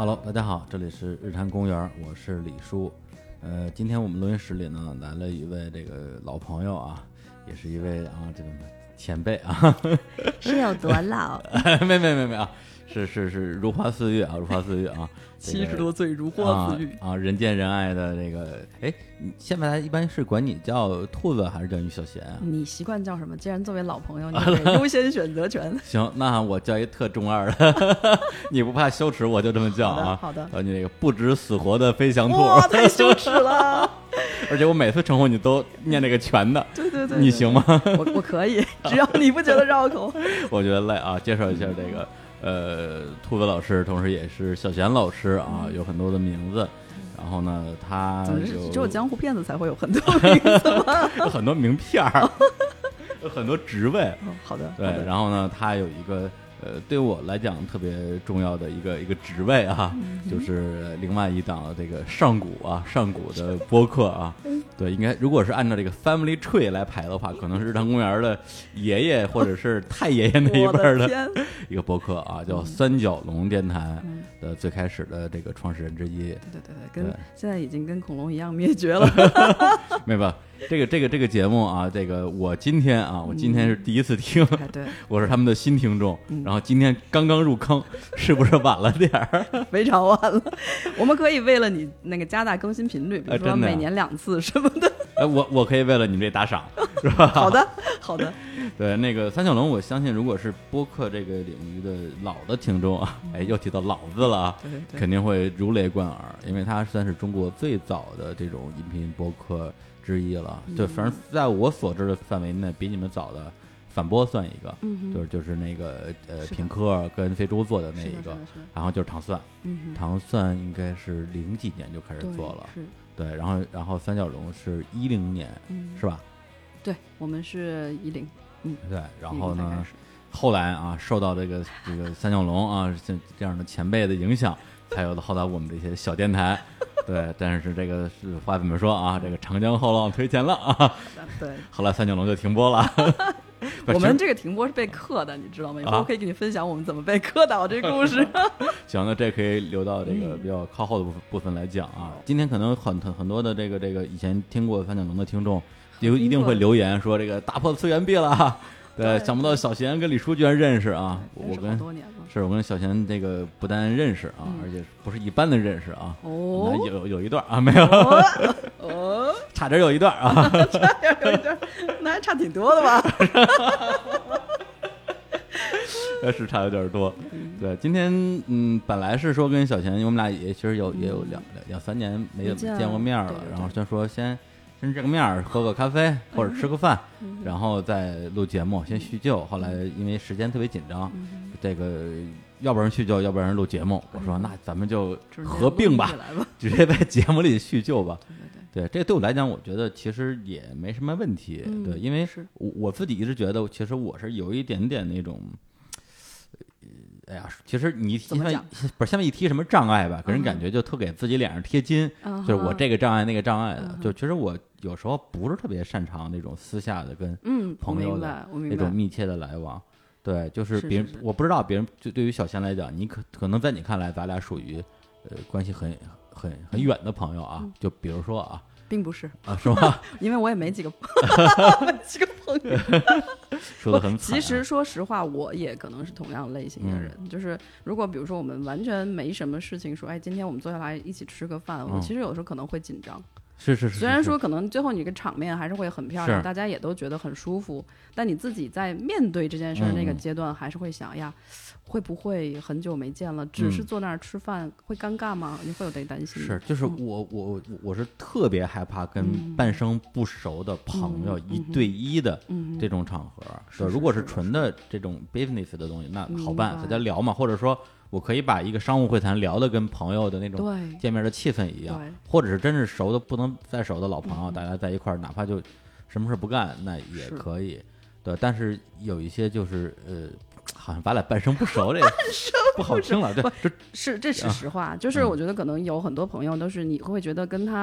Hello， 大家好，这里是日坛公园，我是李叔。今天我们录音室里呢来了一位这个老朋友啊，也是一位这个前辈啊。 是有多老？ 没啊，是如花似玉啊，如花似玉啊。 70多岁如花似玉啊，人见人爱的这个，哎，现在一般是管你叫兔子还是叫你小贤啊？ 你习惯叫什么？既然作为老朋友，你得优先选择权。 行，那我叫一特中二的，你不怕羞耻，我就这么叫啊。 好的。 你那个不知死活的飞翔兔， 哇，太羞耻了！ 而且我每次称呼你都念那个全的， 对， 你行吗？ 我可以，只要你不觉得绕口。 我觉得累啊，介绍一下这个。兔子老师，同时也是小贤老师啊，有很多的名字。然后呢，他只有江湖骗子才会有很多名字吗？ 有很多名片儿，有很多职位。 好的。 对，然后呢，他有一个对我来讲特别重要的一个职位啊，就是另外一档这个上古的播客啊。对，应该如果是按照这个 family tree 来排的话，可能是日坛公园的爷爷或者是太爷爷那一辈的一个播客啊，叫三角龙电台的最开始的这个创始人之一。 对，现在已经跟恐龙一样灭绝了。 没吧？这个节目啊，这个我今天是第一次听， 对， 我是他们的新听众，然后今天刚刚入坑，是不是晚了点儿？ 非常晚了。我们可以为了你那个加大更新频率，比如说每年2次什么的。 我可以为了你们这打赏，是吧？ 好的。 对，那个三角龙，我相信如果是播客这个领域的老的听众啊，又提到老字了啊， 对， 肯定会如雷贯耳，因为它算是中国最早的这种音频播客之一了。就反正在我所知的范围内，比你们早的反播算一个，就是那个品客跟非洲做的那一个，然后就是糖蒜，糖蒜应该是00几年就开始做了，对，然后三角龙是10年，是吧？ 对，我们是10， 对，然后呢，后来啊，受到这个三角龙啊这样的前辈的影响，才有了后来我们这些小电台。对，但是这个是话怎么说啊？这个长江后浪推前浪啊。 对， 后来三角龙就停播了。 我们这个停播是被克的，你知道吗？以后我可以给你分享我们怎么被克倒这故事。 行，那这可以留到这个比较靠后的部分来讲啊。今天可能很多的这个以前听过三角龙的听众，一定会留言说这个打破次元壁了。对，想不到小贤跟李叔居然认识啊！我跟小贤这个不但认识啊，而且不是一般的认识啊。 哦， 有一段啊，没有，差点有一段啊， 差点有一段，那还差挺多的吧？ 是差有点多。对，今天本来是说跟小贤，我们俩也其实也有两三年没怎么见过面了，然后就说先这个面喝个咖啡或者吃个饭，然后再录节目，先叙旧。后来因为时间特别紧张，这个要不然叙旧，要不然录节目。我说那咱们就合并吧，直接在节目里叙旧吧。对，这对我来讲，我觉得其实也没什么问题。对，因为我自己一直觉得，其实我是有一点点那种。哎呀，其实你不是下面一提什么障碍吧，给人感觉就特给自己脸上贴金，就是我这个障碍那个障碍的。就其实我有时候不是特别擅长那种私下的跟朋友的那种密切的来往。对，就是别人我不知道别人就对于小贤来讲，你可能在你看来咱俩属于关系很远的朋友啊。就比如说啊。 并不是啊，是吗？ 因为我也没几个朋友。 说得很惨。 其实说实话，我也可能是同样类型的人。就是如果比如说我们完全没什么事情说，哎，今天我们坐下来一起吃个饭，我其实有时候可能会紧张。 是。 虽然说可能最后你个场面还是会很漂亮，大家也都觉得很舒服，但你自己在面对这件事那个阶段，还是会想呀。会不会很久没见了，只是坐那儿吃饭会尴尬吗？你会有点担心。 是，就是我是特别害怕跟半生不熟的朋友一对一的这种场合。如果是纯的这种 business 的东西，那好办，大家聊嘛，或者说我可以把一个商务会谈聊的跟朋友的那种见面的气氛一样，或者是真是熟的不能再熟的老朋友，大家在一块儿，哪怕就什么事不干，那也可以。对，但是有一些就是好像咱俩半生不熟，这不好听了。对， 这是实话。就是我觉得可能有很多朋友都是你会觉得跟他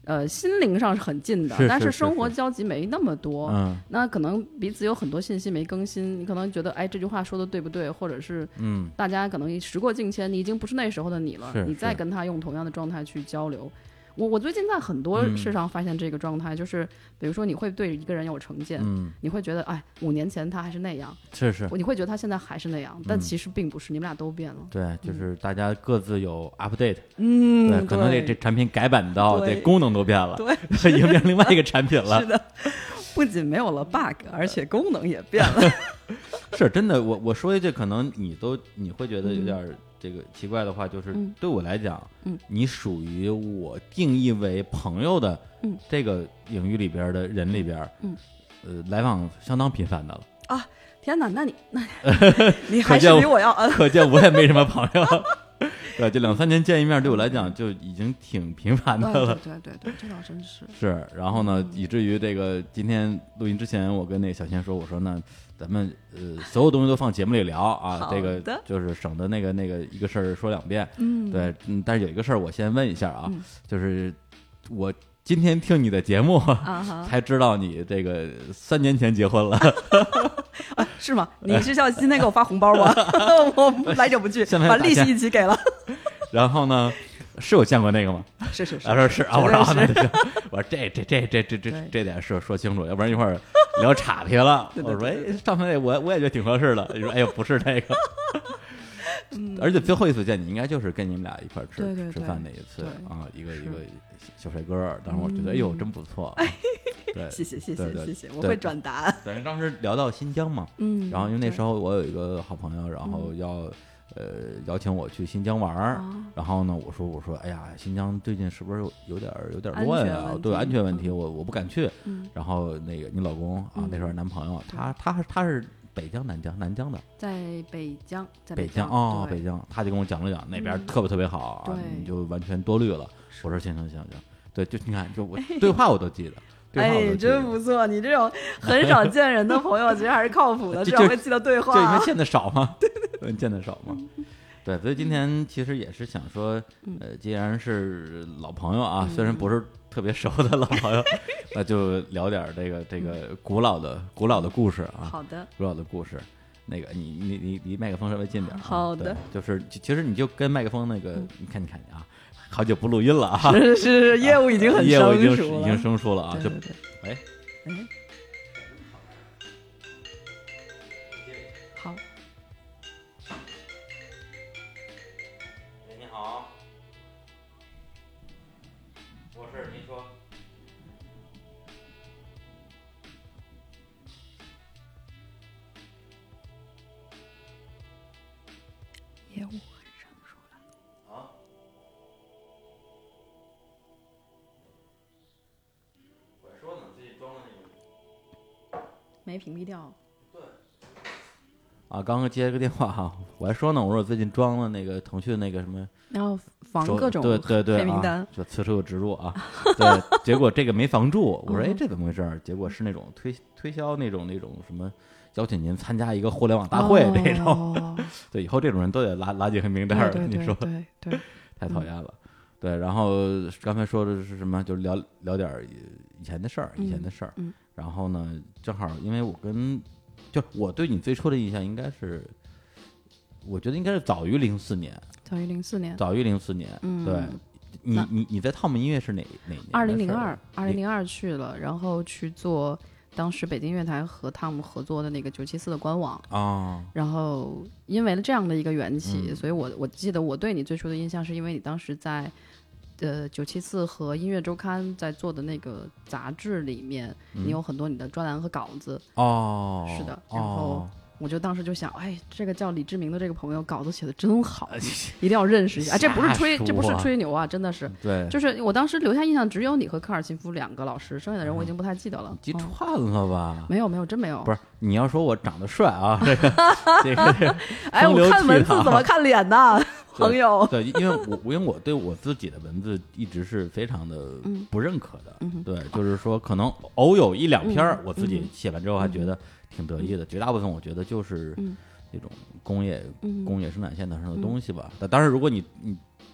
心灵上是很近的，但是生活交集没那么多。那可能彼此有很多信息没更新，你可能觉得哎这句话说的对不对，或者是大家可能时过境迁，你已经不是那时候的你了，你再跟他用同样的状态去交流。我最近在很多事上发现这个状态，就是比如说你会对一个人有成见，你会觉得哎5年前他还是那样， 是你会觉得他现在还是那样，但其实并不是，你们俩都变了。 对，就是大家各自有 update，对，可能这产品改版到这功能都变了， 对， 已经变另外一个产品了。 是的，不仅没有了 bug， 而且功能也变了。 是真的，我说一句可能你会觉得有点这个奇怪的话，就是对我来讲，你属于我定义为朋友的这个领域里边的人里边，来往相当频繁的了啊！天哪，那你还是比我要可见我也没什么朋友。对，就2-3年见一面，对我来讲就已经挺频繁的了。 对，这倒真是。 是，然后呢，以至于这个今天录音之前，我跟那个小贤说，我说呢，咱们所有东西都放节目里聊啊，这个就是省得那个一个事儿说2遍。对，但是有一个事儿我先问一下啊，就是我今天听你的节目才知道你这个3年前结婚了。 是吗？你是要今天给我发红包吗？我来者不拒，把利息一起给了。 然后呢，是有见过那个吗？ 是。 他说是啊，我说那就行。我说这点说清楚，要不然一会儿聊岔劈了。我说哎，上回我也觉得挺合适的。你说哎呦，不是那个。而且最后一次见你，应该就是跟你们俩一块吃饭那一次啊，一个小帅哥。当时我觉得哎呦，真不错。对， 谢谢，我会转达。 对，当时聊到新疆嘛，然后因为那时候我有一个好朋友，然后要邀请我去新疆玩然后呢，我说，哎呀，新疆最近是不是有点乱啊？对，安全问题，我不敢去。然后那个你老公啊，那时候男朋友，他是北疆南疆的， 在北疆哦，北疆，他就跟我讲了讲那边特别好啊，你就完全多虑了。我说行，对，就你看，就我对话我都记得。 哎，真不错！你这种很少见人的朋友，其实还是靠谱的，至少会记得对话。 就因为见的少嘛，对，见的少嘛。对，所以今天其实也是想说，既然是老朋友啊，虽然不是特别熟的老朋友，那就聊点这个古老的故事啊。 好的， 古老的故事。那个你离麦克风稍微近点。 好的， 就是其实你就跟麦克风那个，你看啊。好久不录音了啊！ 是业务已经很生疏了， 业务已经生疏了啊！ 对， 喂， 好， 你好，我是您说， 业务。没屏蔽掉。 对。啊，刚刚接了个电话哈，我还说呢，我说我最近装了那个腾讯那个什么， 然后防各种对黑名单， 就此处有植入啊。对，结果这个没防住，我说哎，这怎么回事？结果是那种推销那种什么邀请您参加一个互联网大会这种。对，以后这种人都得拉进黑名单。你说对， 太讨厌了。对，然后刚才说的是什么？就聊点以前的事儿，然后呢，正好因为我对你最初的印象应该是，我觉得应该是早于04年。对，你在Tom音乐是哪年 ？2002去了，然后去做当时北京乐台和Tom合作的那个974的官网然后因为了这样的一个缘起，所以我记得我对你最初的印象是因为你当时在974和音乐周刊在做的那个杂志里面，你有很多你的专栏和稿子是的，然后我就当时就想，哎，这个叫李志明的这个朋友稿子写的真好，一定要认识一下。这不是吹牛啊，真的是。 对， 就是我当时留下印象只有你和科尔琴夫2个老师，剩下的人我已经不太记得了。 记串了吧？ 没有，真没有。 不是，你要说我长得帅啊，这个哎，我看文字怎么看脸呢？朋友， 对，因为我对我自己的文字一直是非常的不认可的，对，就是说可能偶有1-2篇我自己写完之后还觉得挺得意的，绝大部分我觉得就是那种工业生产线上的东西吧。当然，如果你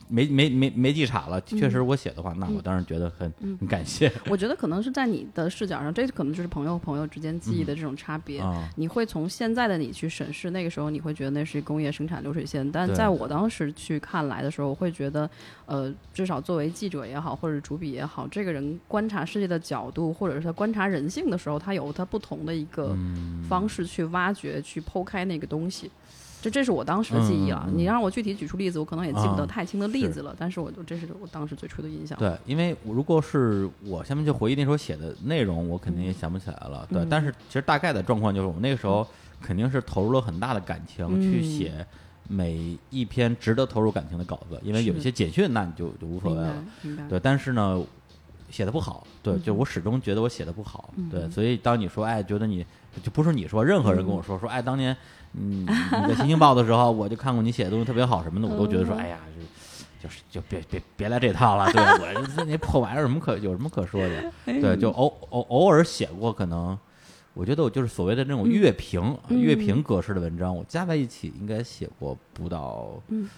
没记岔了，确实我写的话，那我当然觉得很感谢。 我觉得可能是在你的视角上，这可能就是朋友之间记忆的这种差别。你会从现在的你去审视，那个时候你会觉得那是工业生产流水线，但在我当时去看来的时候，我会觉得至少作为记者也好，或者主笔也好，这个人观察世界的角度，或者是他观察人性的时候，他有他不同的一个方式去挖掘、去剖开那个东西。这是我当时的记忆了。你让我具体举出例子，我可能也记不得太清的例子了。但是这是我当时最初的印象。 对，因为如果是我下面就回忆那时候写的内容，我肯定也想不起来了。对，但是其实大概的状况就是，我那个时候肯定是投入了很大的感情去写每一篇值得投入感情的稿子，因为有一些简讯那你就无所谓了。对，但是呢，写的不好。对，就我始终觉得我写的不好。对，所以当你说觉得你就不是你说，任何人跟我说当年。你在《新京报》的时候，我就看过你写的东西特别好什么的，我都觉得说，哎呀，就别来这套了。对，我那破玩意儿有什么可说的？对，就偶尔写过，可能我觉得我就是所谓的那种乐评格式的文章，我加在一起应该写过不到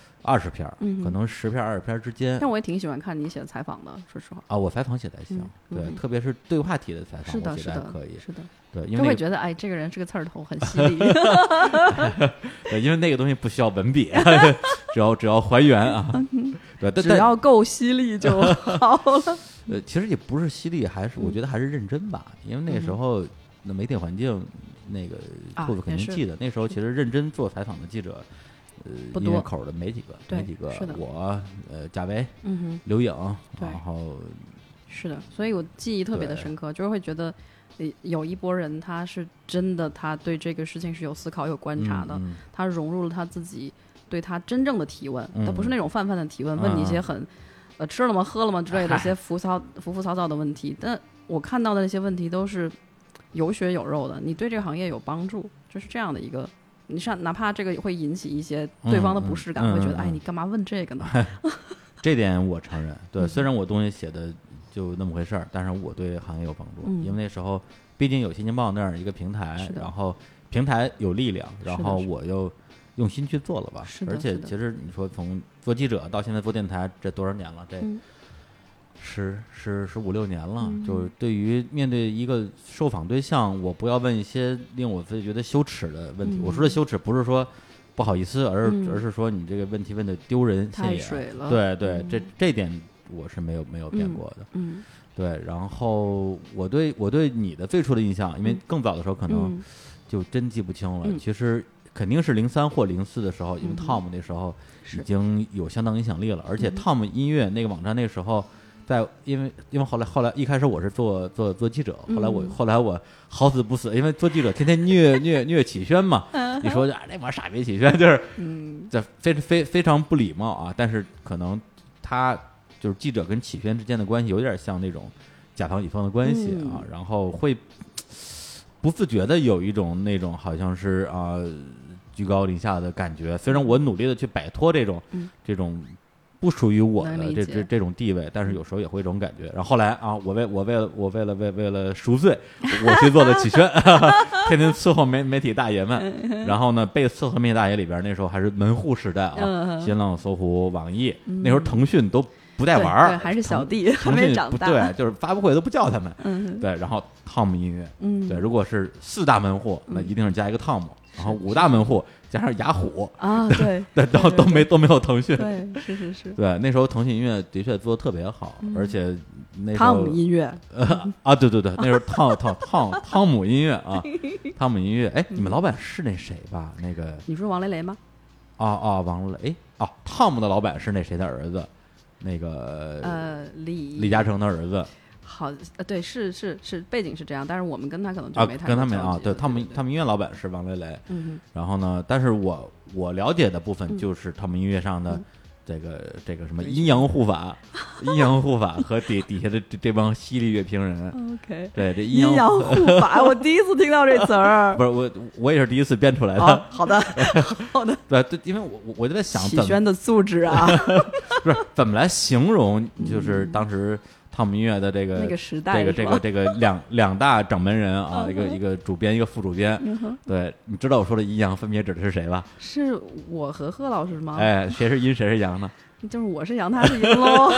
20篇，可能10篇20篇之间。 但我也挺喜欢看你写的采访的，说实话。 我采访写的还行，对，特别是对话题的采访，我写的还可以。 是的。 对，因为就会觉得这个人是个刺儿头，很犀利。 对，因为那个东西不需要文笔，只要还原啊。对， 只要够犀利就好了。 其实也不是犀利，我觉得还是认真吧。因为那时候那媒体环境，那个兔子肯定记得，那时候其实认真做采访的记者，音乐口的没几个，我贾维，刘颖，然后是的，所以我记忆特别的深刻，就是会觉得。有一波人他是真的他对这个事情是有思考有观察的，他融入了他自己对他真正的提问，他不是那种泛泛的提问，问你一些很吃了吗喝了吗之类的一些浮躁的问题，但我看到的那些问题都是有血有肉的，你对这个行业有帮助，就是这样的一个，你哪怕这个会引起一些对方的不适感，会觉得你干嘛问这个呢？ 这点我承认，对，虽然我东西写的就那么回事儿，但是我对行业有帮助，因为那时候毕竟有《新京报》那样一个平台，然后平台有力量，然后我又用心去做了吧。而且其实你说从做记者到现在做电台，这多少年了？这15、16年了。就对于面对一个受访对象，我不要问一些令我自己觉得羞耻的问题。我说的羞耻不是说不好意思，而是说你这个问题问的丢人现眼。 太水了。 对对，这点我是没有变过的。对，然后我对你的最初的印象，因为更早的时候可能就真记不清了。其实肯定是03或04的时候，因为 Tom 那时候已经有相当影响力了，而且 Tom 音乐那个网站那时候因为后来一开始我是做记者，后来我好死不死，因为做记者天天虐启轩嘛，你说那帮傻逼启轩就是这非常不礼貌啊，但是可能他。就是记者跟启轩之间的关系有点像那种甲方乙方的关系啊，然后会不自觉的有一种那种好像是居高临下的感觉。虽然我努力的去摆脱这种不属于我的这种地位，但是有时候也会有这种感觉。然后后来我为了赎罪，我去做了启轩，天天伺候媒体大爷们。然后呢，被伺候媒体大爷里边，那时候还是门户时代新浪、搜狐、网易，那时候腾讯都不带玩对，还是小弟，还没长大。 对，就是发布会都不叫他们。对，然后 Tom 音乐，对，如果是4大门户，那一定是加一个 Tom，然后5大门户加上雅虎对， 都没有腾讯。 对，是。 对，那时候腾讯音乐的确做的特别好，而且那时候汤姆音乐对，那时候汤姆音乐汤姆音乐，你们老板是那谁吧？那个你说王雷雷吗？ 王雷，Tom 的老板是那谁的儿子？那个李嘉诚的儿子。 好，对，是背景是这样，但是我们跟他可能就没太跟他们对，他们音乐老板是王雷雷。然后呢，但是我了解的部分就是他们音乐上的这个什么阴阳护法和底下的这帮犀利乐评人。 OK， 对，这阴阳护法，我第一次听到这词儿。 不是我也是第一次编出来的。 好的。 对，因为我就在想， 启轩的素质啊， 不是怎么来形容，就是当时汤姆音乐的这个那个时代， 这个两大掌门人啊，一个主编，一个副主编。对，你知道我说的阴阳分别指的是谁吧？ 是我和贺老师吗？ 哎，谁是阴谁是阳呢？ 就是我是阳，他是阴喽。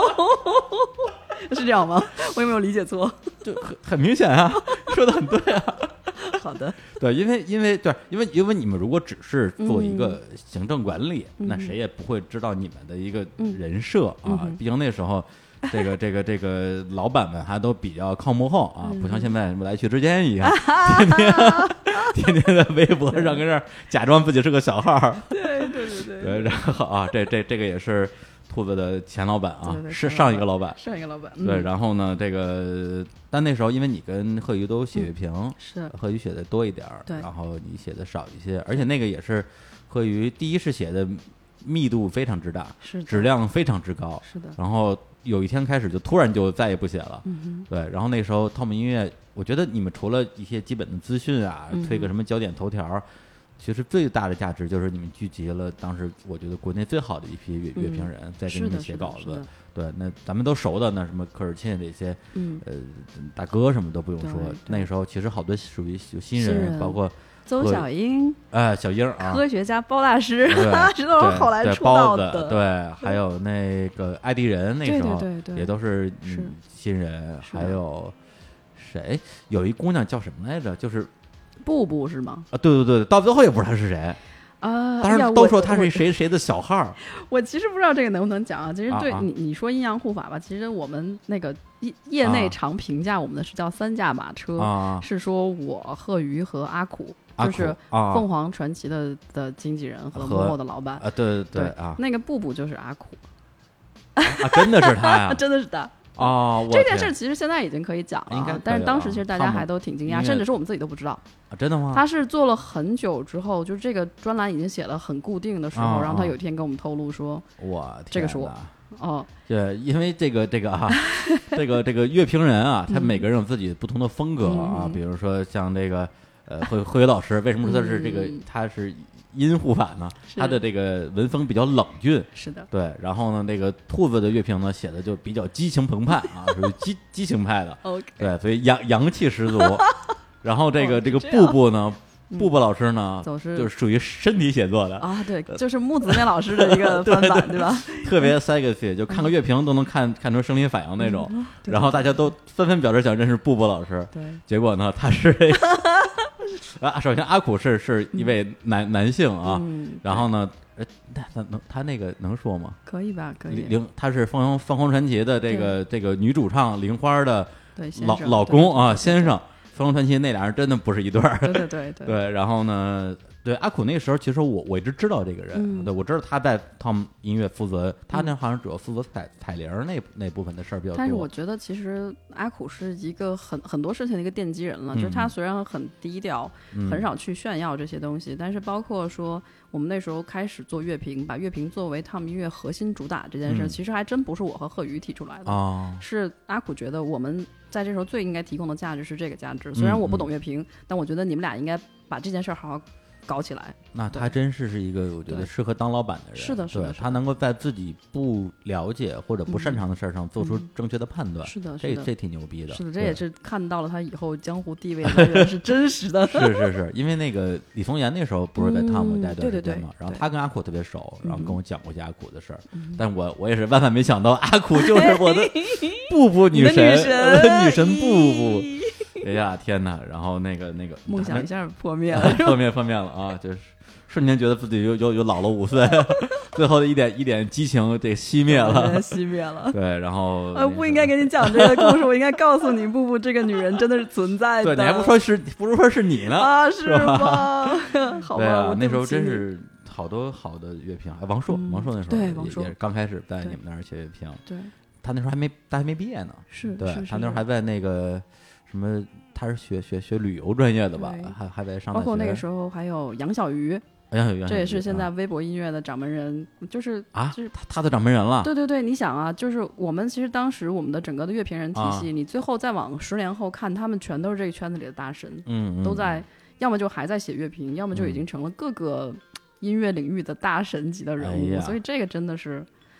是这样吗？我有没有理解错？ 就很明显啊，说的很对啊。 好的， 对，因为你们如果只是做一个行政管理，那谁也不会知道你们的一个人设啊。毕竟那时候，这个老板们还都比较靠幕后啊，不像现在什么来去之间一样，天天在微博上跟这儿假装自己是个小号。 对， 然后啊，这个也是兔子的前老板啊， 对是上一个老板，对，然后呢，这个但那时候因为你跟贺宇都写乐评， 是贺宇写的多一点， 对， 然后你写的少一些，而且那个也是贺宇第一是写的密度非常之大， 是质量非常之高， 是的， 然后有一天开始就突然就再也不写了，对，然后那时候汤姆音乐，我觉得你们除了一些基本的资讯啊，推个什么焦点头条。其实最大的价值就是你们聚集了当时我觉得国内最好的一批乐评人，在给你们写稿子。对，那咱们都熟的，那什么科尔沁这些，大哥什么都不用说。那时候其实好多属于有新人，包括邹小英， 小英啊， 科学家包大师，知道是后来出道的。 对，还有那个艾迪人，那时候对也都是新人。还有谁？有一姑娘叫什么来着？就是布布是吗？ 啊，对，到最后也不知道他是谁啊。当然都说他是谁的小号。 我其实不知道这个能不能讲啊。其实对你说阴阳护法吧，其实我们那个业内常评价我们的是叫三驾马车，是说我贺瑜和阿苦，就是凤凰传奇的经纪人和幕后的老板啊。对啊， 那个布布就是阿苦啊，真的是他呀， 真的是他。这件事其实现在已经可以讲了，但是当时其实大家还都挺惊讶，甚至是我们自己都不知道。 真的吗？ 他是做了很久之后，就是这个专栏已经写了很固定的时候，然后他有一天跟我们透露说：“这个是我。” 对，因为这个啊，这个乐评人啊，他每个人有自己不同的风格啊，比如说像这个贺宇老师，为什么说他是这个他是阴护法呢？他的这个文风比较冷峻， 是的， 对。然后呢，那个兔子的乐评呢写的就比较激情澎湃啊，属于激情派的，对，所以阳气十足。然后这个布布呢，布布老师呢，就是属于身体写作的啊，对，就是木子面老师的一个翻版，对吧？ 特别 sexy， 就看个乐评都能看出生理反应那种。然后大家都纷纷表示想认识布布老师， 对。 结果呢，他是首先阿苦是一位男性啊，然后呢，他那个能说吗？ 可以吧，可以。 他是凤凰传奇的这个女主唱玲花的老公啊，先生。凤凰传奇那俩人真的不是一对儿，对。然后呢，对阿苦那个时候，其实我一直知道这个人，对我知道他在 Tom 音乐负责，他那好像主要负责彩铃那部分的事儿比较多。 但是我觉得其实阿苦是一个很多事情的一个奠基人了，就是他虽然很低调，很少去炫耀这些东西，但是包括说我们那时候开始做乐评，把乐评作为 Tom 音乐核心主打这件事，其实还真不是我和贺宇提出来的，是阿苦觉得我们在这时候最应该提供的价值是这个价值。虽然我不懂乐评，但我觉得你们俩应该把这件事好好搞起来。 那他真是一个我觉得适合当老板的人， 是的， 对，他能够在自己不了解或者不擅长的事上做出正确的判断， 是的， 这挺牛逼的。 是的，这也是看到了他以后江湖地位的来源是真实的。 是，因为那个李松岩那时候不是在汤姆待段时间嘛，然后他跟阿苦特别熟，然后跟我讲过一些阿苦的事儿，但我也是万万没想到阿苦就是我的布布女神，女神布布。哎呀天哪！然后那个梦想一下破灭了， 破灭了啊！就是瞬间觉得自己又老了5岁，最后的一点激情这熄灭了，对，然后不应该给你讲这个故事，我应该告诉你，布布这个女人真的是存在的。 对，你还不如说是你呢啊？是吗？好吧， 对啊，那时候真是好多好的乐评，王硕那时候也刚开始在你们那儿写乐评， 对， 他那时候还没毕业呢，对，他那时候还在那个。什么？他是学旅游专业的吧？还在上大学。 包括那个时候还有杨小鱼，这也是现在微博音乐的掌门人，就是他的掌门人了。 对，你想啊，就是我们其实当时我们的整个的乐评人体系，你最后再往10年后看，他们全都是这个圈子里的大神，都在要么就还在写乐评，要么就已经成了各个音乐领域的大神级的人物，所以这个真的是。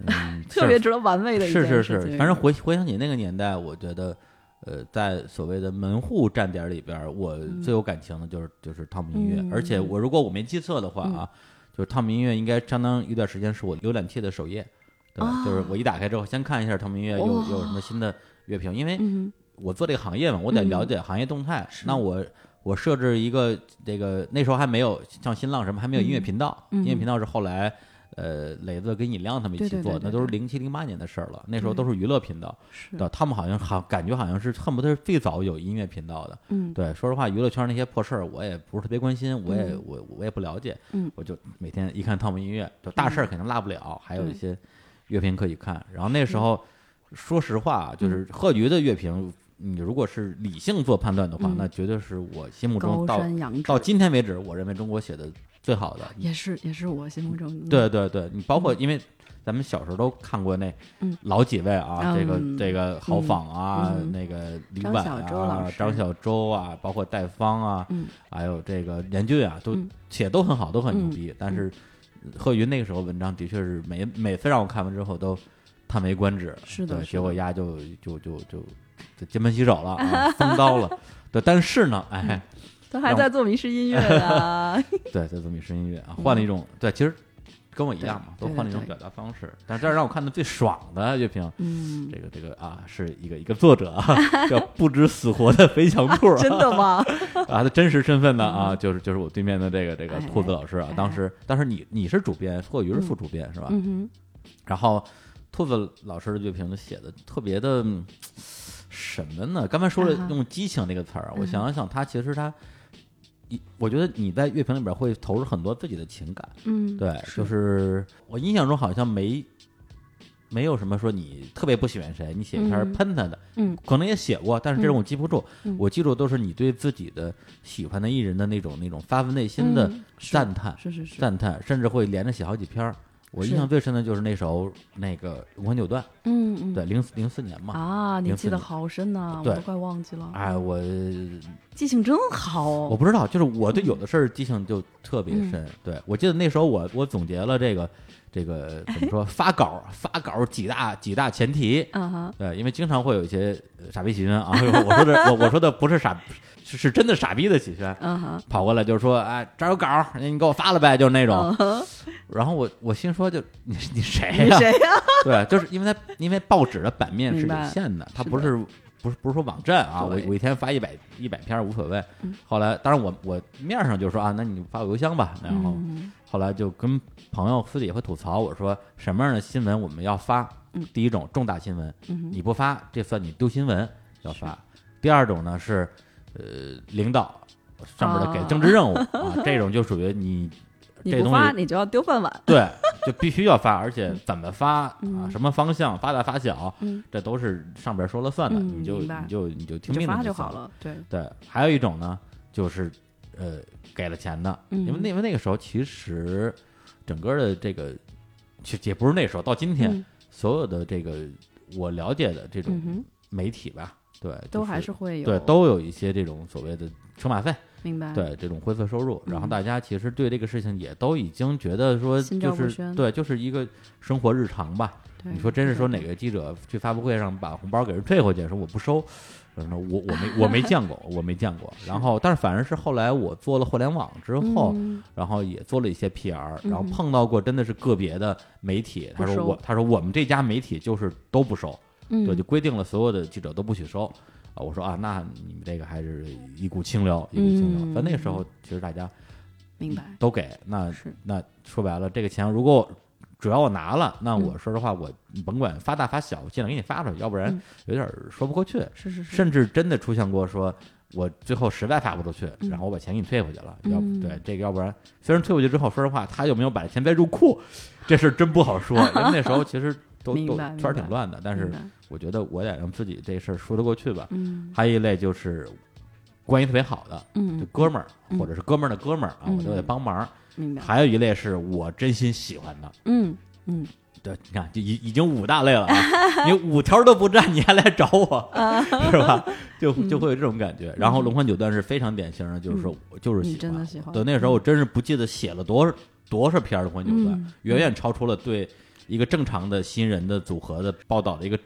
特别值得玩味的一件事情。 是，反正回想起那个年代，我觉得在所谓的门户站点里边，我最有感情的就是汤姆音乐，而且如果我没记错的话啊，就是汤姆音乐应该相当一段时间是我浏览器的首页，对，就是我一打开之后先看一下汤姆音乐有什么新的乐评，因为我做这个行业嘛，我得了解行业动态。那我设置一个这个，那时候还没有像新浪什么还没有音乐频道，音乐频道是后来磊子跟尹亮他们一起做，那都是07、08年的事儿了。那时候都是娱乐频道，他们感觉好像是恨不得是最早有音乐频道的。对，说实话，娱乐圈那些破事儿我也不是特别关心，我也不了解。我就每天一看汤姆音乐，就大事儿肯定落不了，还有一些乐评可以看。然后那时候，说实话，就是贺局的乐评。你如果是理性做判断的话，那绝对是我心目中到今天为止，我认为中国写的最好的， 也是我心目中。 对，你包括因为咱们小时候都看过那老几位啊，这个郝仿啊，那个李婉啊，张小舟啊，包括戴芳啊，还有这个严俊啊，都写都很好，都很牛逼。但是贺云那个时候文章的确是每次让我看完之后都叹为观止， 是的， 结果丫就金盆洗手了啊，封刀了。对，但是呢， 他还在做迷失音乐啊。 对，在做迷失音乐啊，换了一种对，其实跟我一样嘛，都换了一种表达方式。但是这让我看的最爽的乐评，这个啊，是一个作者啊，叫不知死活的肥强兔。 真的吗？ 他的真实身份呢啊，就是我对面的这个兔子老师啊。当时你是主编，贺宇是副主编是吧？然后兔子老师的乐评写的特别的。什么呢？刚才说了用激情这个词儿，我想了想，其实我觉得你在乐评里边会投入很多自己的情感，对，就是我印象中好像没有什么说你特别不喜欢谁，你写一篇喷他的，可能也写过，但是这种我记不住，我记住都是你对自己的喜欢的艺人的那种发自内心的赞叹，赞叹，甚至会连着写好几篇。我印象最深的就是那首那个《龙魂九段》，对，04年嘛。 啊，你记得好深呐，我都快忘记了。 哎，我记性真好。 我不知道，就是我对有的事儿记性就特别深。对，我记得那时候我总结了这个怎么说发稿几大前提。对，因为经常会有一些傻逼喜宣啊，我说的不是傻。是真的傻逼的喜宣，跑过来就是说，哎，这儿有稿，你给我发了呗，就是那种。然后我心说，就你谁呀？对，就是因为报纸的版面是有限的，它不是说网站啊，我一天发100篇无所谓。后来，当然我面上就说啊，那你发我邮箱吧。然后后来就跟朋友私底会吐槽，我说什么样的新闻我们要发？第一种重大新闻，你不发这算你丢新闻，要发。第二种呢是。领导上面的给政治任务啊，这种就属于你不发你就要丢饭碗， 对，就必须要发，而且怎么发啊，什么方向，发大发小，这都是上边说了算的，你就听命令就好了。 对，还有一种呢，就是给了钱的，因为那个时候其实整个的这个，也不是那时候，到今天所有的这个我了解的这种媒体吧。对， 都还是会有， 对，都有一些这种所谓的车马费， 明白？ 对，这种灰色收入，然后大家其实对这个事情也都已经觉得说，就是对，就是一个生活日常吧。你说真是说哪个记者去发布会上把红包给人退回去，说我不收，我没见过，我没见过。然后，但是反而是后来我做了互联网之后，然后也做了一些 PR，然后碰到过真的是个别的媒体，他说我们这家媒体就是都不收。对，就规定了所有的记者都不许收啊！我说啊，那你们这个还是一股清流，一股清流。在那个时候，其实大家明白都给，那说白了，这个钱如果只要我拿了，那我说实话，我甭管发大发小，我尽量给你发出去，要不然有点说不过去。 是， 甚至真的出现过说，我最后实在发不出去，然后我把钱给你退回去了。对这个，要不然虽然退回去之后，说实话，他有没有把钱再入库，这事真不好说。因为那时候其实都圈挺乱的，但是我觉得我得让自己这事儿说得过去吧。还有一类就是关系特别好的，就哥们儿或者是哥们儿的哥们儿啊，我都得帮忙。还有一类是我真心喜欢的，对，你看，就已经5大类了啊！你5条都不占，你还来找我，是吧？就会有这种感觉。然后《龙魂九段》是非常典型的，就是说我就是喜欢。 你真的喜欢？ 对，那时候我真是不记得写了多少篇《龙魂九段》，远远超出了对一个正常的新人的组合的报道的一个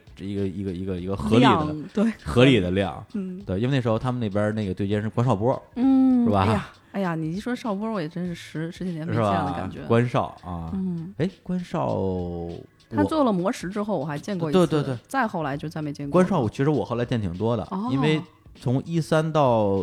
合理的量，对，因为那时候他们那边那个对接是关少波，是吧？ 哎呀，你一说少波，我也真是十几年没见的感觉。 关少啊，关少。 他做了魔石之后，我还见过一次，对，再后来就再没见过。 关少，其实我后来见挺多的，因为从13到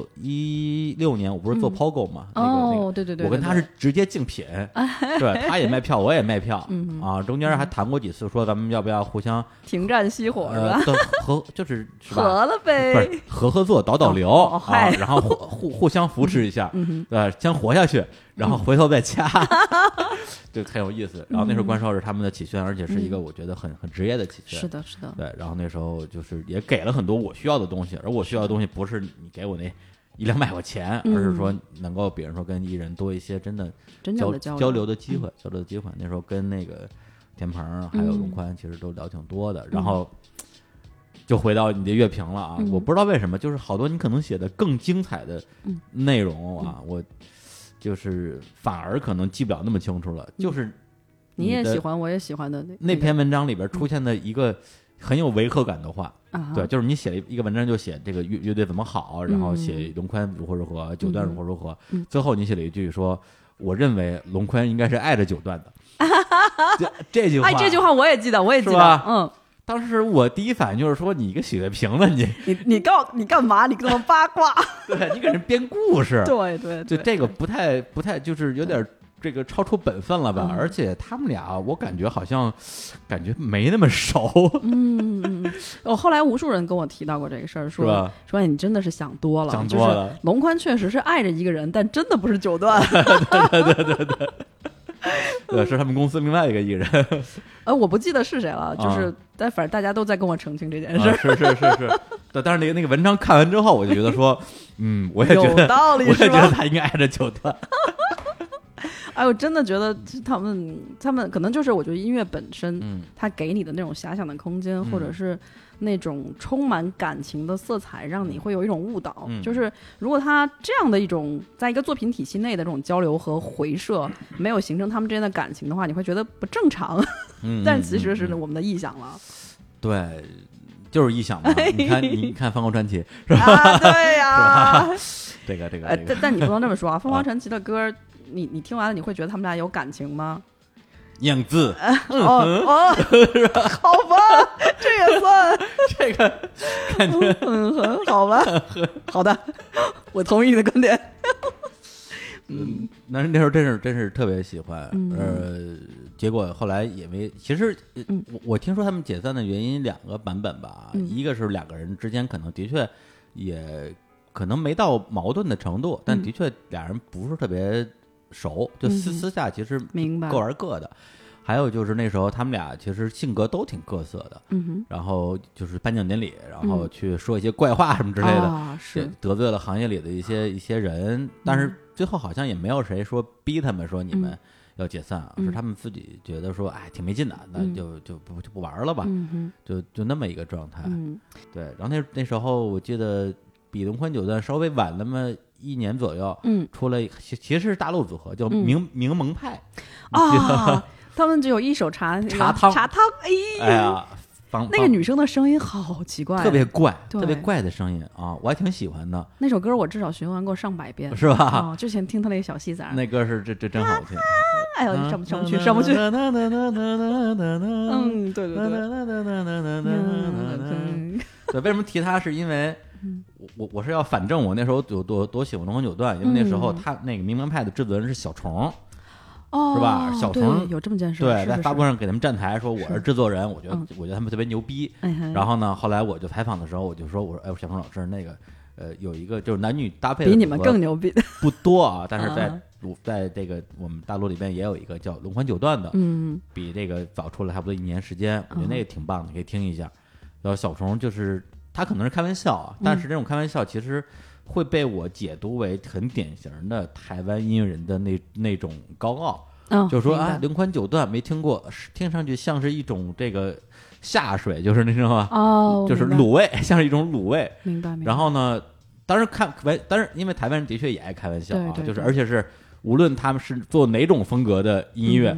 16年，我不是做 POGO 嘛？ 对， 我跟他是直接竞品，对，他也卖票，我也卖票，中间还谈过几次，说咱们要不要互相停战熄火是吧？ 就是合了呗， 不是合作导流，然后互相扶持一下，对，先活下去，然后回头再掐。就很有意思。然后那时候关少是他们的启轩，而且是一个我觉得很职业的启轩。 是的。 对，然后那时候就是也给了很多我需要的东西，而我需要的东西不是你给我那100-200块钱，而是说能够比如说跟艺人多一些真的交流的机会，那时候跟那个田鹏还有龙宽其实都聊挺多的。然后就回到你的乐评了啊，我不知道为什么，就是好多你可能写的更精彩的内容啊，我就是反而可能记不了那么清楚了。就是你也喜欢我也喜欢的那篇文章里边出现的一个很有违和感的话，对，就是你写了一个文章就写这个乐队怎么好，然后写龙宽如何，九段如何，最后你写了一句说我认为龙宽应该是爱着九段的。这句话， 这句话我也记得， 是吧？当时我第一反应就是说，你一个写评论， 你干嘛？你这么八卦？ 对，你给人编故事。 对， 就这个不太，就是有点这个超出本分了吧？而且他们俩，我感觉好像感觉没那么熟。 我后来无数人跟我提到过这个事儿，说你真的是想多了， 想多了。 就是龙宽确实是爱着一个人，但真的不是九段。 对。对，是他们公司另外一个艺人， 我不记得是谁了，就是但反正大家都在跟我澄清这件事。 是，对，但是那个文章看完之后，我就觉得说，我也觉得有道理， 我也觉得他应该爱着九段。 哎，我真的觉得他们可能就是我觉得音乐本身，它给你的那种遐想的空间，或者是那种充满感情的色彩，让你会有一种误导。就是如果他这样的一种在一个作品体系内的这种交流和回射没有形成他们之间的感情的话，你会觉得不正常。但其实是我们的臆想了。 对，就是臆想嘛。你看《凤凰传奇》是吧？ 对呀， 这个。 但你不能这么说啊，《凤凰传奇》的歌。你听完了，你会觉得他们俩有感情吗？ 样子， 是吧？好吧，这也算这个感觉， 好吧，好的，我同意你的观点。 那时候真是特别喜欢，结果后来也没。其实，我听说他们解散的原因2个版本吧，一个是2个人之间可能的确也可能没到矛盾的程度，但的确俩人不是特别熟，就私下其实各玩各的。还有就是那时候他们俩其实性格都挺各色的，然后就是颁奖典礼，然后去说一些怪话什么之类的， 是得罪了行业里的一些人，但是最后好像也没有谁说逼他们说你们要解散，是他们自己觉得说挺没劲的，那就不玩了吧，就那么一个状态。对，然后那时候我记得比龙宽九段稍微晚那么1年左右，出了其实是大陆组合叫柠檬派啊，他们只有一首茶汤，哎呀， 那个女生的声音好奇怪， 特别怪的声音啊，我还挺喜欢的。 那首歌我至少循环过上百遍， 是吧？ 之前听他那个小戏子， 那歌是这真好听。 哎呦，上不去。对。 对，为什么提他？是因为我是要反正我那时候有多喜欢龙宽九段，因为那时候他那个柠檬派的制作人是小虫。是吧？小虫有这么件事， 对，在发布上给他们站台说我是制作人，我觉得他们特别牛逼。然后呢，后来我就采访的时候，我就说我说小虫老师那个有一个就是男女搭配的比你们更牛逼的不多啊，但是在这个我们大陆里边也有一个叫龙宽九段的，比这个早出了差不多1年时间，我觉得那个挺棒的，可以听一下。然后小虫就是他可能是开玩笑啊，但是这种开玩笑其实会被我解读为很典型的台湾音乐人的那种高傲，就是说龙宽九段没听过，听上去像是一种这个下水，就是那种就是卤味，像是一种卤味。 明白。 然后呢，当然因为台湾人的确也爱开玩笑啊， 对， 就是而且是无论他们是做哪种风格的音乐，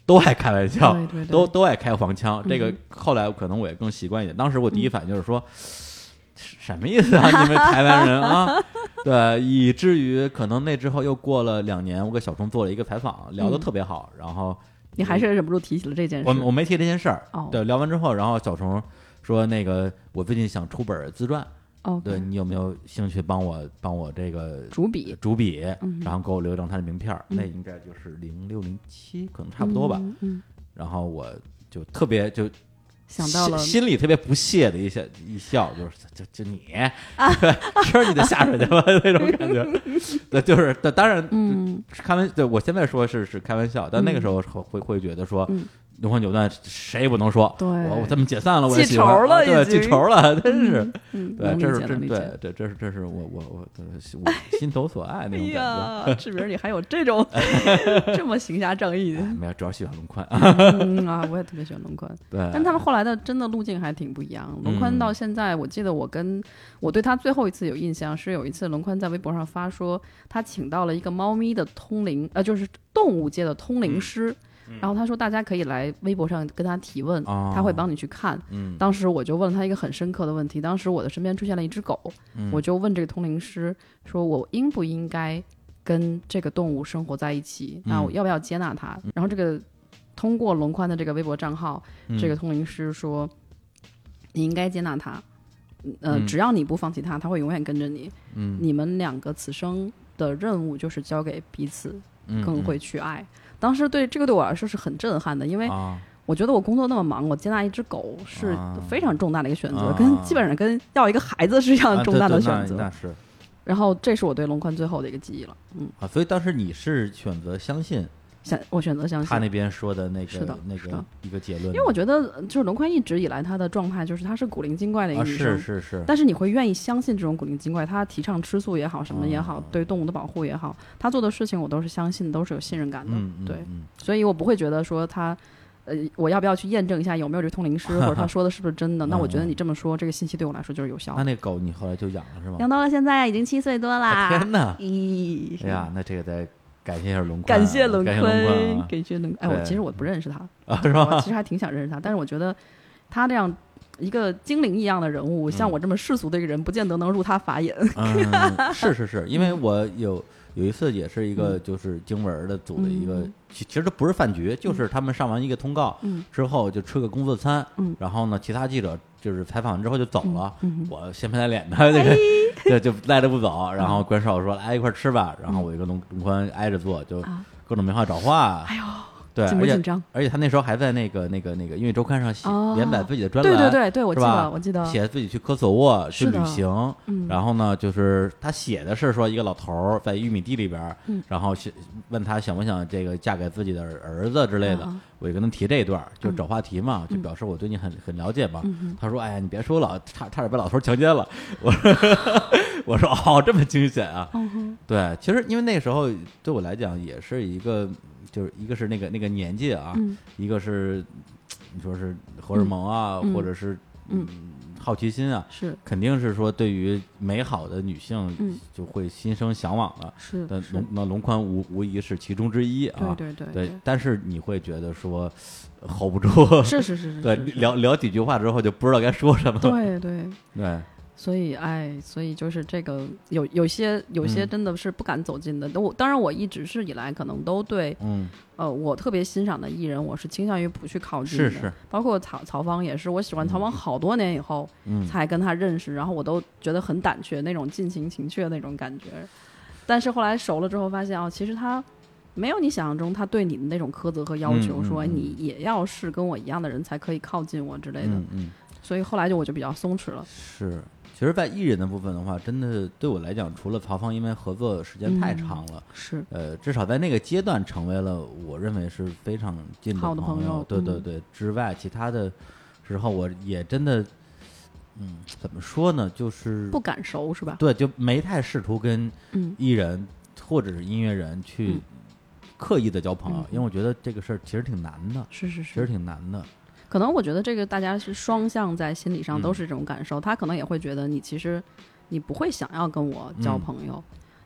都爱开玩笑， 对对对， 都爱开黄腔。这个后来可能我也更习惯一点。当时我第一反应就是说，什么意思啊？你们台湾人啊？对，以至于可能那之后又过了2年，我给小虫做了一个采访，聊得特别好，然后你还是忍不住提起了这件事。 我没提这件事儿。 哦， 对，聊完之后，然后小虫说那个我最近想出本自传。对，你有没有兴趣帮我这个主笔，然后给我留一张他的名片，那应该就是0607，可能差不多吧。然后我就特别就想到了， 心里特别不屑的一笑，就你，吃你的下水去吧那种感觉。对，就是当然，开玩笑，对我现在说是开玩笑，但那个时候会觉得说。龙宽九段谁也不能说， 对， 我他们解散了，我记仇了， 对，记仇了，真是， 对， 这是我心头所爱那种感觉。 志明，你还有这种这么行侠仗义的？ 没有，主要喜欢龙宽啊，我也特别喜欢龙宽。 对， 但他们后来的真的路径还挺不一样。龙宽到现在，我记得我对他最后一次有印象是有一次龙宽在微博上发说，他请到了一个猫咪的通灵，就是动物界的通灵师。然后他说大家可以来微博上跟他提问，他会帮你去看。当时我就问了他一个很深刻的问题，当时我的身边出现了一只狗，我就问这个通灵师说，我应不应该跟这个动物生活在一起，那我要不要接纳它？然后这个通过龙宽的这个微博账号，这个通灵师说你应该接纳它，只要你不放弃它，它会永远跟着你。你们2个此生的任务就是交给彼此，更会去爱。当时这个对我来说是很震撼的，因为我觉得我工作那么忙，我接纳一只狗是非常重大的一个选择，基本上跟要一个孩子是一样重大的选择。 那是。 然后这是我对龙宽最后的一个记忆了。 所以当时你是选择相信？ 我选择相信他那边说的那个一个结论，因为我觉得就是龙宽一直以来他的状态就是他是古灵精怪的一个女生， 是， 但是你会愿意相信这种古灵精怪，他提倡吃素也好，什么也好，对动物的保护也好，他做的事情我都是相信，都是有信任感的。对，所以我不会觉得说他我要不要去验证一下有没有这个通灵师，或者他说的是不是真的？那我觉得你这么说，这个信息对我来说就是有效的。 那狗你后来就养了是吗？ 养到了现在已经7岁多啦！ 天哪！哎呀，那这个在。感谢一下龙宽， 感谢龙宽， 感谢龙宽。 哎，其实我不认识他是吧？ 我其实还挺想认识他，但是我觉得他这样一个精灵一样的人物，像我这么世俗的一个人，不见得能入他法眼。 是，因为我有一次也是一个就是经文的组的一个，其实这不是饭局，就是他们上完一个通告之后就吃个工作餐，然后呢，其他记者就是采访完之后就走了，我先拍他脸的那个就赖着不走，然后关少说来一块吃吧，然后我一个龙宽挨着坐，就各种没话找话。 哎呦， 对， 紧不紧张？ 而且他那时候还在那个因为周刊上连载自己的专栏，对，我记得写自己去科索沃去旅行，然后呢，就是他写的是说一个老头在玉米地里边，然后问他想不想这个嫁给自己的儿子之类的，我就跟他提这一段，就找话题嘛，就表示我对你很了解嘛。他说：“哎呀，你别说了，差点被老头强奸了。”我说：“哦，这么惊险啊！”对，其实因为那时候对我来讲也是一个。就是一个是那个年纪啊，一个是你说是荷尔蒙啊，或者是好奇心啊， 是肯定是说对于美好的女性就会心生向往的。 是， 那龙宽无疑是其中之一啊。 对， 但是你会觉得说 hold 不住， 是， 对，聊几句话之后就不知道该说什么。 对。所以就是这个有些真的是不敢走近的。当然我一直是以来可能都对，我特别欣赏的艺人，我是倾向于不去靠近的。 是， 包括曹芳也是，我喜欢曹芳好多年以后才跟他认识，然后我都觉得很胆怯，那种近情情怯那种感觉。但是后来熟了之后发现，其实他没有你想象中他对你的那种苛责和要求，说你也要是跟我一样的人才可以靠近我之类的。所以后来我就比较松弛了。 是。其实，在艺人的部分的话，真的对我来讲，除了曹芳，因为合作时间太长了， 是至少在那个阶段成为了我认为是非常近的朋友。对，之外，其他的时候我也真的，怎么说呢，就是不敢熟是吧？ 对，就没太试图跟艺人或者是音乐人去刻意的交朋友，因为我觉得这个事儿其实挺难的， 是， 其实挺难的。 可能我觉得这个大家是双向，在心理上都是这种感受。他可能也会觉得你其实你不会想要跟我交朋友，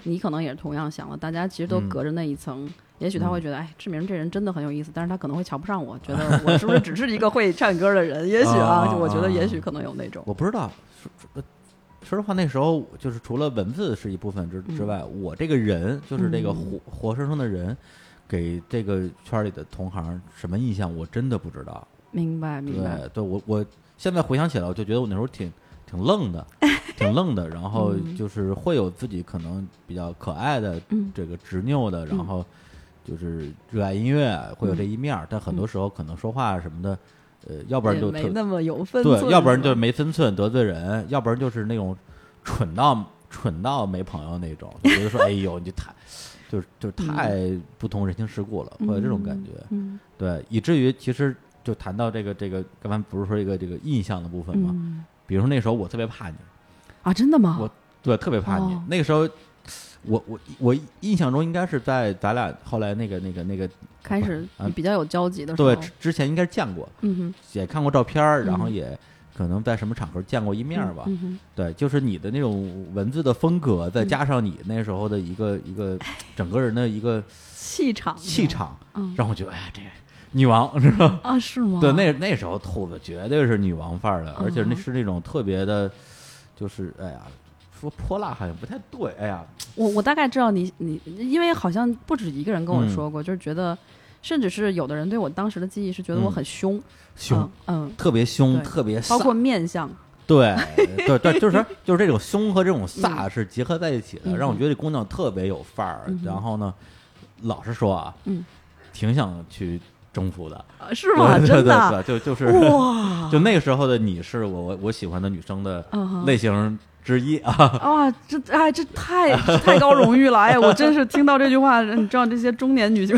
你可能也是同样想了，大家其实都隔着那一层。也许他会觉得，哎，志明这人真的很有意思，但是他可能会瞧不上我，觉得我是不是只是一个会唱歌的人？也许我觉得也许可能有那种。 我不知道，说实话，那时候就是除了文字是一部分之外，我这个人就是这个活生生的人，给这个圈里的同行什么印象，我真的不知道。 明白。 对，我现在回想起来，我就觉得我那时候挺愣的，挺愣的，然后就是会有自己可能比较可爱的这个执拗的，然后就是热爱音乐，会有这一面，但很多时候可能说话什么的，要不然就没那么有分寸， 对，要不然就是没分寸得罪人，要不然就是那种蠢到没朋友那种，就觉得说哎呦你就太不通人情世故了，会有这种感觉。对，以至于其实就谈到这个刚才不是说一个这个印象的部分吗？比如说那时候我特别怕你啊，真的吗？ 对，特别怕你。那个时候我印象中应该是在咱俩后来那个开始比较有交集的时候， 对，之前应该是见过，也看过照片，然后也可能在什么场合见过一面吧。对，就是你的那种文字的风格，再加上你那时候的一个整个人的一个气场，让我觉得哎呀，这个女王知道啊？是吗？ 对，那时候兔子绝对是女王范儿的，而且那是那种特别的，就是哎呀。说泼辣好像不太对，哎呀， 我大概知道你，因为好像不止一个人跟我说过，就是觉得，甚至是有的人对我当时的记忆是觉得我很凶， 特别凶，特别飒， 包括面相， 对，就是这种凶和这种飒是结合在一起的，让我觉得这姑娘特别有范儿。然后呢，老实说啊，挺想去征服的， 是吗？真的， 就是哇，就那个时候的你是我喜欢的女生的类型之一啊！ 哇，这太高荣誉了！哎，我真是听到这句话，你知道这些中年女性，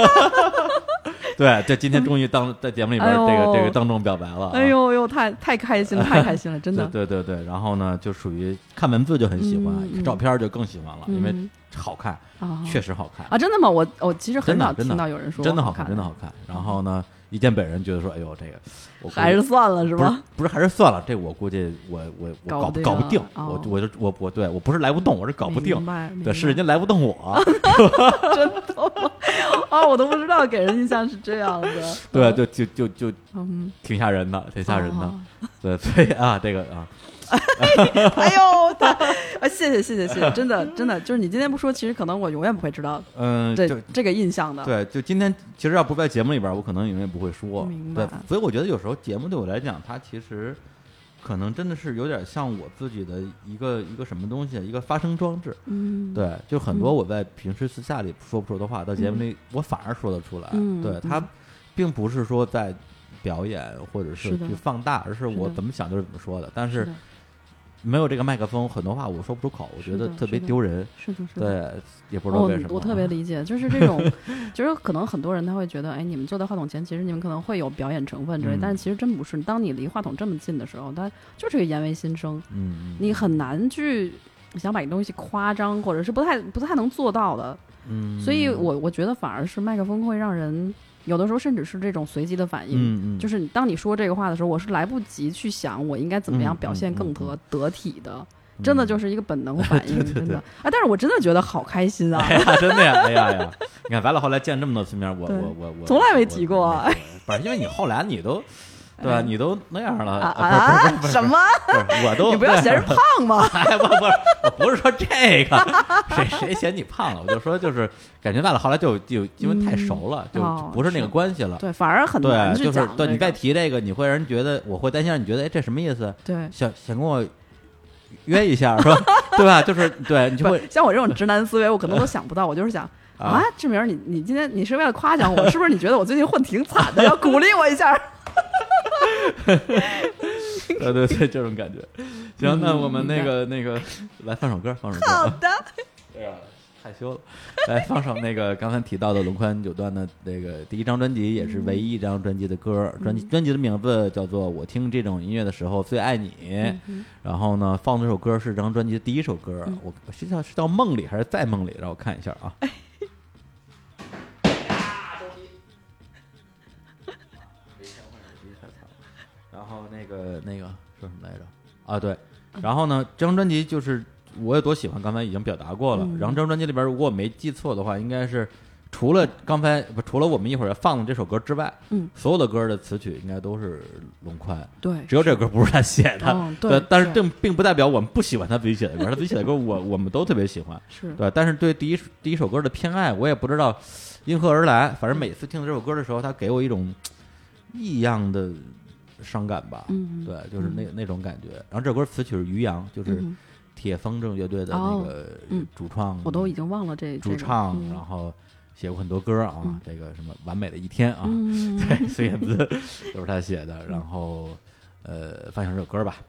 对，这今天终于在节目里边这个当众表白了， 哎呦，太开心了，太开心了，真的。 对，然后呢，就属于看文字就很喜欢，照片就更喜欢了，因为好看，确实好看啊！真的吗？我其实很少听到有人说真的好看，真的好看。然后呢？一见本人觉得说，哎呦，这个我还是算了，是吧？ 不是，还是算了。这我估计我搞不定，我不是来不动，我是搞不定。对，是人家来不动我。 真的吗？啊，我都不知道给人印象是这样的。 对，就挺吓人的，挺吓人的。对，所以啊，这个啊。 哎呦，谢谢，真的，就是你今天不说，其实可能我永远不会知道，这个印象的。 对，就今天其实要不在节目里边，我可能永远不会说。 明白。 对，所以我觉得有时候节目对我来讲，它其实可能真的是有点像我自己的一个什么东西，一个发声装置。对，就很多我在平时私下里说不出的话，到节目里我反而说得出来。对，它并不是说在表演或者是去放大，而是我怎么想就是怎么说的。但是没有这个麦克风，很多话我说不出口，我觉得特别丢人。 是的， 对，也不知道为什么。 我特别理解，就是这种，就是可能很多人他会觉得，哎，你们坐在话筒前，其实你们可能会有表演成分之类，但是其实真不是。当你离话筒这么近的时候，它就是个言为心声。你很难去想把一个东西夸张，或者是不太能做到的。所以我觉得反而是麦克风会让人。有的时候甚至是这种随机的反应，就是当你说这个话的时候，我是来不及去想我应该怎么样表现更得体的，真的就是一个本能反应，真的啊！但是我真的觉得好开心啊！ 哎呀，真的呀！哎呀，你看咱俩后来见这么多次面，我从来没提过， 不是因为你后来你都。对吧？你都那样了不是什么？ 我都你不要嫌人胖吗？ 哎，我不是说这个，谁嫌你胖了？我就说就是感觉到了，后来就因为太熟了，就不是那个关系了。 对，反而很难去讲。 对，你再提这个，你会让人觉得，我会担心让你觉得，哎，这什么意思？ 对， 想跟我约一下是吧？对吧？就是对你就会像我这种直男思维，我可能都想不到，我就是想。啊，志明，你今天你是为了夸奖我，是不是？你觉得我最近混挺惨的，要鼓励我一下？ 对，这种感觉。行，那我们那个来放首歌。 好的。 对啊，害羞了。来放首那个刚才提到的龙宽九段的那个第一张专辑，也是唯一一张专辑的歌。专辑的名字叫做《我听这种音乐的时候最爱你》。然后呢，放这首歌是这张专辑的第一首歌。我是叫梦里还是在梦里？让我看一下啊。然后那个说什么来着啊？对，然后呢，这张专辑就是我有多喜欢，刚才已经表达过了。然后这张专辑里边，如果我没记错的话，应该是除了我们一会儿要放的这首歌之外，所有的歌的词曲应该都是龙宽， 对， 只有这个歌不是他写的， 对。 但是并不代表我们不喜欢他自己写的歌，他自己写的歌我们都特别喜欢， 是对。但是对第一首歌的偏爱，我也不知道因何而来，反正每次听这首歌的时候，他给我一种异样的伤感吧，对，就是那种感觉。然后这首歌词曲是于洋，就是铁风筝乐队的那个主创， 我都已经忘了主唱，然后写过很多歌啊，这个什么完美的一天啊，对，孙燕姿都是他写的。然后放享这首歌吧。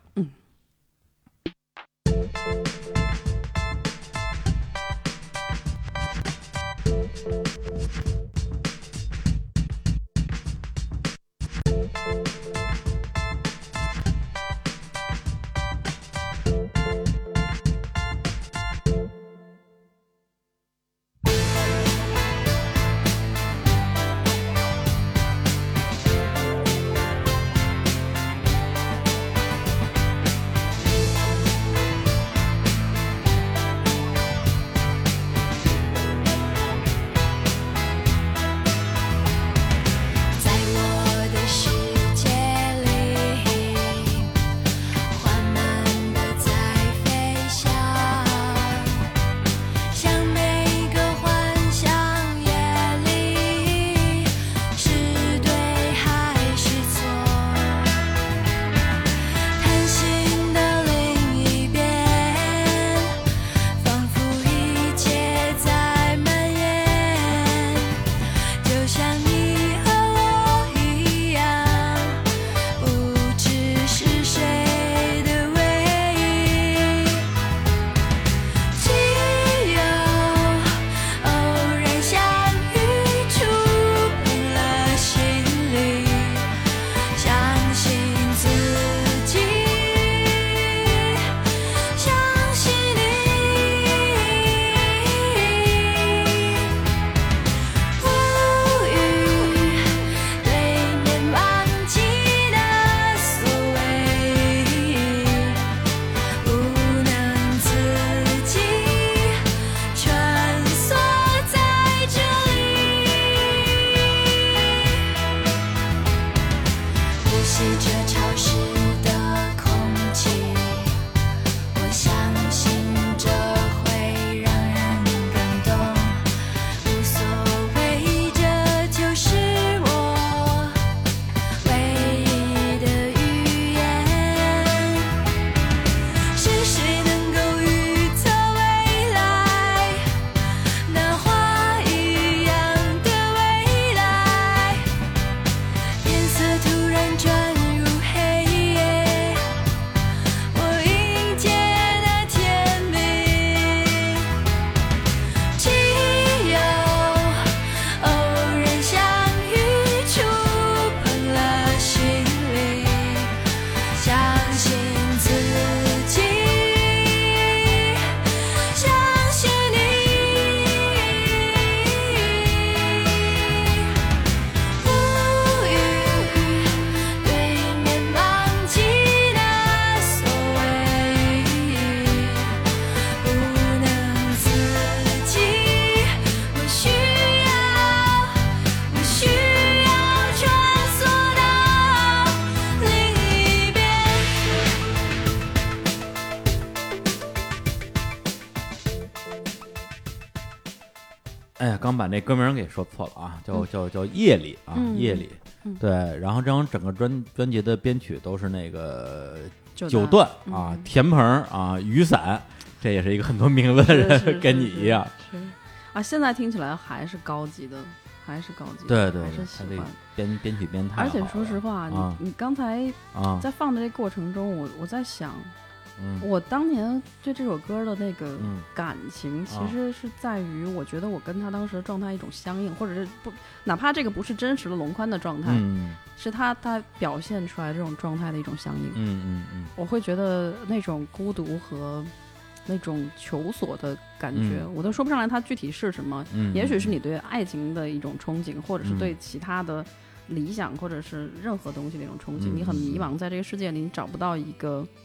刚把那歌名给说错了啊，叫夜里啊，夜里。对，然后这张整个专辑的编曲都是那个九段啊，田鹏啊，雨伞，这也是一个很多名字的人，跟你一样。 是啊，现在听起来还是高级的，还是高级的。对， 还是喜欢编曲编太好了。 而且说实话，你刚才在放的这过程中，我在想。我当年对这首歌的那个感情，其实是在于，我觉得我跟他当时的状态一种相应，或者是不，哪怕这个不是真实的龙宽的状态，是他表现出来这种状态的一种相应。我会觉得那种孤独和那种求索的感觉，我都说不上来它具体是什么。也许是你对爱情的一种憧憬，或者是对其他的理想，或者是任何东西的一种憧憬。你很迷茫，在这个世界里，你找不到一个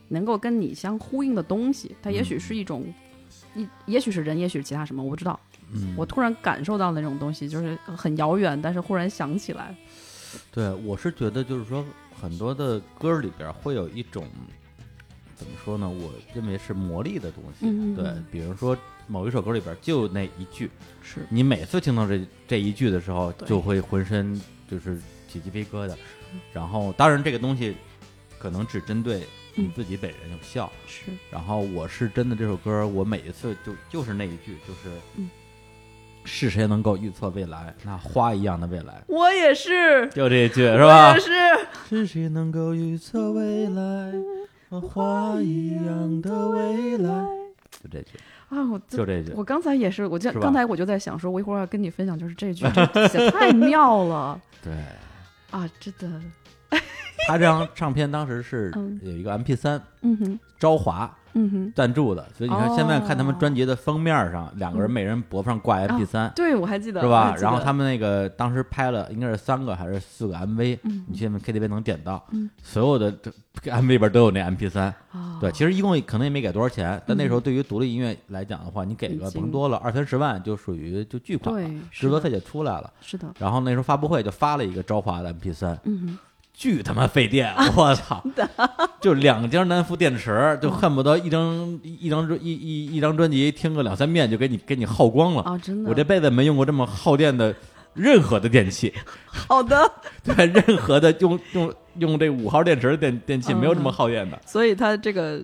能够跟你相呼应的东西，它也许是一种，也许是人，也许是其他什么，我不知道。我突然感受到那种东西，就是很遥远，但是忽然想起来。 对，我是觉得就是说，很多的歌里边会有一种怎么说呢？我认为是魔力的东西。对，比如说某一首歌里边就那一句， 是你每次听到这一句的时候，就会浑身就是起鸡皮疙瘩。然后，当然这个东西可能只针对你自己本人有效。 是。 然后我是真的这首歌，我每一次就是那一句，就是是谁能够预测未来？那花一样的未来。 我也是， 就这一句是吧？ 我也是。 是谁能够预测未来？花一样的未来。就这句啊， 就这句。 我刚才也是，刚才我就在想说，我一会儿要跟你分享，就是这句，这写太妙了。 对。 啊，真的。 他这张唱片当时是有一个 MP3，朝华赞助的，所以你看现在看他们专辑的封面上，两个人每人脖子上挂 MP3， 对，我还记得是吧？然后他们那个当时拍了应该是3个还是4个 MV，你现在 KTV 能点到，所有的 MV 里边都有那 MP3。对，其实一共可能也没给多少钱，但那时候对于独立音乐来讲的话，你给个甭多了20-30万就属于就巨款了，制作费就出来了。 是的。然后那时候发布会就发了一个朝华的 MP3，巨他妈费电，我操！就2节南孚电池，就恨不得一张专辑听个2-3遍就给你耗光了啊！真的， 我这辈子没用过这么耗电的任何的电器。 好的， 对，任何的用这5号电池的电器没有这么耗电的。 所以它这个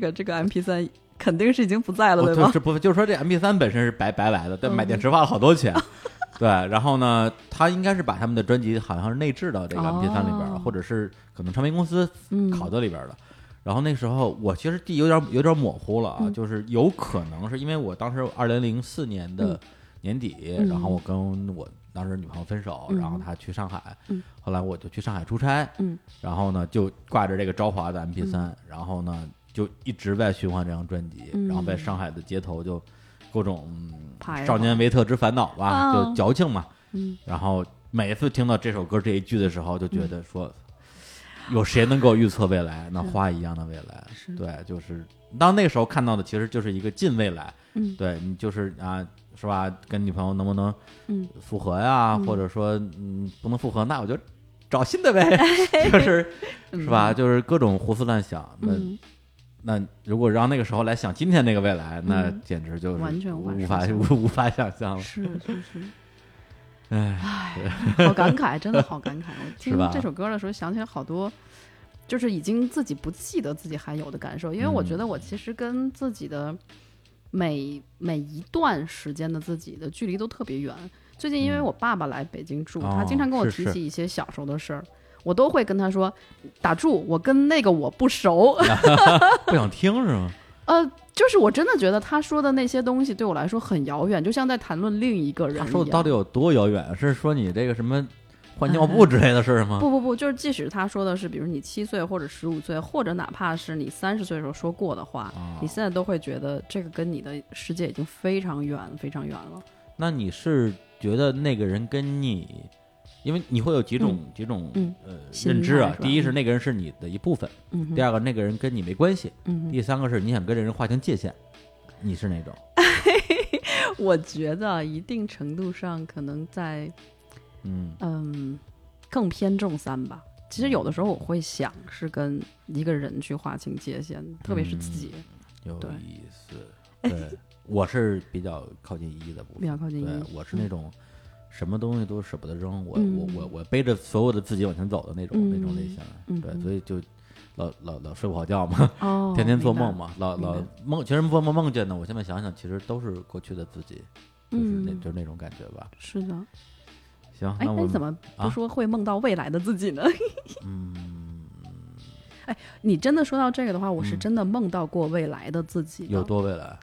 MP3 肯定是已经不在了，对吧？ 就是说这 MP3 本身是白来的，但买电池花了好多钱。对，然后呢，他应该是把他们的专辑好像是内置到这个 MP3 里边，或者是可能唱片公司拷到里边的。然后那时候我其实记忆有点模糊了啊，就是有可能是因为我当时2004年的年底，然后我跟我当时女朋友分手，然后她去上海，后来我就去上海出差，然后呢就挂着这个朝华的 MP3，然后呢就一直在循环这张专辑，然后在上海的街头就各种少年维特之烦恼吧，就矫情嘛，然后每一次听到这首歌这一句的时候，就觉得说，有谁能够预测未来？那花一样的未来，对，就是当那个时候看到的，其实就是一个近未来，对你就是啊，是吧？跟女朋友能不能复合呀？或者说不能复合，那我就找新的呗，是吧？就是各种胡思乱想。那如果让那个时候来想今天那个未来，那简直就是完全无法想象了。 是，唉，好感慨，真的好感慨。我听这首歌的时候，想起来好多，就是已经自己不记得自己还有的感受。因为我觉得我其实跟自己的每一段时间的自己的距离都特别远。最近因为我爸爸来北京住，他经常跟我提起一些小时候的事儿。我都会跟他说，打住，我跟那个我不熟。 不想听是吗？ 就是我真的觉得他说的那些东西对我来说很遥远，就像在谈论另一个人一样。 他说的到底有多遥远？是说你这个什么换尿布之类的事吗？ 不，就是即使他说的是比如你7岁或者15岁，或者哪怕是你30岁的时候说过的话，你现在都会觉得这个跟你的世界已经非常远非常远了。 那你是觉得那个人跟你，因为你会有几种认知啊。第一是那个人是你的一部分，第二个那个人跟你没关系，第三个是你想跟这人划清界限。你是哪种？ 我觉得一定程度上可能在更偏重3吧。其实有的时候我会想是跟一个人去划清界限，特别是自己。 有意思。对，我是比较靠近1的部分， 比较靠近1。 对，我是那种什么东西都舍不得扔，我背着所有的自己往前走的那种类型。对，所以就老睡不好觉嘛，天天做梦嘛，老梦，其实梦见的，我现在想想，其实都是过去的自己，就是那种感觉吧。 是的。 行， 那你怎么不说会梦到未来的自己呢？你真的说到这个的话，我是真的梦到过未来的自己。 有多未来？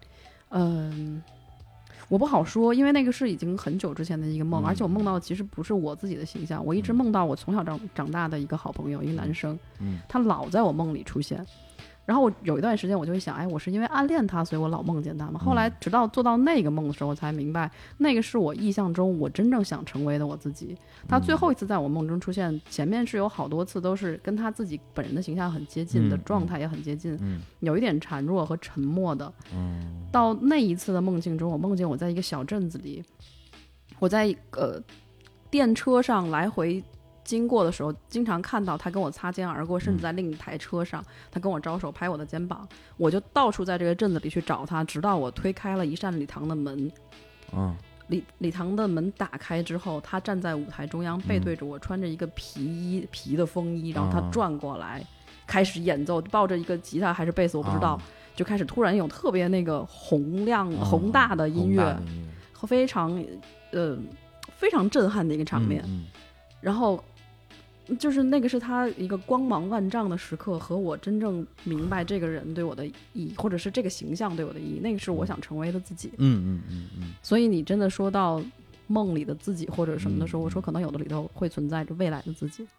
我不好说，因为那个是已经很久之前的一个梦，而且我梦到的其实不是我自己的形象，我一直梦到我从小长大的一个好朋友，一个男生，他老在我梦里出现。 然后我有一段时间我就会想，哎，我是因为暗恋他所以我老梦见他吗？后来直到做到那个梦的时候我才明白，那个是我意象中我真正想成为的我自己。他最后一次在我梦中出现，前面是有好多次都是跟他自己本人的形象很接近的，状态也很接近，有一点孱弱和沉默的。到那一次的梦境中，我梦见我在一个小镇子里，我在电车上来回经过的时候，经常看到他跟我擦肩而过，甚至在另一台车上，他跟我招手拍我的肩膀，我就到处在这个镇子里去找他，直到我推开了一扇礼堂的门。礼堂的门打开之后，他站在舞台中央，背对着我，穿着一个皮的风衣，然后他转过来开始演奏，抱着一个吉他还是贝斯我不知道，就开始突然有特别那个宏大的音乐，非常非常震撼的一个场面。然后就是那个是他一个光芒万丈的时刻，和我真正明白这个人对我的意义，或者是这个形象对我的意义，那个是我想成为的自己。所以你真的说到梦里的自己或者什么的时候，我说可能有的里头会存在着未来的自己。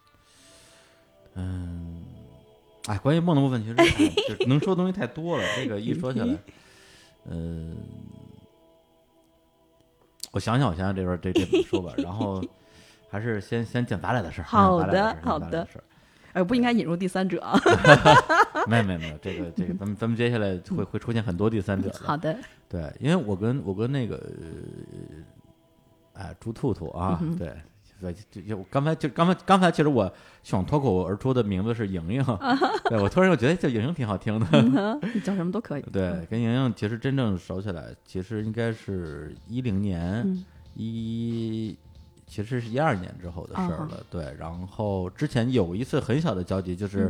关于梦的部分其实就能说的东西太多了，这个一说起来我想想这边这怎么说吧，然后还是先讲咱俩的事儿。 好的。不应该引入第三者啊。 没有，这个咱们接下来会出现很多第三者的。 好的。 对，因为我跟那个朱兔兔啊，对，刚才其实我想脱口而出的名字是莹莹，对，我突然又觉得叫莹莹挺好听的。 你叫什么都可以。 对，跟莹莹其实真正熟起来，其实应该是10年，其实是12年之后的事儿了。对，然后之前有一次很小的交集，就是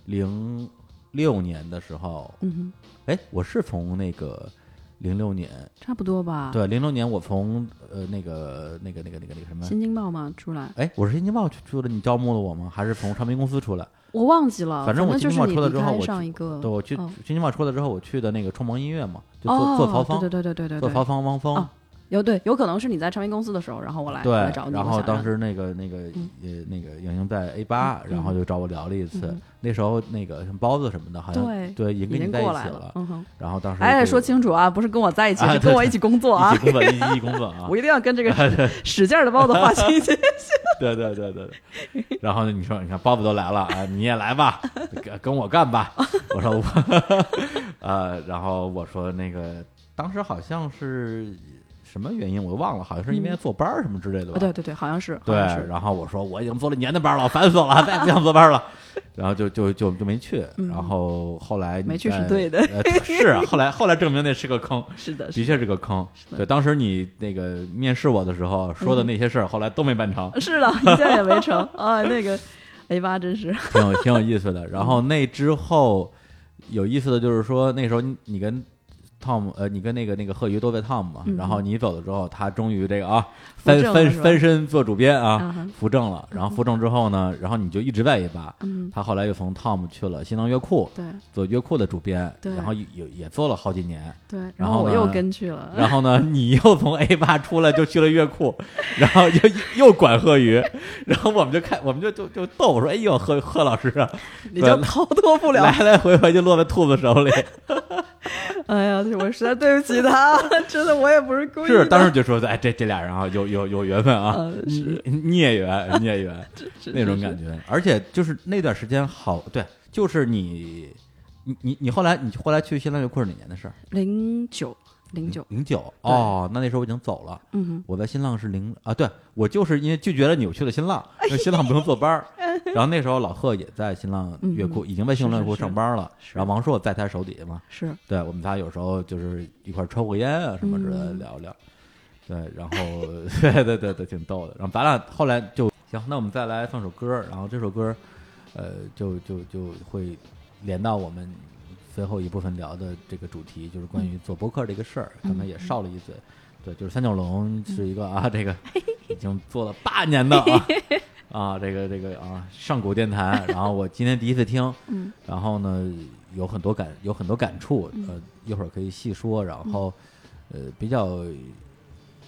06年的时候。我是从那个06年差不多吧。 对，06年我从那个什么新京报嘛出来。 我是新京报出的，你招募了我吗？还是从唱片公司出来？ 我忘记了， 反正我新京报出来之后， 我去新京报出来之后，我去的那个冲盟音乐嘛，就做曹芳， 对， 做曹芳汪峰。 有可能是你在唱片公司的时候，然后我来找你。 然后当时那个莹莹在 A8，然后就找我聊了一次。那时候那个什么包子什么的，好像对已经跟你在一起了。然后当时说清楚啊，不是跟我在一起，是跟我一起工作啊， 一起工作啊。 我一定要跟这个使劲的包子划清界限。 对。然后你说，你看包子都来了啊，你也来吧，跟我干吧。我说然后我说那个当时好像是。什么原因我都忘了，好像是因为坐班什么之类的吧。 对，好像是。 对，然后我说我已经做了1年的班了，烦死我了，再也不想坐班了。然后就没去。然后后来没去是对的。 是啊，后来证明那是个坑。 是的， 的确是个坑。对，当时你那个面试我的时候说的那些事儿，后来都没办成。 是的，一件也没成啊。那个 A8 真是挺有意思的。然后那之后有意思的就是说，那时候你跟Tom， 你跟那个贺瑜都在 Tom 嘛，然后你走了之后，他终于这个翻身做主编啊，扶正了。然后扶正之后呢，然后你就一直在A8，他后来又从 Tom 去了新浪乐库， 对， 做乐库的主编，然后也做了好几年， 对， 然后我又跟去了， 然后呢，你又从 A8 出来就去了乐库，然后又管贺瑜，然后我们就逗我说，哎呦，贺老师啊， 你就逃脱不了， 来回就落在兔子手里。 哎呀，我实在对不起他，真的，我也不是故意的。 是，当时就说，哎，这俩人啊，有缘分啊，孽缘那种感觉。而且就是那段时间好，对，就是你后来去新浪乐库是哪年的事 ？09 哦，那时候我已经走了。我在新浪是对，我就是因为拒绝了你，我去了新浪，因为新浪不用坐班。然后那时候老贺也在新浪乐库，已经在新浪乐库上班了。然后王硕在他手底下嘛， 是对，我们仨有时候就是一块抽个烟啊什么之类的聊聊。对，然后对，挺逗的。然后咱俩后来就行，那我们再来放首歌，然后这首歌，就会连到我们最后一部分聊的这个主题，就是关于做播客这个事儿。刚才也少了一嘴，对，就是三角龙是一个这个已经做了8年的这个上古电台。然后我今天第一次听，然后呢有很多感触，一会儿可以细说。然后比较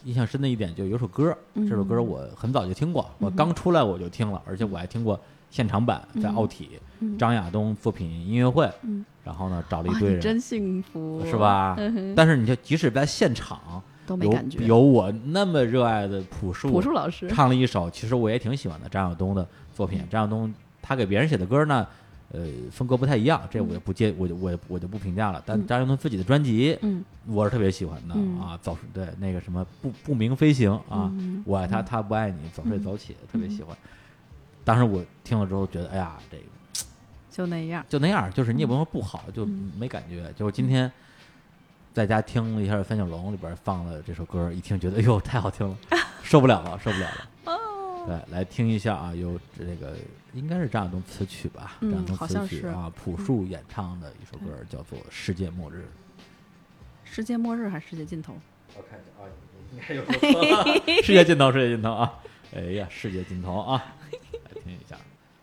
印象深的一点，就有首歌，这首歌我很早就听过，我刚出来我就听了，而且我还听过现场版，在奥体张亚东作品音乐会，然后呢找了一堆人， 真幸福， 是吧？但是你就即使在现场都没感觉， 有我那么热爱的朴树老师唱了一首，其实我也挺喜欢的张亚东的作品。张亚东他给别人写的歌呢，风格不太一样，这我就我就不评价了。但张亚东自己的专辑，我是特别喜欢的啊。对那个什么不明飞行啊，我爱他，他不爱你，早睡早起，特别喜欢。当时我听了之后觉得，哎呀，这个就那样，就是你也不能说不好，就没感觉。就是今天在家听了一下三角龙里边放了这首歌，一听觉得，哎呦，太好听了，受不了了。对，来听一下啊，有这个应该是张亚东词曲吧，张亚东词曲啊，朴树演唱的一首歌，叫做《世界末日》。 世界末日还是世界尽头？ 我看一下啊，应该有说错了。世界尽头，世界尽头啊！哎呀，世界尽头啊！来听一下。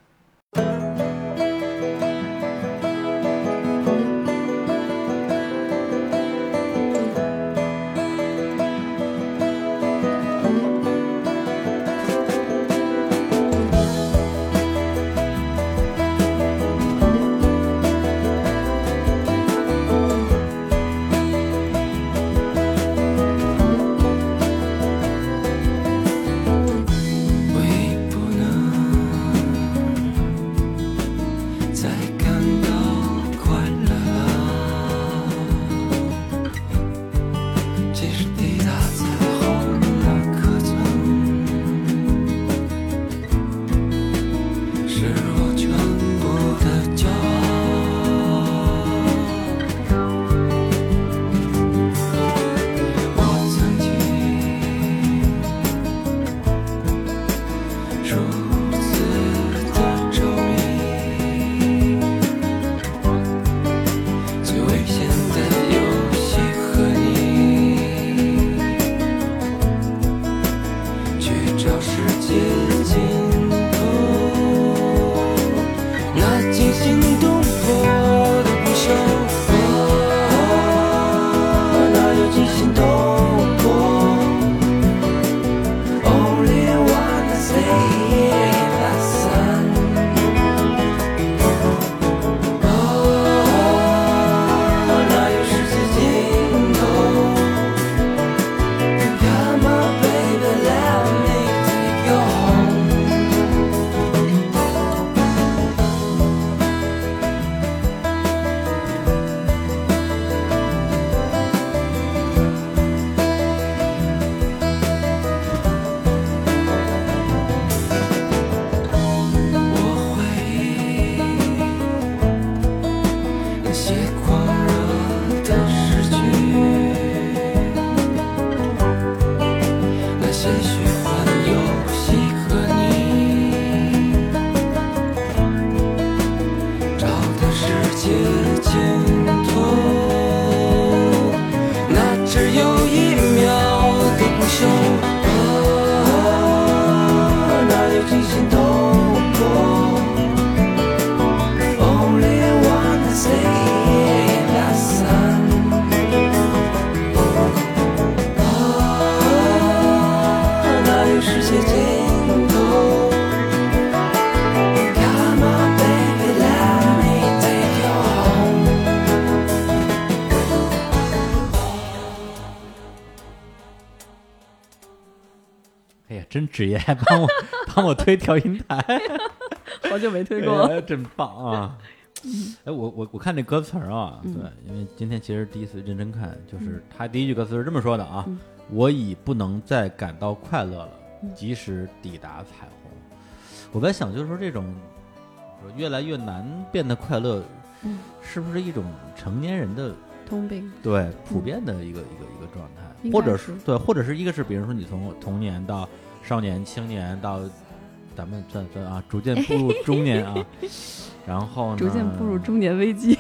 真职业，还帮我推调音台， 好久没推过， 真棒啊！哎，我看这歌词啊，对，因为今天其实第一次认真看，就是他第一句歌词是这么说的啊：我已不能再感到快乐了，即使抵达彩虹。我在想，就是说这种越来越难变得快乐，是不是一种成年人的通病？ 对，普遍的一个状态，或者是对，或者是一个是，比如说你从童年到少年、青年到咱们这啊，逐渐步入中年啊，然后呢， 逐渐步入中年危机。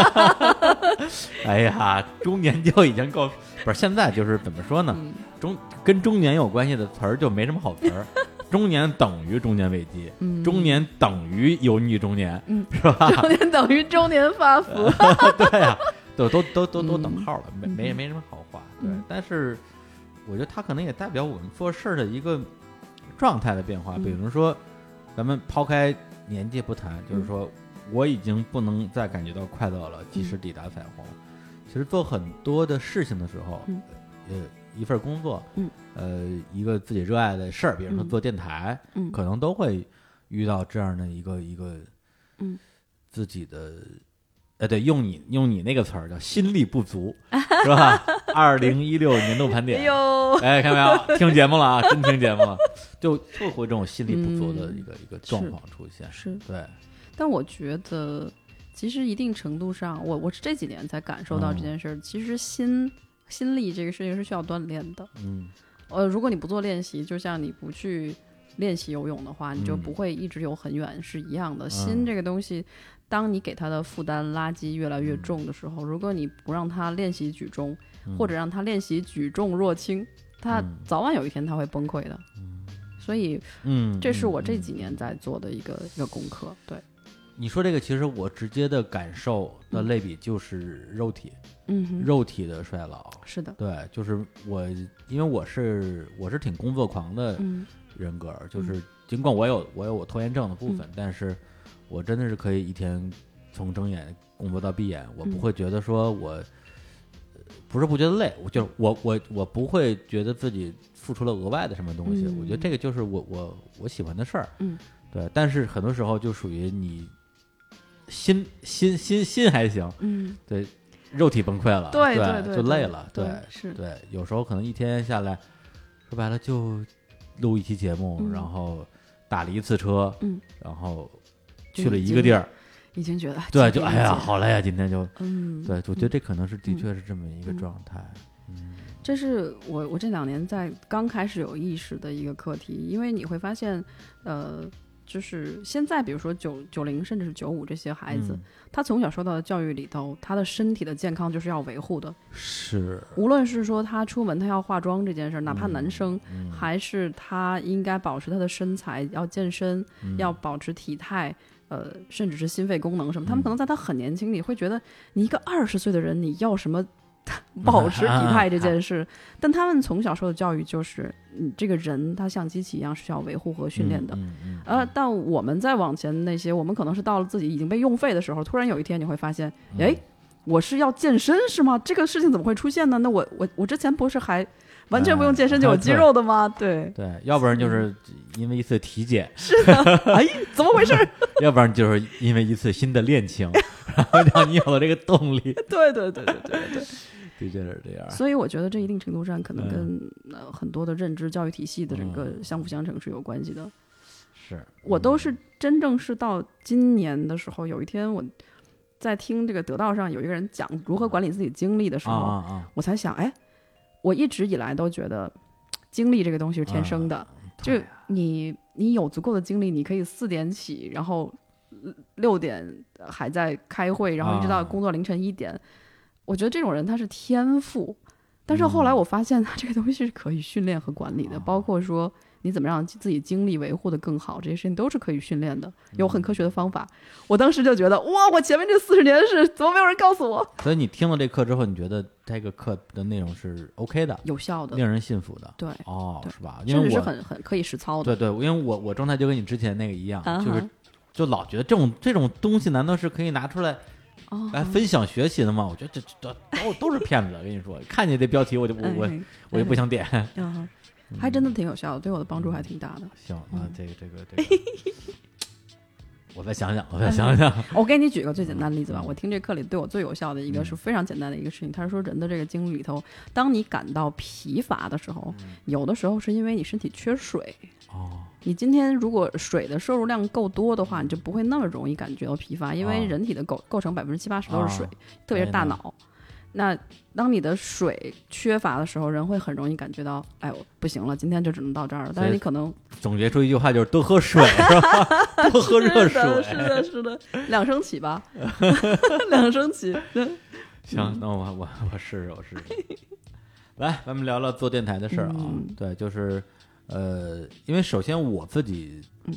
哎呀，中年就已经够，不是现在就是怎么说呢？跟中年有关系的词儿就没什么好词儿。中年等于中年危机，中年等于油腻中年，是吧？ 中年等于中年发福。 对呀，都等号了，没什么好话。对，但是我觉得它可能也代表我们做事的一个状态的变化。比如说，咱们抛开年纪不谈，就是说我已经不能再感觉到快乐了，即使抵达彩虹。其实做很多的事情的时候，一份工作，一个自己热爱的事儿，比如说做电台，可能都会遇到这样的一个自己的，对，用你那个词儿叫心力不足，是吧？2016年度盘点，看到没有？听节目了啊，真听节目了，就会这种心力不足的一个状况出现， 是对。 但我觉得，其实一定程度上，我是这几年才感受到这件事儿。其实心力这个事情是需要锻炼的。如果你不做练习，就像你不去练习游泳的话，你就不会一直游很远，是一样的。心这个东西，当你给它的负担垃圾越来越重的时候，如果你不让它练习举重，或者让它练习举重若轻，它早晚有一天它会崩溃的。所以，这是我这几年在做的一个功课。对。 你说这个，其实我直接的感受的类比就是肉体，肉体的衰老。 是的， 对，就是因为我是挺工作狂的人格，就是尽管我有拖延症的部分，但是我真的是可以一天从睁眼工作到闭眼，我不会觉得说我不是不觉得累，我不会觉得自己付出了额外的什么东西，我觉得这个就是我喜欢的事儿，对，但是很多时候就属于你。心还行，对，肉体崩溃了， 对， 就累了，对， 是， 对，有时候可能一天下来，说白了就录一期节目，然后打了一次车，然后去了一个地儿， 已经觉得对，就哎呀好累呀，今天就，对，我觉得这可能是的确是这么一个状态， 这是我这2年在刚开始有意识的一个课题，因为你会发现，就是现在比如说90甚至是95这些孩子，他从小受到的教育里头，他的身体的健康就是要维护的， 是无论是说他出门他要化妆这件事，哪怕男生，还是他应该保持他的身材，要健身，要保持体态，甚至是心肺功能什么，他们可能在他很年轻里会觉得你一个20岁的人你要什么保持体态这件事，但他们从小受的教育就是这个人他像机器一样是需要维护和训练的，但我们再往前那些，我们可能是到了自己已经被用废的时候，突然有一天你会发现，我是要健身是吗？这个事情怎么会出现呢？那我之前不是还完全不用健身就有肌肉的吗？对， 要不然就是因为一次体检， 是的，怎么回事？ 要不然就是因为一次新的恋情，然后让你有了这个动力。 对， 的确是这样。 所以我觉得这一定程度上可能跟很多的认知教育体系的这个相辅相成是有关系的。 是， 我都是真正是到今年的时候，有一天我在听这个得道上有一个人讲如何管理自己精力的时候，我才想，我一直以来都觉得精力这个东西是天生的，就你有足够的精力，你可以4点起，然后6点还在开会，然后一直到工作凌晨1点。我觉得这种人他是天赋，但是后来我发现他这个东西是可以训练和管理的，包括说你怎么让自己精力维护的更好，这些事情都是可以训练的，有很科学的方法。我当时就觉得哇，我前面这40年是怎么没有人告诉我？ 所以你听了这课之后，你觉得这个课的内容是 OK 的， 有效的， 令人信服的？ 对， 是吧？因为甚至是很可以实操的。 对，因为我状态就跟你之前那个一样，就老觉得这种东西难道是可以拿出来来分享学习的吗？我觉得这都是骗子。跟你说，看见这标题我就不想点。 还真的挺有效的，对我的帮助还挺大的。 行，那这个，我再想想。 我给你举个最简单的例子吧。我听这课里对我最有效的一个是非常简单的一个事情，他是说人的这个精力里头，当你感到疲乏的时候，有的时候是因为你身体缺水。你今天如果水的摄入量够多的话，你就不会那么容易感觉到疲乏，因为人体的构成70%-80%都是水，特别是大脑。那当你的水缺乏的时候，人会很容易感觉到，不行了，今天就只能到这儿了。但是你可能总结出一句话，就是多喝水，是吧？多喝热水。 是的，2升起吧，2升起。 行，那我试试。来，咱们聊聊做电台的事儿啊。对，就是因为首先我自己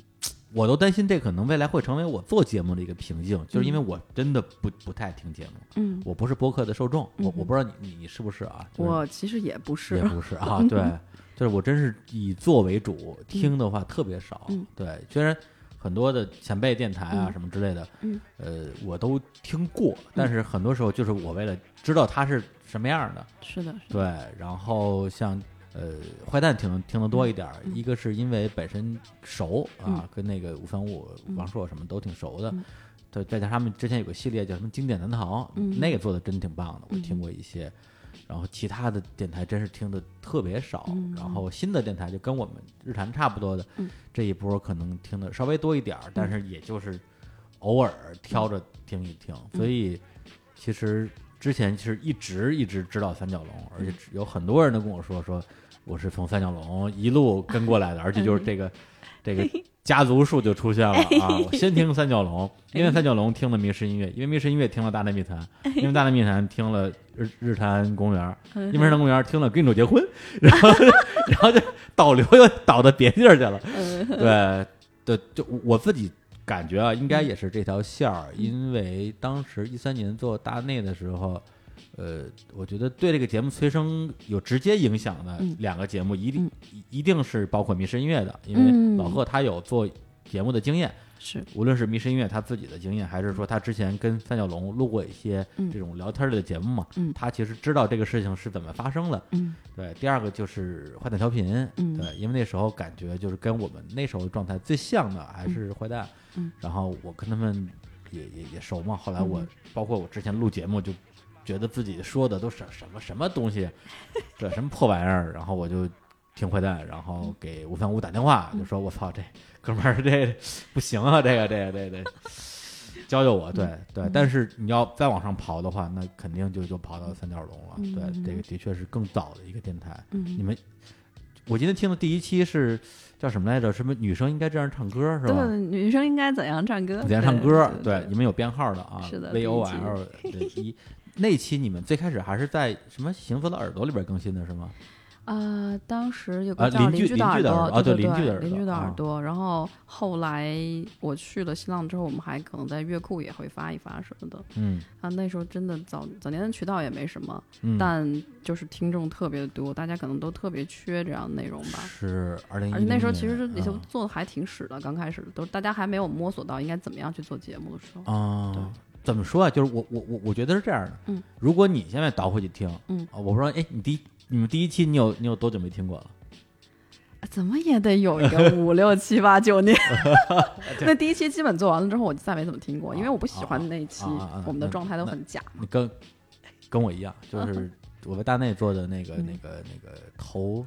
我都担心这可能未来会成为我做节目的一个瓶颈，就是因为我真的不太听节目，我不是播客的受众，我不知道你是不是啊？ 我其实也不是啊，对，就是我真是以做为主，听的话特别少，对，虽然很多的前辈电台啊什么之类的，我都听过，但是很多时候就是我为了知道它是什么样的， 是的， 对，然后像。坏蛋听得多一点，一个是因为本身熟啊，跟那个535、王朔什么都挺熟的，对，再加上他们之前有个系列叫什么经典难逃，那个做的真挺棒的，我听过一些。然后其他的电台真是听的特别少，然后新的电台就跟我们日坛差不多的，这一波可能听的稍微多一点，但是也就是偶尔挑着听一听，所以其实之前是一直知道三角龙，而且有很多人都跟我说我是从三角龙一路跟过来的，而且就是这个家族树就出现了啊！我先听三角龙，因为三角龙听了迷失音乐，因为迷失音乐听了大内密谈，因为大内密谈听了日坛公园，因为日坛公园听了跟你结婚，然后就导流又导到别地儿去了。对，就我自己感觉啊，应该也是这条线儿，因为当时13年做大内的时候。我觉得对这个节目催生有直接影响的两个节目，一定是包括迷失音乐的，因为老贺他有做节目的经验， 是无论是迷失音乐他自己的经验，还是说他之前跟三角龙录过一些这种聊天的节目嘛，他其实知道这个事情是怎么发生的。对，第二个就是坏蛋调频，对，因为那时候感觉就是跟我们那时候状态最像的还是坏蛋，然后我跟他们也熟嘛，后来我包括我之前录节目就。觉得自己说的都是什么东西，这什么破玩意儿，然后我就听坏蛋，然后给535打电话，就说我操，这哥们儿这不行啊，这教教我，对，但是你要再往上刨的话，那肯定就刨到三角龙了，对，这个的确是更早的一个电台，你们。我今天听的第一期是叫什么来着？什么女生应该这样唱歌是吧？ 对，女生应该怎样唱歌？ 怎样唱歌？对，你们有编号的啊？ 是的 ，VOL 1。那期你们最开始还是在什么行走的耳朵里边更新的是吗？ 当时有个叫邻居的耳朵，对，邻居的耳朵。然后后来我去了新浪之后，我们还可能在乐库也会发一发什么的。那时候真的早年的渠道也没什么，但就是听众特别多，大家可能都特别缺这样的内容吧。 是2010年， 而且那时候其实也就做的还挺屎的，刚开始都大家还没有摸索到应该怎么样去做节目的时候。对。 怎么说啊？就是我觉得是这样的。如果你现在倒回去听，我说，哎，你们第一期你有多久没听过了？ 怎么也得有一个5、6、7、8、9年。那第一期基本做完了之后，我就再没怎么听过，因为我不喜欢那一期，我们的状态都很假。 你跟我一样，就是我在大内做的那个头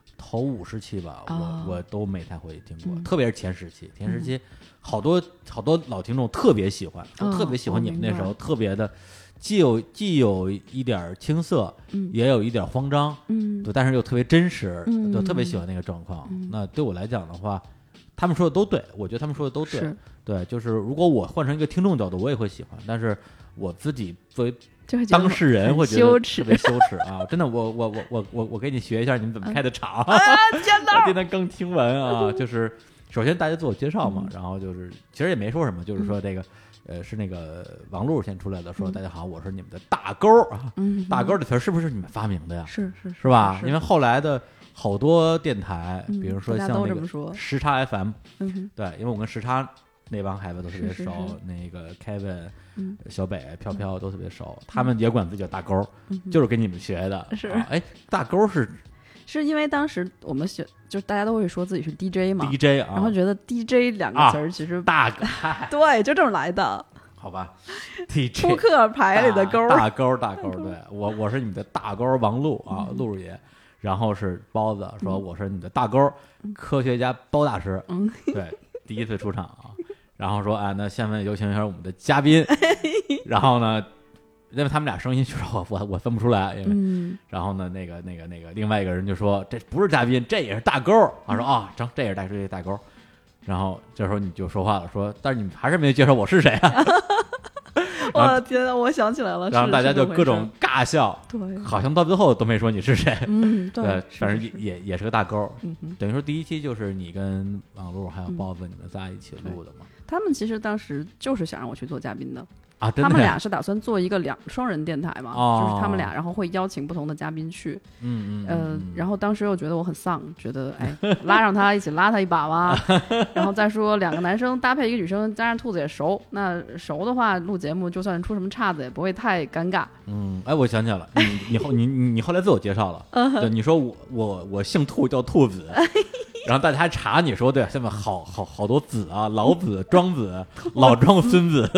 50期吧，我都没太会听过，特别是前10期，好多老听众特别喜欢，特别喜欢你们那时候，特别的既有一点青涩，也有一点慌张，对，但是又特别真实，就特别喜欢那个状况。那对我来讲的话，他们说的都对，我觉得他们说的都对，对，就是如果我换成一个听众角度，我也会喜欢，但是我自己作为当事人会觉得特别羞耻啊！真的，我给你学一下你们怎么开的场。 天哪！ 今天刚听完啊，就是首先大家自我介绍嘛，然后就是其实也没说什么，就是说这个是那个王璐先出来的，说大家好，我是你们的大勾啊。大勾的词是不是你们发明的呀？是吧？因为后来的好多电台，比如说像那个时差 FM，对，因为我跟时差那帮孩子都特别熟，那个 Kevin、小北、飘飘都特别熟，他们也管自己叫大勾，就是跟你们学的。 是， 哎，大勾是因为当时我们就大家都会说自己是 DJ 嘛 ，DJ 啊， 然后觉得 DJ 两个词儿其实大个， 对，就这么来的。 好吧 ，DJ 扑克牌里的勾， 大勾，对，我是你们的大勾王璐啊，陆爷。然后是包子说我是你的大勾，科学家包大师，对，第一次出场啊。然后说那下面有请一下我们的嘉宾。然后呢，因为他们俩声音就是我分不出来，因为然后呢那个另外一个人就说这不是嘉宾，这也是大勾。他说成，这也是大勾。然后这时候你就说话了，说但是你们还是没有介绍我是谁啊。 我的天啊，我想起来了， 然后大家就各种尬笑， 对， 好像到最后都没说你是谁。 对， 反正也是个大钩。等于说第一期就是你跟王璐还有包子你们仨一起录的嘛？ 他们其实当时就是想让我去做嘉宾的。 啊， 他们俩是打算做一个双人电台嘛，就是他们俩，然后会邀请不同的嘉宾去，然后当时又觉得我很丧，觉得拉上他一起拉他一把吧，然后再说两个男生搭配一个女生，加上兔子也熟，那熟的话录节目就算出什么岔子也不会太尴尬。 我想起来了，你后来自我介绍了，对，你说我姓兔叫兔子。然后大家还查你说对，下面好多子啊，老子、庄子、老庄、孙子，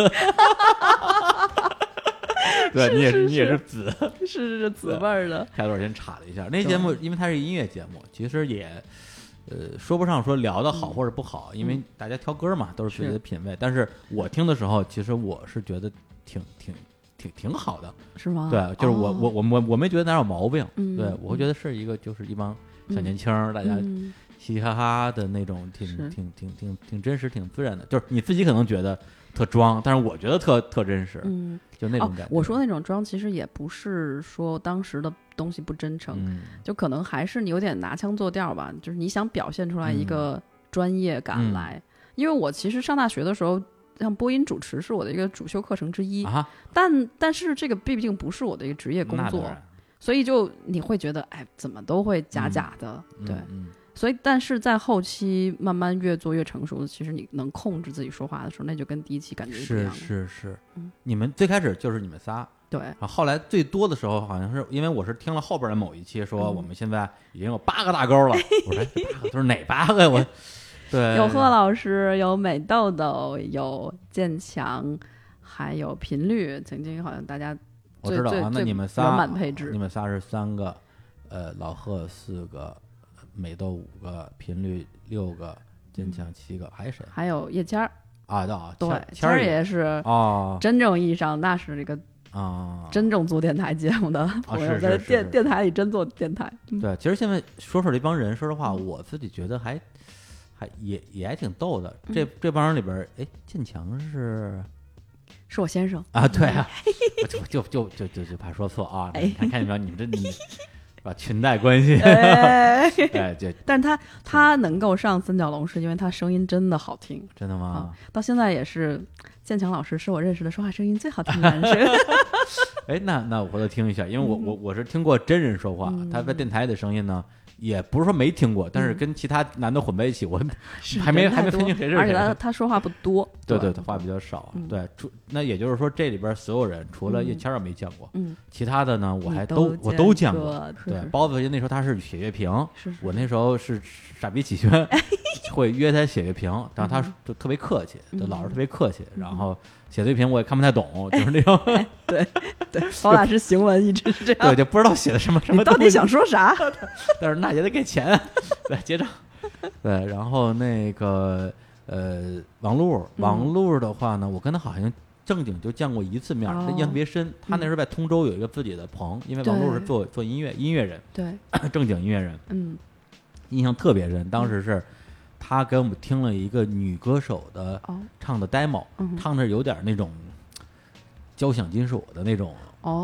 对，你也是子， 是子味儿的。 开头先查了一下，那节目因为它是音乐节目，其实也说不上说聊得好或者不好，因为大家挑歌嘛，都是自己的品味。但是我听的时候，其实我是觉得挺好的， 是吗？ 对，就是我没觉得哪有毛病，对，我会觉得是一个就是一帮小年轻大家。嘻嘻哈哈的那种，挺真实，挺自然的。就是你自己可能觉得特装，但是我觉得特真实，就那种感觉。 我说那种装，其实也不是说当时的东西不真诚，就可能还是你有点拿腔作调吧，就是你想表现出来一个专业感来。因为我其实上大学的时候，像播音主持是我的一个主修课程之一，但是这个毕竟不是我的一个职业工作，所以就你会觉得，怎么都会假的，对。所以但是在后期慢慢越做越成熟的，其实你能控制自己说话的时候，那就跟第一期感觉不一样。 是你们最开始就是你们仨， 对， 然后后来最多的时候好像是因为我是听了后边的某一期说我们现在已经有8个大钩了，我说8个都是哪8个呀？对， 有贺老师，有美豆豆，有建强，还有频率，曾经好像大家我知道啊，那你们仨圆满配置， 你们仨是3个，老贺4个。美豆5个，频率6个，坚强7个，还有谁？还有叶谦儿啊， 对， 谦儿也是真正意义上那是这个真正做电台节目的朋友，在电台里真做电台。 对，其实现在说这帮人，说实话，我自己觉得也还挺逗的。这帮人里边，建强是我先生啊，对啊，就怕说错啊，看你们这把裙带关系， 但是他能够上三角龙，是因为他声音真的好听。 真的吗？ 到现在也是，建强老师是我认识的说话声音最好听的男生。 那我回头听一下，因为我是听过真人说话，他在电台里的声音呢，也不是说没听过，但是跟其他男的混在一起，我还没分清谁是谁。 而且他说话不多， 对，他话比较少。对，那也就是说这里边所有人除了叶谦我没见过，其他的呢我都见过。对，包子那时候他是写乐评，我那时候是傻逼启轩，会约他写乐评，然后他就特别客气，就老是特别客气，然后写乐评我也看不太懂，就是那种。 对，包老师行文一直是这样， 对，就不知道写的什么你到底想说啥？ 但是那也得给钱，对，结账。对，然后那个王璐的话呢，我跟他好像正经就见过1次面，印象特别深。他那时候在通州有一个自己的棚，因为王璐是做音乐人， 对， 正经音乐人，印象特别深。当时是他给我们听了一个女歌手的唱的 demo，唱的有点那种交响金属的那种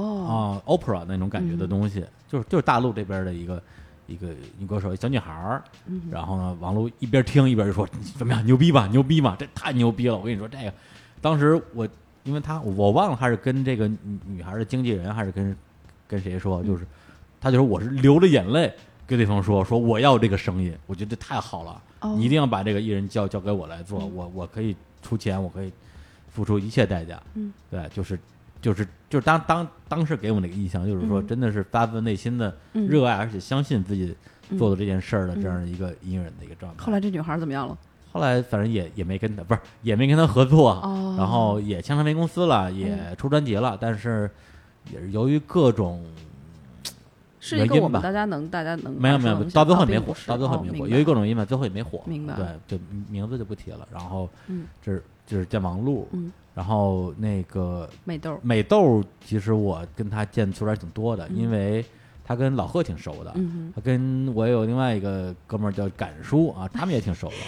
opera 那种感觉的东西，就是大陆这边的一个女歌手，小女孩然后呢，王璐一边听一边就说怎么样，牛逼吧，这太牛逼了！我跟你说这个，当时因为我忘了他是跟这个女孩的经纪人还是跟谁说，就是他就说我是流着眼泪跟对方说我要这个声音，我觉得这太好了，你一定要把这个艺人交给我来做，我可以出钱，我可以付出一切代价，对，就是当时给我那个印象，就是说真的是发自内心的热爱，而且相信自己做的这件事儿的这样的一个音乐人的一个状态。 后来这女孩怎么样了？ 后来反正也没跟他合作，然后也签唱片公司了，也出专辑了，但是也是由于各种是一个我们大家能没有到最后也没火，由于各种原因吧，最后也没火。 明白。 对，就名字就不提了。然后这是见王璐，然后那个美豆，其实我跟他见出来挺多的，因为他跟老贺挺熟的，他跟我有另外一个哥们儿叫敢叔啊，他们也挺熟的。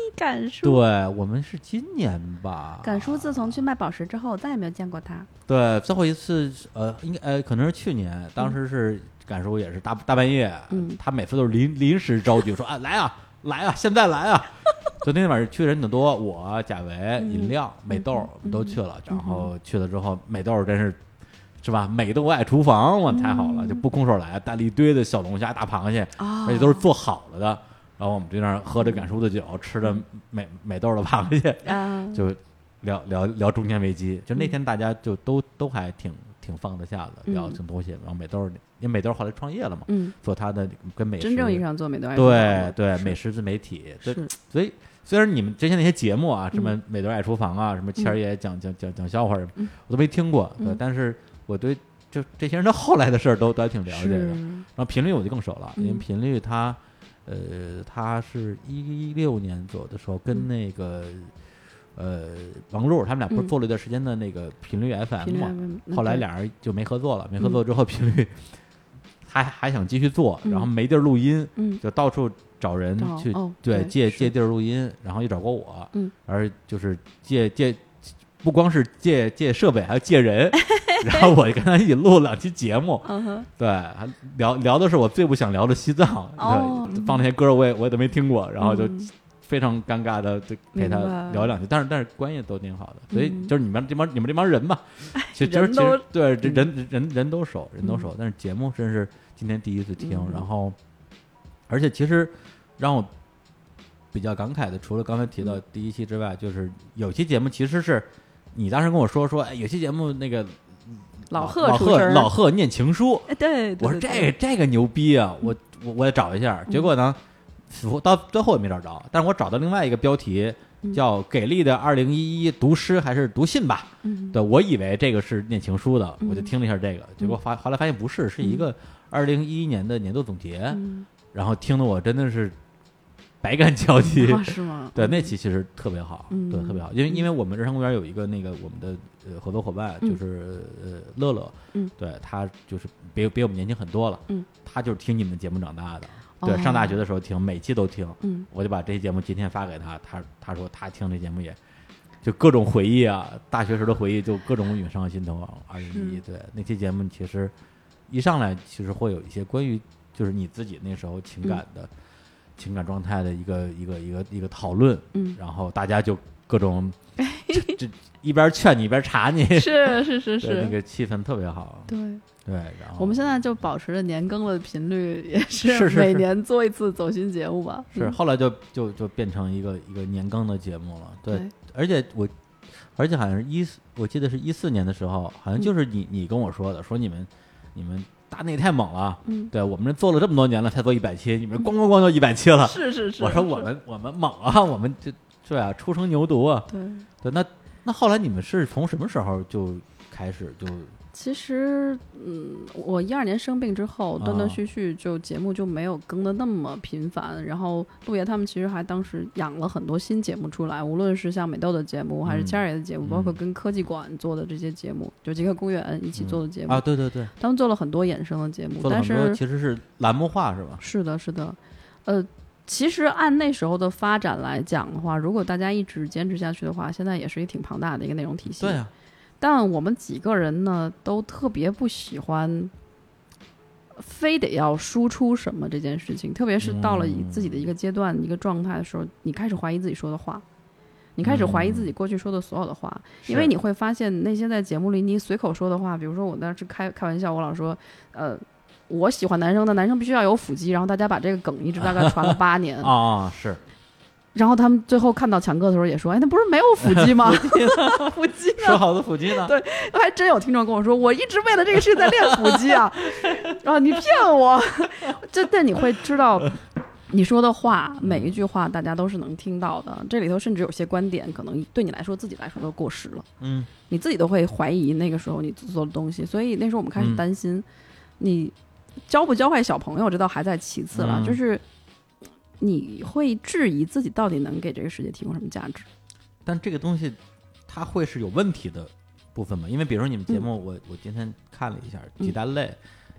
敢叔， 对，我们是今年吧。 敢叔自从去卖宝石之后，再也没有见过他。 对，最后一次应该可能是去年，当时是敢叔也是大半夜，他每次都是临时召集说啊来啊，现在来啊。就那天晚上去的人挺多，我贾维、尹亮、美豆都去了，然后去了之后，美豆真是吧？美豆爱厨房，我太好了，就不空手来，带了一堆的小龙虾、大螃蟹，而且都是做好了的。然后我们就那儿喝着敢叔的酒，吃着美豆的螃蟹，就聊中年危机。就那天大家就都还挺放得下的，聊挺多些。然后美豆，因为美豆后来创业了嘛，做他的跟美食真正意义上做美豆爱厨房，对美食自媒体，所以。虽然你们之前那些节目啊，什么美豆爱厨房啊，什么谦儿爷讲笑话什么，我都没听过，对，但是我对就这些人的后来的事儿都还挺了解的。然后频率我就更熟了，因为频率他是16年左右的时候跟那个王璐他们俩不是做了一段时间的那个频率 FM 嘛，后来俩人就没合作了，没合作之后频率还想继续做，然后没地儿录音，就到处找人去借地儿录音，然后又找过我，而就是借不光是借设备，还要借人，然后我就跟他一起录了2期节目，对，还聊的是我最不想聊的西藏，对，放那些歌我也都没听过，然后就非常尴尬的就陪他聊2句，但是关系都挺好的，所以就是你们这帮人吧，其实对人都熟，但是节目真是今天第一次听，然后而且其实让我比较感慨的，除了刚才提到第1期之外，就是有期节目其实是你当时跟我说，哎，有期节目那个老贺念情书， 对， 我说这个牛逼啊，我也找一下，结果呢，到最后也没找着，但是我找到另外一个标题叫给力的2011读诗还是读信吧，对，我以为这个是念情书的，我就听了一下这个，结果后来发现不是，是一个2011年的年度总结，然后听得我真的是百感交集， 是吗？ 对，那期其实特别好，对，特别好，因为我们日常公园有一个那个我们的合作伙伴就是乐乐，对，他就是比我们年轻很多了，他就是听你们节目长大的，对，上大学的时候听，每期都听，我就把这期节目今天发给他，他说他听这节目也就各种回忆啊，大学时的回忆就各种涌上心头2011，对，那期节目其实一上来其实会有一些关于就是你自己那时候情感状态的一个讨论，然后大家就各种这一边劝你一边查你， 是， 那个气氛特别好，对，然后我们现在就保持着年更的频率，也是每年做一次走心节目吧。 是，后来就变成一个年更的节目了，对，而且好像是我记得是14年的时候，好像就是你跟我说的，说你们大内太猛了，对，我们这做了这么多年了才做100期，你们咣就100期了， 是， 我说我们猛啊，我们对啊，初生牛犊啊，对，那后来你们是从什么时候就开始就？ 其实，我12年生病之后，断断续续就节目就没有更的那么频繁。然后陆爷他们其实还当时养了很多新节目出来，无论是像美豆的节目，还是谦儿爷的节目，包括跟科技馆做的这些节目，就极客公园一起做的节目啊，对， 他们做了很多衍生的节目， 但是其实是栏目化是吧？ 是的，其实按那时候的发展来讲的话，如果大家一直坚持下去的话，现在也是一个挺庞大的一个内容体系。 对啊。 但我们几个人呢，都特别不喜欢非得要输出什么这件事情，特别是到了自己的一个阶段、一个状态的时候，你开始怀疑自己说的话，你开始怀疑自己过去说的所有的话，因为你会发现那些在节目里你随口说的话，比如说我当时开玩笑，我老说，我喜欢男生必须要有腹肌，然后大家把这个梗一直大概传了8年啊，是。 然后他们最后看到强哥的时候也说，哎，那不是没有腹肌吗？腹肌呢？ 说好的腹肌呢？ 对，还真有听众跟我说，我一直为了这个事在练腹肌啊。然后你骗我，但你会知道，你说的话每一句话大家都是能听到的。这里头甚至有些观点可能对你来说自己来说都过时了，你自己都会怀疑那个时候你做的东西。所以那时候我们开始担心，你教不教坏小朋友，这倒还在其次了，就是你会质疑自己到底能给这个世界提供什么价值。 但这个东西它会是有问题的部分吗？因为比如说你们节目，我今天看了一下几大类，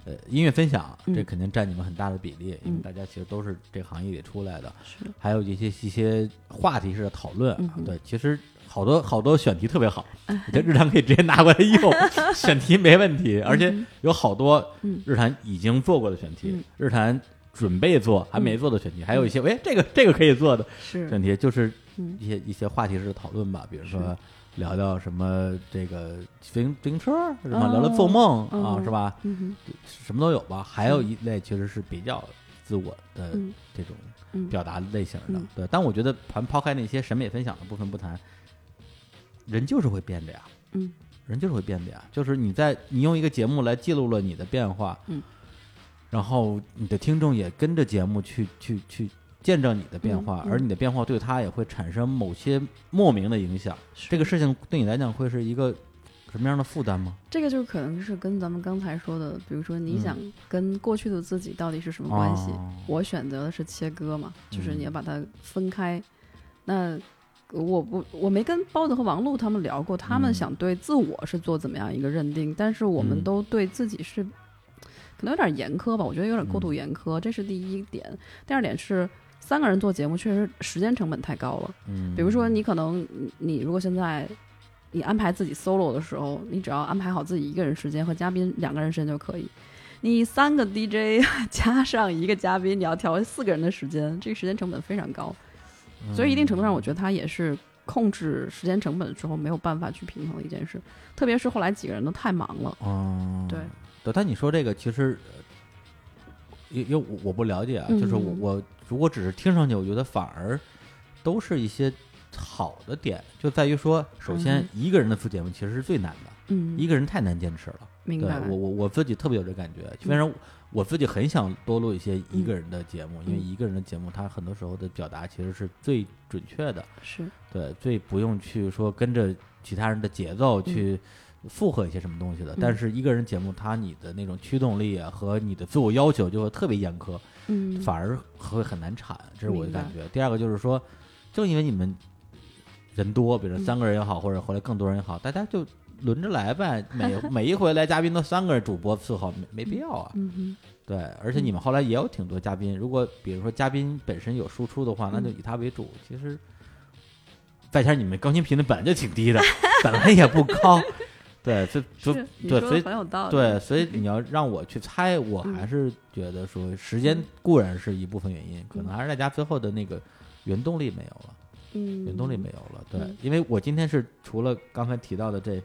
音乐分享，这肯定占你们很大的比例，因为大家其实都是这个行业里出来的，还有一些话题式的讨论啊，对，其实好多选题特别好，我觉得日坛可以直接拿过来用，选题没问题，而且有好多日坛已经做过的选题，日坛准备做还没做的选题，还有一些这个可以做的选题，就是一些话题式的讨论吧，比如说聊聊什么这个自行车，什么聊聊做梦啊，是吧？什么都有吧。还有一类其实是比较自我的这种表达类型的，对。但我觉得抛开那些审美分享的部分不谈，人就是会变的呀，人就是会变的呀。就是你用一个节目来记录了你的变化，然后你的听众也跟着节目去见证你的变化，而你的变化对他也会产生某些莫名的影响。这个事情对你来讲会是一个什么样的负担吗？这个就可能是跟咱们刚才说的，比如说你想跟过去的自己到底是什么关系，我选择的是切割嘛，就是你要把它分开。那我没跟包子和王璐他们聊过，他们想对自我是做怎么样一个认定，但是我们都对自己是可能有点严苛吧，我觉得有点过度严苛，这是第一点。第二点是3个人做节目确实时间成本太高了，比如说你可能你如果现在你安排自己 solo 的时候，你只要安排好自己1个人时间和嘉宾2个人时间就可以，你3个 DJ 加上1个嘉宾，你要调4个人的时间，这个时间成本非常高，所以一定程度上我觉得它也是控制时间成本的时候没有办法去平衡的一件事，特别是后来几个人都太忙了。对， 但你说这个其实因为我不了解啊，就是我如果只是听上去，我觉得反而都是一些好的点，就在于说，首先1个人的做节目其实是最难的，1个人太难坚持了。 明白。 我自己特别有这感觉，虽然我自己很想多录一些1个人的节目，因为1个人的节目它很多时候的表达其实是最准确的， 是对，最不用去说跟着其他人的节奏去附和一些什么东西的，但是1个人节目你的那种驱动力啊和你的自我要求就会特别严苛，反而会很难产，这是我的感觉。第二个就是说，正因为你们人多，比如说3个人也好，或者后来更多人也好，大家就轮着来呗，每一回来嘉宾都3个人主播伺候，没必要啊。对，而且你们后来也有挺多嘉宾，如果比如说嘉宾本身有输出的话，那就以他为主。其实再加上你们更新频率本来就挺低的，本来也不高。对，所以你要让我去猜，我还是觉得说时间固然是一部分原因，可能还是大家最后的那个原动力没有了，原动力没有了。对，因为我今天是除了刚才提到的这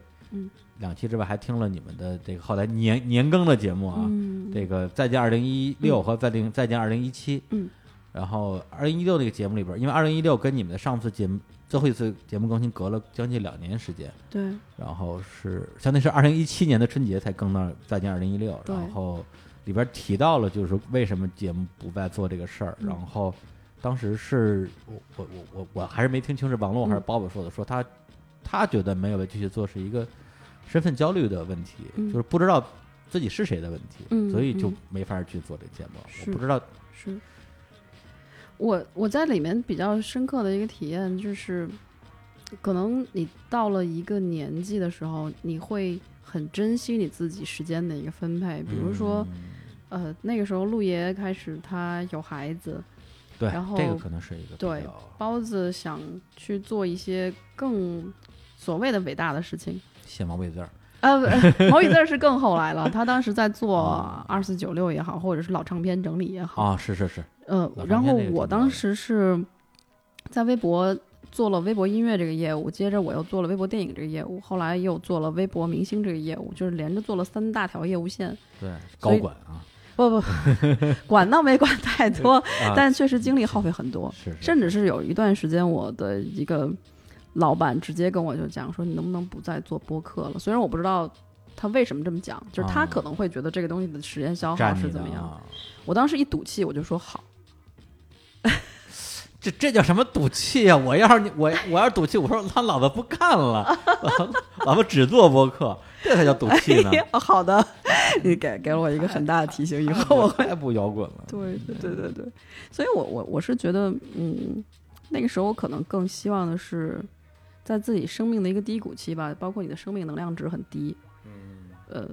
2期之外，还听了你们的这个后来年更的节目啊，这个再见2016和再见2017，然后2016那个节目里边，因为2016跟你们的上次节目最后一次节目更新隔了将近2年时间， 对， 然后是相当于是2017年的春节才更到再见2016，然后里边提到了就是为什么节目不再做这个事儿，然后当时是我还是没听清是王璐还是包包说的，说他觉得没有继续做是一个身份焦虑的问题，就是不知道自己是谁的问题，所以就没法去做这个节目。我不知道是。我在里面比较深刻的一个体验就是，可能你到了一个年纪的时候，你会很珍惜你自己时间的一个分配。比如说，那个时候陆爷开始他有孩子， 对， 然后这个可能是一个对包子想去做一些更所谓的伟大的事情， 写毛笔字儿。 毛笔字是更后来了，他当时在做2496也好，或者是老唱片整理也好是然后我当时是在微博做了微博音乐这个业务，接着我又做了微博电影这个业务，后来又做了微博明星这个业务，就是连着做了3大条业务线。 对，高管啊， 不管倒没管太多但确实精力耗费很多，甚至是有一段时间我的一个老板直接跟我就讲说，你能不能不再做播客了？虽然我不知道他为什么这么讲，就是他可能会觉得这个东西的时间消耗是怎么样。我当时一赌气，我就说好。 这叫什么赌气啊？我要是赌气，我说老子不干了，老子只做播客，这才叫赌气呢。 好的，你给了我一个很大的提醒，以后我太不摇滚了。 对，所以我是觉得，那个时候我可能更希望的是，在自己生命的一个低谷期吧，包括你的生命能量值很低，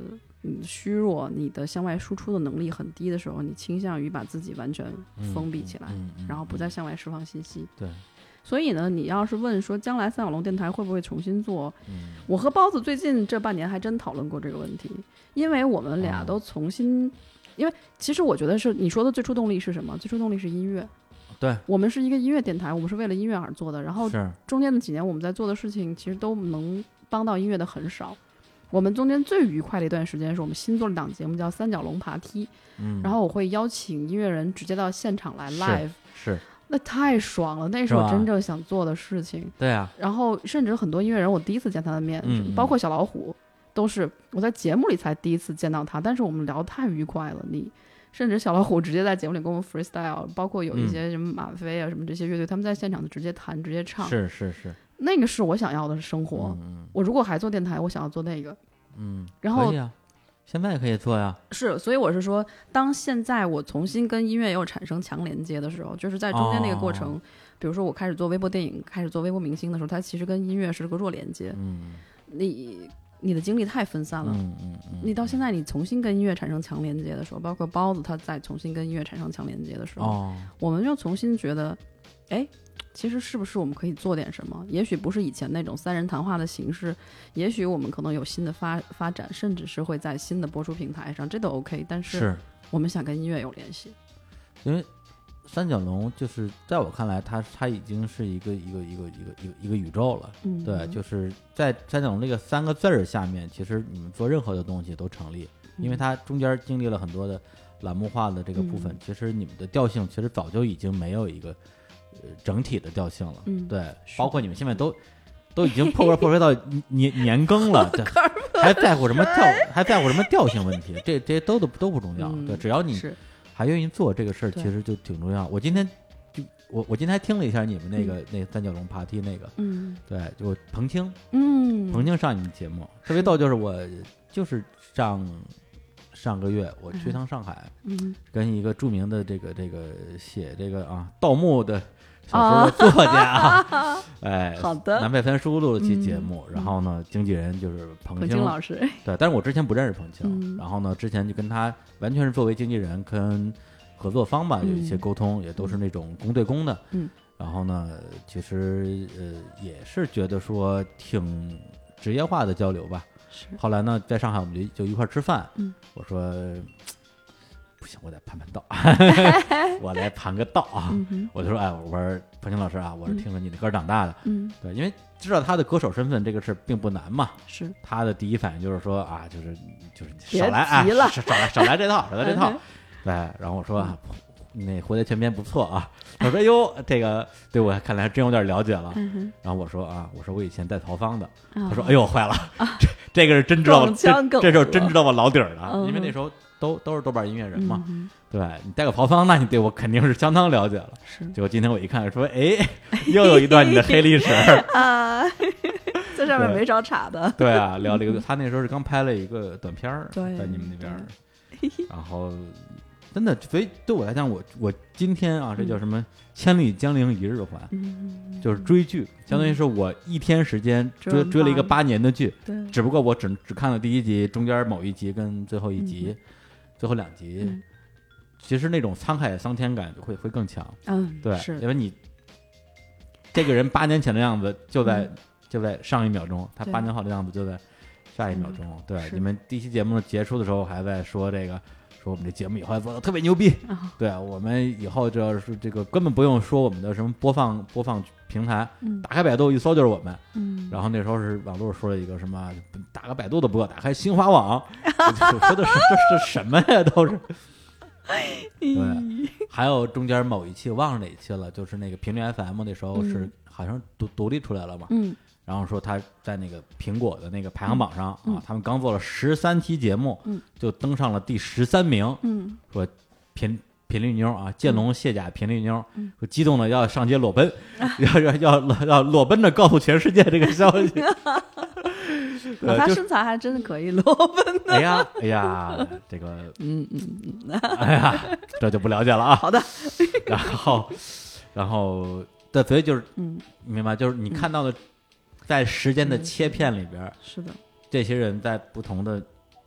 虚弱，你的向外输出的能力很低的时候，你倾向于把自己完全封闭起来，然后不再向外释放信息。 对。 所以呢，你要是问说将来三角龙电台会不会重新做，我和包子最近这半年还真讨论过这个问题，因为我们俩都重新，因为其实我觉得是你说的最初动力是什么？最初动力是音乐。 对， 我们是一个音乐电台，我们是为了音乐而做的，然后中间的几年我们在做的事情其实都能帮到音乐的很少。我们中间最愉快的一段时间是我们新做了一档节目叫三角龙爬梯，然后我会邀请音乐人直接到现场来 live， 是那太爽了，那是我真正想做的事情。 对啊， 然后甚至很多音乐人我第一次见他的面，包括小老虎都是我在节目里才第一次见到他，但是我们聊得太愉快了。你甚至小老虎直接在节目里跟我们 freestyle， 包括有一些什么马飞啊什么这些乐队，他们在现场就直接弹直接唱， 是那个是我想要的生活。我如果还做电台，我想要做那个。然后可以啊，现在也可以做呀。 是，所以我是说，当现在我重新跟音乐又产生强连接的时候，就是在中间那个过程，比如说我开始做微博电影，开始做微博明星的时候，它其实跟音乐是个弱连接。你的精力太分散了。你到现在你重新跟音乐产生强连接的时候，包括包子他再重新跟音乐产生强连接的时候，我们就重新觉得，哎。其实是不是我们可以做点什么？也许不是以前那种3人谈话的形式，也许我们可能有新的发展，甚至是会在新的播出平台上，这都 OK。但是我们想跟音乐有联系， 因为三角龙就是在我看来，它已经是一个宇宙了。对，就是在三角龙这个3个字儿下面，其实你们做任何的东西都成立，因为它中间经历了很多的栏目化的这个部分，其实你们的调性其实早就已经没有一个。整体的调性了，对，包括你们现在都已经破碎到年更了，还在乎什么调性问题？这些都不重要，对，只要你还愿意做这个事儿，其实就挺重要。我今天还听了一下你们那个三角龙爬梯那个，对，就彭青，彭青上你们节目特别逗，就是我就是上个月我去趟上海，跟一个著名的这个写这个盗墓的。小说的作家哎， 好的， 南北分书录了期节目，然后呢，经纪人就是彭青老师， 对，但是我之前不认识彭青，然后呢，之前就跟他完全是作为经纪人跟合作方吧有一些沟通，也都是那种公对公的，然后呢，其实也是觉得说挺职业化的交流吧。后来呢，在上海我们就一块吃饭，我说。不行，我得盘道，我来盘个道啊！我就说，哎，我说彭青老师啊，我是听了你的歌长大的，对，因为知道他的歌手身份这个事并不难嘛， 是他的第一反应就是说啊，就是少来啊，少来这套，对，然后我说那蝴蝶泉边不错啊，他说哟，这个对我看来还真有点了解了，然后我说我以前在曹芳的，他说哎呦坏了，这个是真知道，这时候真知道我老底儿了，因为那时候。都是豆瓣音乐人嘛，对你带个曹芳，那你对我肯定是相当了解了。结果今天我一看，说，哎，又有一段你的黑历史啊， 在上面没少查的。 对啊，聊了一个，他那时候是刚拍了一个短片在你们那边，然后真的，所以对我来讲，我今天啊，这叫什么？千里江陵一日还，就是追剧，相当于是我一天时间追了一个8年的剧，只不过我只看了第1集，中间某一集跟最后1集。最后2集，其实那种沧海桑田感会更强。对，因为你这个人8年前的样子就在上一秒钟，他8年后的样子就在下一秒钟。对，你们第1期节目结束的时候还在说这个，说我们这节目以后做的特别牛逼。对，我们以后就是这个根本不用说我们的什么播放平台，打开百度一搜就是我们。然后那时候是网络说了一个什么，打个百度都不够，打开新华网，我说的是这是什么呀？都是。对，还有中间某一期我忘了哪一期了，就是那个频率 FM 那时候是好像独立出来了嘛。然后说他在那个苹果的那个排行榜上他们刚做了13期节目，就登上了第13名。说频率妞啊，见龙卸甲频率妞，说激动的要上街裸奔，要裸奔的告诉全世界这个消息。 他身材还真的可以裸奔的。 哎呀，这个哎呀，这就不了解了啊。 好的。 然后对，所以就是明白，就是你看到的，在时间的切片里边， 是的， 这些人在不同的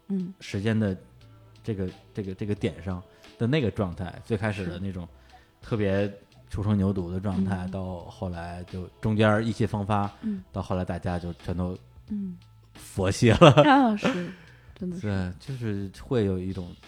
时间的这个点上的那个状态，最开始的那种特别初生牛犊的状态，到后来就中间意气风发，到后来大家就全都佛系了啊，是真的是， 对，就是会有一种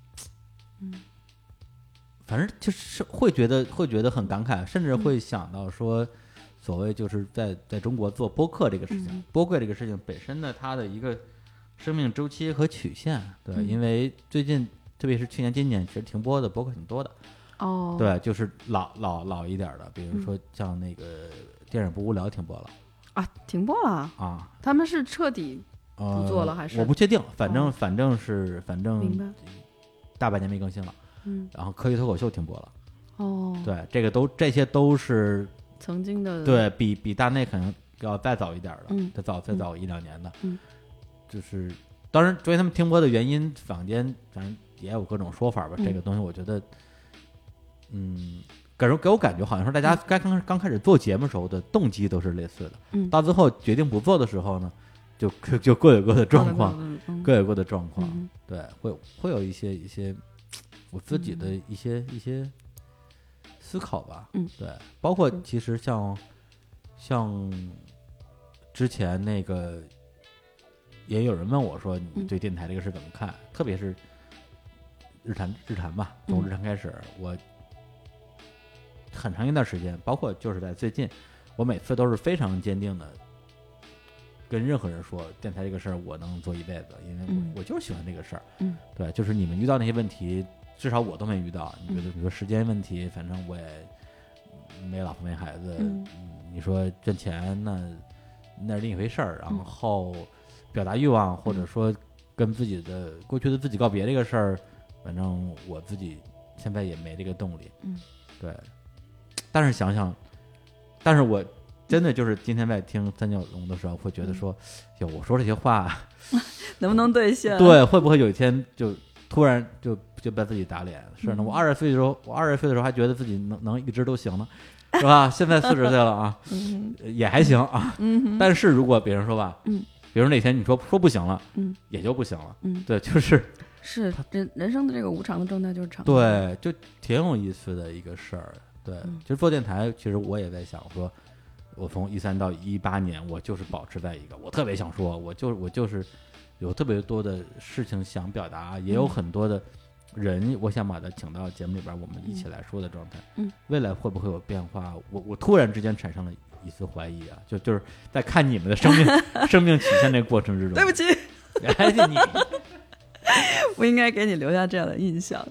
反正就是会觉得很感慨，甚至会想到说，所谓就是在中国做播客这个事情，播客这个事情本身的它的一个生命周期和曲线，对，因为最近特别是去年今年，其实停播的播客挺多的， 哦， 对，就是老一点的，比如说像那个电影不无聊停播了啊，停播了啊， 他们是彻底不做了还是？ 我不确定，反正明白， 大半年没更新了。然后科技脱口秀停播了， 哦， 对，这些都是曾经的， 对比大内可能要再早一点的，再早1-2年的，就是当然，关于他们停播的原因，坊间反正也有各种说法吧。这个东西我觉得，给我感觉好像是大家刚开始做节目时候的动机都是类似的，到最后决定不做的时候呢，就各有各的状况，各有各的状况，对，会有一些。我自己的一些思考吧，对，包括其实像之前那个，也有人问我说，你对电台这个事怎么看？特别是日坛吧，从日坛开始，我很长一段时间，包括就是在最近，我每次都是非常坚定的跟任何人说，电台这个事儿我能做一辈子，因为我就是喜欢这个事儿，对，就是你们遇到那些问题。至少我都没遇到，你觉得比如说时间问题，反正我也没老婆没孩子，你说挣钱那是另一回事儿。然后表达欲望，或者说跟过去的自己告别这个事儿，反正我自己现在也没这个动力。对。但是想想，但是我真的就是今天在听三角龙的时候，会觉得说，哟，我说这些话能不能兑现？ 对，会不会有一天就突然就被自己打脸？是呢，我20岁的时候还觉得自己能一直都行呢，是吧？现在40岁了啊，也还行啊。但是如果别人说吧，比如哪天你说不行了，也就不行了。对，就是人生的这个无常的状态就是常态。 对，就挺有意思的一个事儿。对，其实做电台，其实我也在想说，我从13到18年，我就是保持在一个我特别想说，我就是有特别多的事情想表达，也有很多的人，我想把他请到节目里边，我们一起来说的状态。未来会不会有变化？我突然之间产生了一丝怀疑啊，就是在看你们的生命曲线这个过程之中。 对不起， 你不应该给你留下这样的印象。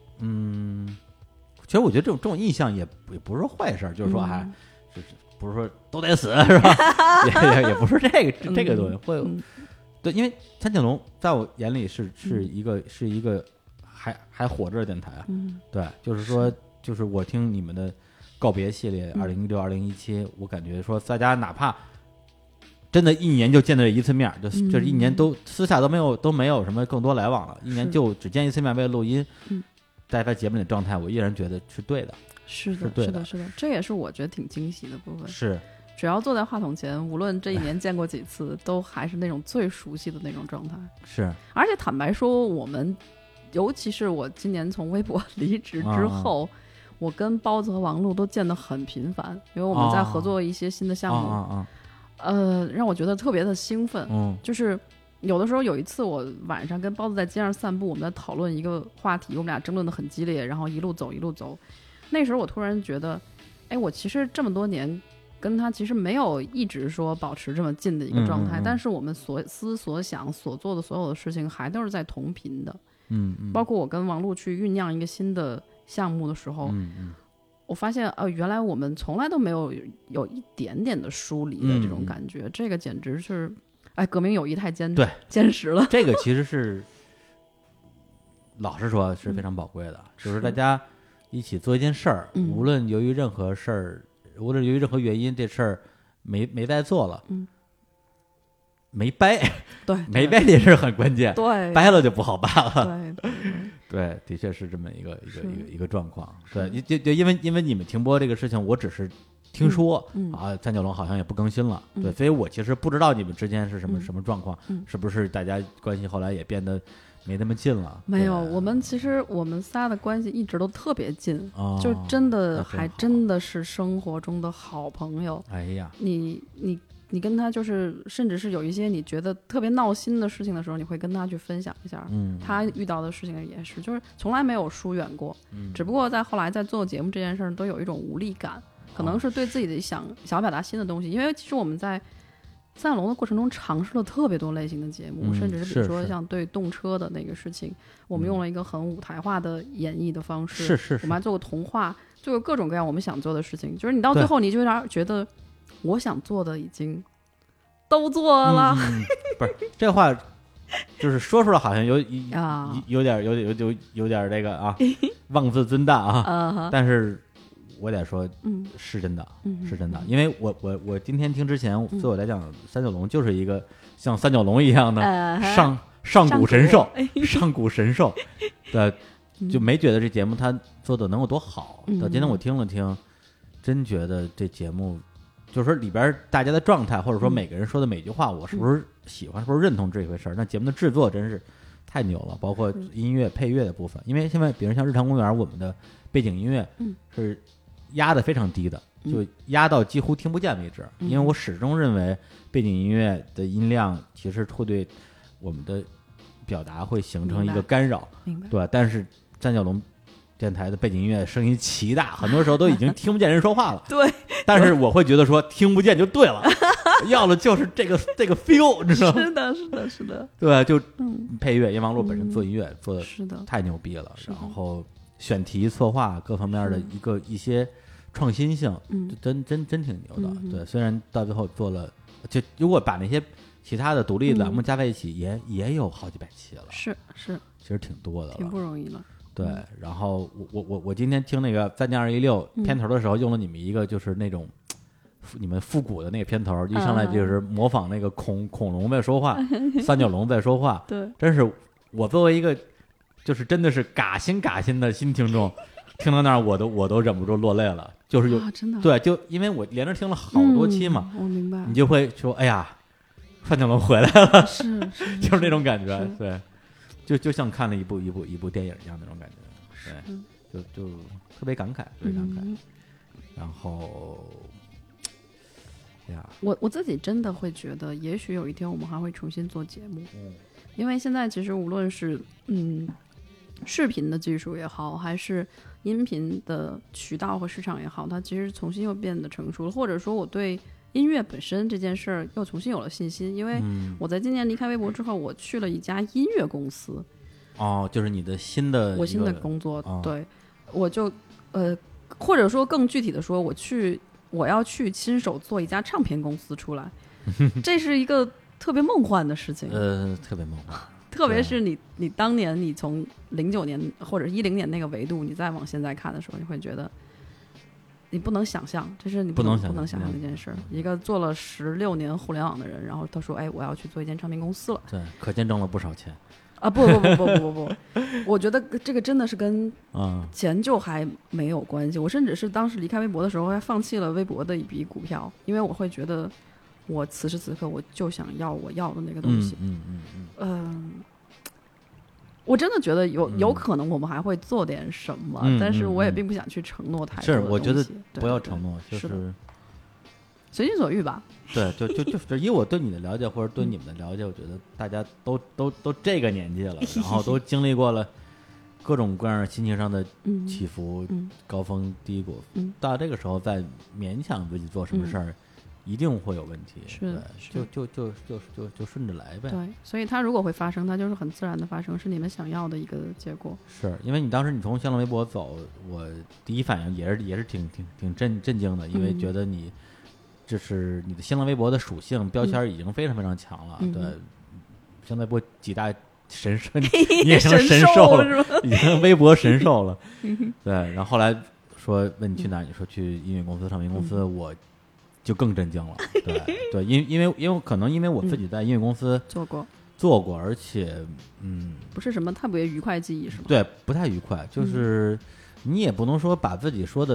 其实我觉得这种印象也不是坏事，就是说就是不是说都得死是吧？也不是这个东西会有。对，因为三井龙在我眼里是一个还活着的电台啊。对，就是说，就是我听你们的告别系列2016、2017，我感觉说大家哪怕真的一年就见了一次面，就是一年都私下都没有什么更多来往了，一年就只见一次面为了录音。在节目里的状态，我依然觉得是对的。是的， 这也是我觉得挺惊喜的部分。 是。 只要坐在话筒前，无论这一年见过几次，都还是那种最熟悉的那种状态。 是， 而且坦白说，我们尤其是我今年从微博离职之后，我跟包子和王璐都见得很频繁，因为我们在合作一些新的项目。让我觉得特别的兴奋。就是有的时候有一次我晚上跟包子在街上散步，我们在讨论一个话题，我们俩争论得很激烈，然后一路走。那时候我突然觉得，我其实这么多年跟他其实没有一直说保持这么近的一个状态，但是我们所思所想所做的所有的事情还都是在同频的。包括我跟王璐去酝酿一个新的项目的时候，我发现原来我们从来都没有一点点的疏离的这种感觉。这个简直是革命友谊太坚实了。 这个其实是老实说是非常宝贵的，就是大家一起做一件事儿，无论由于任何事儿，无论由于任何原因，这事儿没再做了，没掰， 对， 没掰这事儿很关键， 对， 掰了就不好办了， 对， 的确是这么一个状况，对，因为你们停播这个事情，我只是听说三角龙好像也不更新了，对，所以我其实不知道你们之间是什么状况，是不是大家关系后来也变得没那么近了？ 没有，我们仨的关系一直都特别近，就真的还真的是生活中的好朋友。 哎呀， 你跟他就是甚至是有一些你觉得特别闹心的事情的时候，你会跟他去分享一下，他遇到的事情也是，就是从来没有疏远过，只不过在后来在做节目这件事儿都有一种无力感，可能是对自己的想要表达新的东西，因为其实我们在三角龙的过程中尝试了特别多类型的节目，甚至是比如说像对动车的那个事情，我们用了一个很舞台化的演绎的方式，我们还做过童话，就有各种各样我们想做的事情，就是你到最后你就有点觉得我想做的已经都做了， 不是这话就是说出来好像有点这个啊妄自尊大啊，但是我得说是真的，是真的，因为我今天听之前对我来讲，三角龙就是一个像三角龙一样的上古神兽，上古神兽对，就没觉得这节目它做的能有多好，到今天我听了听，真觉得这节目就是说里边大家的状态，或者说每个人说的每句话，我是不是喜欢，是不是认同这一回事儿？那节目的制作真是太牛了，包括音乐配乐的部分，因为现在比如像日常公园，我们的背景音乐是压的非常低的，就压到几乎听不见为止，因为我始终认为背景音乐的音量其实会对我们的表达会形成一个干扰，对，但是三角龙电台的背景音乐声音奇大，很多时候都已经听不见人说话了。 对， 但是我会觉得说听不见就对了，要的就是这个 feel， 你知道吗？是的， 对，就配乐，阎王路本身做音乐做的是的太牛逼了，然后选题策划各方面的一些创新性，真挺牛的。对，虽然到最后做了，就如果把那些其他的独立栏目加在一起，也有好几百期了。 是， 其实挺多的了， 挺不容易了。 对，然后我今天听那个3.216片头的时候，用了你们一个就是那种你们复古的那个片头，一上来就是模仿那个恐龙在说话，三角龙在说话。 对， 真是我作为一个就是真的是嘎心的新听众，听到那儿我都忍不住落泪了，就是真的对，就因为我连着听了好多期嘛， 我明白， 你就会说哎呀，三角龙回来了， 是就是那种感觉，对。就像看了一部电影一样那种感觉，对，就特别感慨，然后呀， 我自己真的会觉得，也许有一天我们还会重新做节目，因为现在其实无论是视频的技术也好，还是音频的渠道和市场也好，它其实重新又变得成熟了，或者说我对音乐本身这件事儿又重新有了信心，因为我在今年离开微博之后，我去了一家音乐公司。 就是你的我新的工作，对，我就或者说更具体的说，我要去亲手做一家唱片公司出来，这是一个特别梦幻的事情， 特别梦幻。 特别是你当年你从09年或者10年那个维度，你再往现在看的时候，你会觉得。你不能想象，这是你不能想象的一件事。一个做了16年互联网的人，然后他说：“哎，我要去做一间唱片公司了。” 对，可见挣了不少钱啊！不，我觉得这个真的是跟钱就还没有关系。我甚至是当时离开微博的时候，还放弃了微博的一笔股票，因为我会觉得，我此时此刻我就想要我要的那个东西。我真的觉得有可能我们还会做点什么，但是我也并不想去承诺太多的东西。 是，我觉得不要承诺，就是随心所欲吧。 对，就以我对你的了解或者对你们的了解，我觉得大家都这个年纪了，然后都经历过了各种各样心情上的起伏、高峰低谷，到这个时候再勉强自己做什么事儿。一定会有问题， 是就顺着来呗。 对，所以它如果会发生，它就是很自然的发生，是你们想要的一个结果。 是因为你当时你从新浪微博走，我第一反应也是挺震惊的，因为觉得你就是你的新浪微博的属性标签已经非常非常强了。对，新浪微博几大神兽，你也成神兽了，已经微博神兽了。对，然后后来说问你去哪儿，你说去音乐公司、唱片公司，我。就更震惊了，对，因为可能因为我自己在音乐公司做过，而且不是什么特别愉快记忆是吗？ 对，不太愉快，就是你也不能说把自己说的有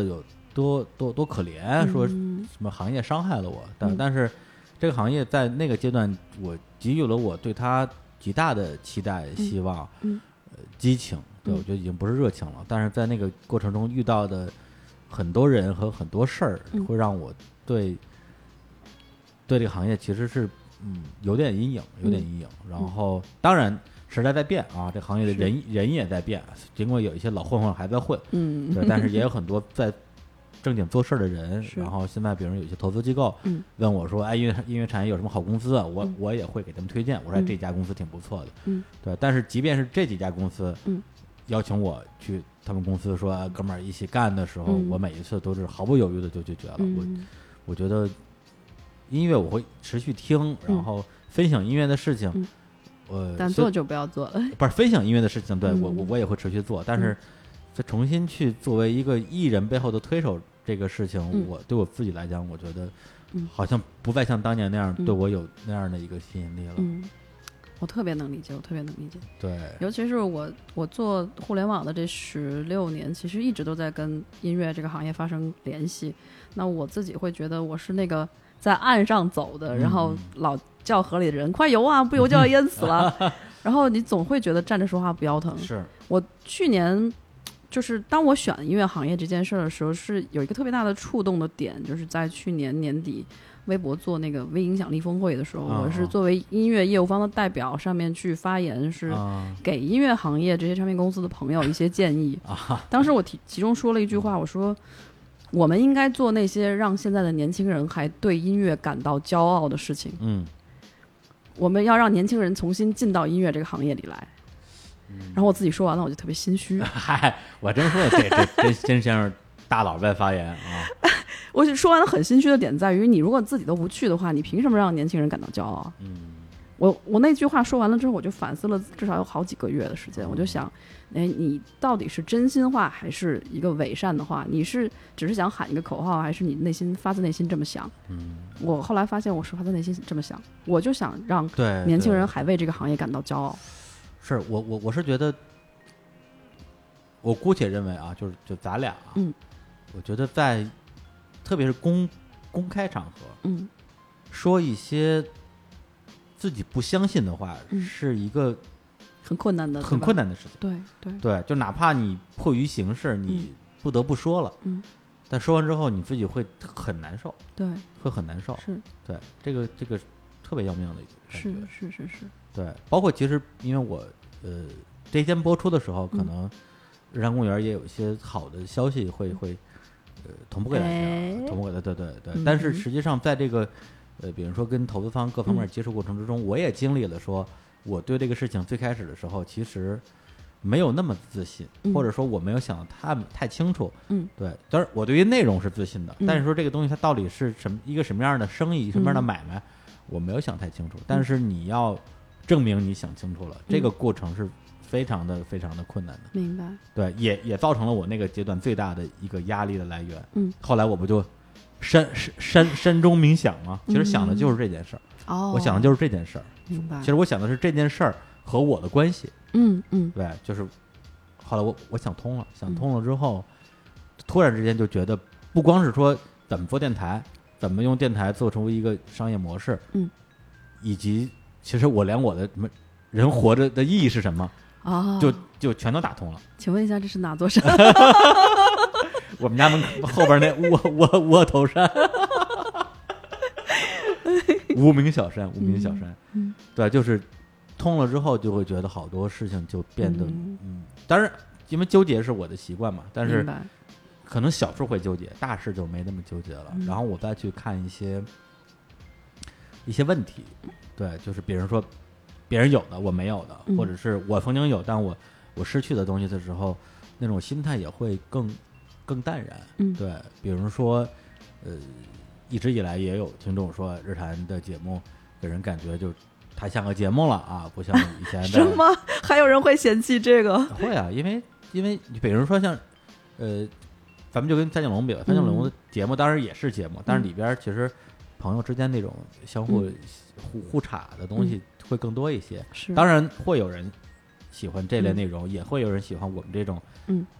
多可怜，说什么行业伤害了我，但是这个行业在那个阶段，我给予了我对它极大的期待、希望、激情，对，我觉得已经不是热情了。但是在那个过程中遇到的很多人和很多事儿，会让我对这个行业其实是有点阴影。然后当然时代在变啊，这行业的人也在变，尽管有一些老混混还在混，对，但是也有很多在正经做事的人。然后现在比如有一些投资机构问我说，哎，音乐产业有什么好公司啊？我也会给他们推荐，我说这家公司挺不错的，对。但是即便是这几家公司邀请我去他们公司说哥们儿一起干的时候，我每一次都是毫不犹豫的就拒绝了。我觉得音乐我会持续听，然后分享音乐的事情， 但做就不要做了。 不是分享音乐的事情，对，我也会持续做，但是再重新去作为一个艺人背后的推手这个事情，我对我自己来讲，我觉得好像不再像当年那样对我有那样的一个吸引力了。 我特别能理解， 对， 尤其是我做互联网的这16年，其实一直都在跟音乐这个行业发生联系。那我自己会觉得我是那个在岸上走的，然后老叫河里的人快游啊，不游就要淹死了。然后你总会觉得站着说话不腰疼。 是我去年就是当我选音乐行业这件事的时候，是有一个特别大的触动的点，就是在去年年底微博做那个微影响力峰会的时候，我是作为音乐业务方的代表上面去发言，是给音乐行业这些唱片公司的朋友一些建议。当时我其中说了一句话，我说我们应该做那些让现在的年轻人还对音乐感到骄傲的事情。我们要让年轻人重新进到音乐这个行业里来。然后我自己说完了，我就特别心虚。 嗨，我真说这真像是大佬在发言啊！ 我说完了很心虚的点在于，你如果自己都不去的话，你凭什么让年轻人感到骄傲？我那句话说完了之后，我就反思了至少有好几个月的时间。我就想，哎，你到底是真心话还是一个伪善的话？你是只是想喊一个口号，还是你内心发自内心这么想？我后来发现我是发自内心这么想，我就想让年轻人还为这个行业感到骄傲。 是我是觉得，我姑且认为啊，就咱俩啊，我觉得在特别是公开场合，说一些自己不相信的话，是一个很困难的事情。对，就哪怕你迫于形势，你不得不说了，但说完之后你自己会很难受， 对， 会很难受。 是， 对，这个特别要命的一个感觉。 是。 对，包括其实因为我这一天播出的时候，可能日坛公园也有一些好的消息会同步给大家，同步给他，对。但是实际上在这个比如说跟投资方各方面接触过程之中，我也经历了说，我对这个事情最开始的时候其实没有那么自信，或者说我没有想得太清楚。对，当然我对于内容是自信的，但是说这个东西它到底是一个什么样的生意，什么样的买卖，我没有想太清楚。但是你要证明你想清楚了，这个过程是非常的困难的。 明白。对， 也造成了我那个阶段最大的一个压力的来源。后来我不就山中冥想嘛，其实想的就是这件事儿。我想的就是这件事儿。 明白。 其实我想的是这件事儿和我的关系。对，就是后来我想通了之后，突然之间就觉得，不光是说怎么做电台，怎么用电台做出一个商业模式，以及其实我连我的什么人活着的意义是什么，就全都打通了。 请问一下，这是哪座山？ 我们家门后边那窝头山。无名小山。对，就是通了之后就会觉得好多事情就变得当然因为纠结是我的习惯嘛，但是可能小事会纠结，大事就没那么纠结了。然后我再去看一些问题，对，就是比如说别人有的我没有的，或者是我曾经有但我失去的东西的时候，那种心态也会更淡然。对，比如说一直以来也有听众说日坛的节目给人感觉就它像个节目了啊，不像以前的。 什么？还有人会嫌弃这个？ 会啊，因为比如说像咱们就跟三角龙比了，三角龙的节目当然也是节目，但是里边其实朋友之间那种相互互插的东西会更多一些。当然会有人喜欢这类内容，也会有人喜欢我们这种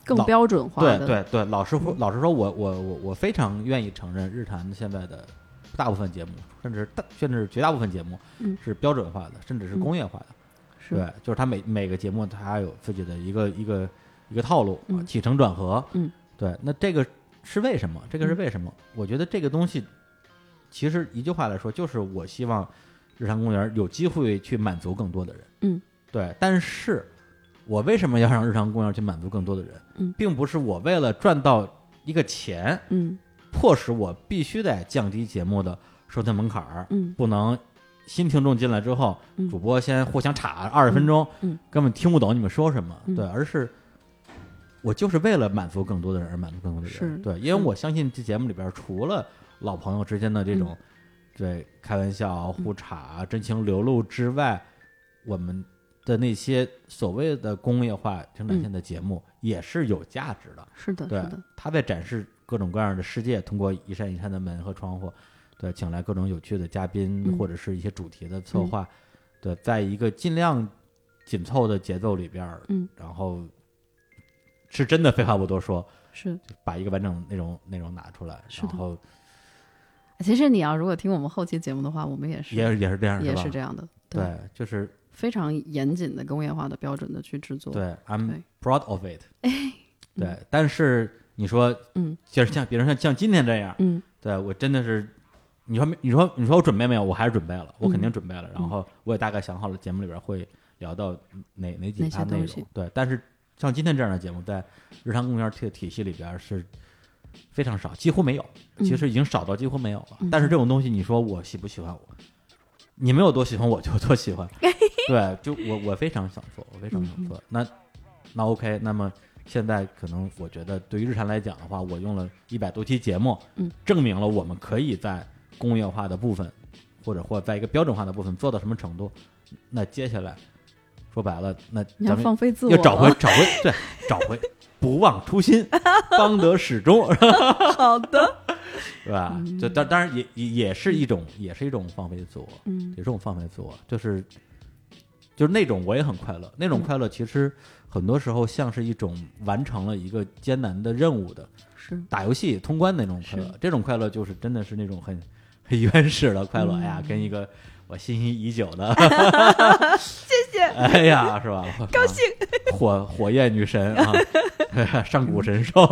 更标准化的。 对，老实说，我非常愿意承认日坛现在的大部分节目，甚至绝大部分节目是标准化的，甚至是工业化的。对，就是它每个节目它有自己的一个套路，起承转合。对，那这个是为什么？我觉得这个东西其实一句话来说，就是我希望日坛公园有机会去满足更多的人。对，但是我为什么要让日坛公园去满足更多的人？并不是我为了赚到一个钱，迫使我必须得降低节目的收听门槛儿，不能新听众进来之后，主播先互相插20分钟，根本听不懂你们说什么。对，而是我就是为了满足更多的人而满足更多的人。对，因为我相信这节目里边除了老朋友之间的这种对开玩笑、互插、真情流露之外，我们的那些所谓的工业化生产线的节目也是有价值的。 是的， 对，他在展示各种各样的世界，通过一扇一扇的门和窗户，对，请来各种有趣的嘉宾，或者是一些主题的策划，对，在一个尽量紧凑的节奏里边，然后是真的废话不多说， 是把一个完整的内容拿出来，然后。 其实你要如果听我们后期节目的话，我们也是这样， 也是这样的， 对，就是非常严谨的工业化的标准的去制作。 对 ，I'm proud of it。对，但是你说，就是比如像今天这样，对我真的是，你说我准备没有？我还是准备了，我肯定准备了。然后我也大概想好了，节目里边会聊到哪几趴内容。对，但是像今天这样的节目，在日坛公园体系里边是非常少，几乎没有。其实已经少到几乎没有了。但是这种东西，你说我喜不喜欢我？你们有多喜欢我就多喜欢。对，就我非常想做，我非常想做。那 OK， 那么现在可能我觉得对于日坛来讲的话，我用了100多期节目，证明了我们可以在工业化的部分，或在一个标准化的部分做到什么程度。那接下来说白了，那你要放飞自我， 要找回不忘初心，方得始终。 好的， 对吧？就当然也是一种放飞自我，也是一种放飞自我，就是那种我也很快乐，那种快乐其实很多时候像是一种完成了一个艰难的任务的， 是打游戏通关的那种快乐。这种快乐就是真的是那种很原始的快乐。哎呀，跟一个我心仪已久的， 谢谢， 哎呀，是吧？ 高兴， 火焰女神啊，上古神兽。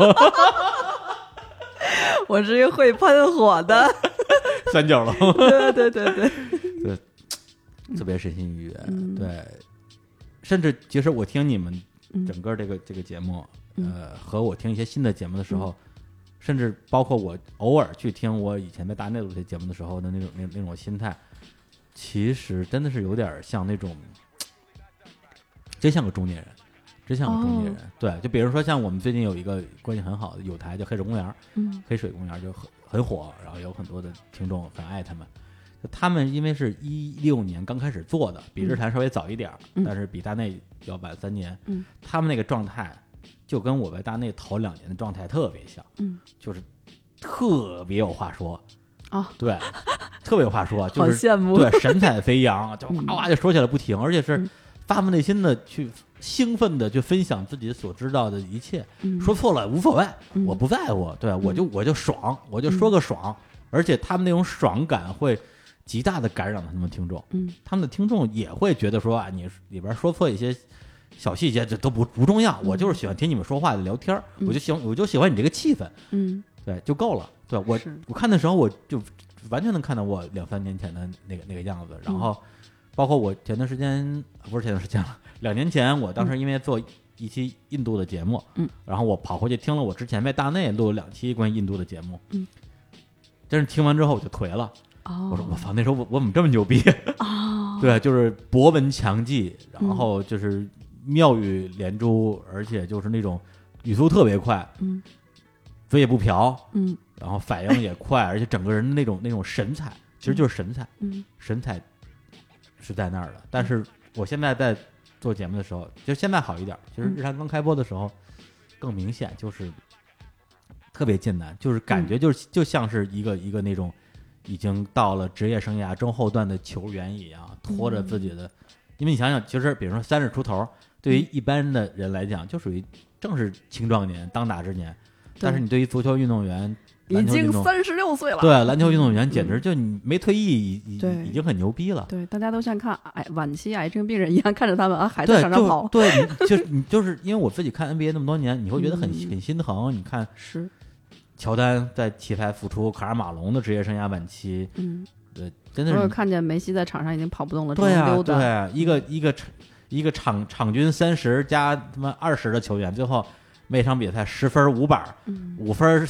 我是一个会喷火的三角龙。 对， 特别身心愉悦。对，甚至其实我听你们整个这个节目，和我听一些新的节目的时候，甚至包括我偶尔去听我以前在大内录这节目的时候的那种心态，其实真的是有点像那种，真像个中年人。对，就比如说像我们最近有一个关系很好的有台叫黑水公园，黑水公园就很火，然后有很多的听众很爱他们。他们因为是16年刚开始做的，比日坛稍微早一点，但是比大内要晚3年。他们那个状态就跟我在大内头2年的状态特别像，就是特别有话说对，特别有话说，就是好羡慕， 对，神采飞扬，就哇哇就说起来不停，而且是发自内心的去兴奋的去分享自己所知道的一切，说错了无所谓，我不在乎，对，我就爽，我就说个爽，而且他们那种爽感会极大的感染了他们听众，他们的听众也会觉得说啊，你里边说错一些小细节这都不重要，我就是喜欢听你们说话的聊天，我就喜欢你这个气氛，对，就够了。对，我看的时候我就完全能看到我2-3年前的那个样子，然后包括我前段时间不是前段时间了，2年前我当时因为做一期印度的节目，然后我跑回去听了我之前在大内录了2期关于印度的节目，但是听完之后我就颓了。我说我操，那时候我怎么这么牛逼？对，就是博闻强记，然后就是妙语连珠，而且就是那种语速特别快，嘴也不瓢，然后反应也快，而且整个人那种神采，其实就是神采，神采是在那儿的。但是我现在在做节目的时候，就现在好一点，其实日坛刚开播的时候更明显，就是特别艰难，就是感觉就像是一个那种已经到了职业生涯中后段的球员一样，拖着自己的，因为你想想，其实比如说30出头， 对于一般的人来讲，就属于正是青壮年当打之年。但是你对于足球运动员， 已经36岁了， 对，篮球运动员简直就你没退役已经很牛逼了。 对，大家都像看晚期癌症病人一样看着他们还在场上跑。 对，你就是因为我自己看 NBA 那么多年，你会觉得很心疼。你看， 是乔丹在奇才复出，卡尔马龙的职业生涯晚期，对，真的是。 我看见梅西在场上已经跑不动了， 对啊， 溜达。 对，一个场均30加他妈20的球员，最后每场比赛10分5板，5分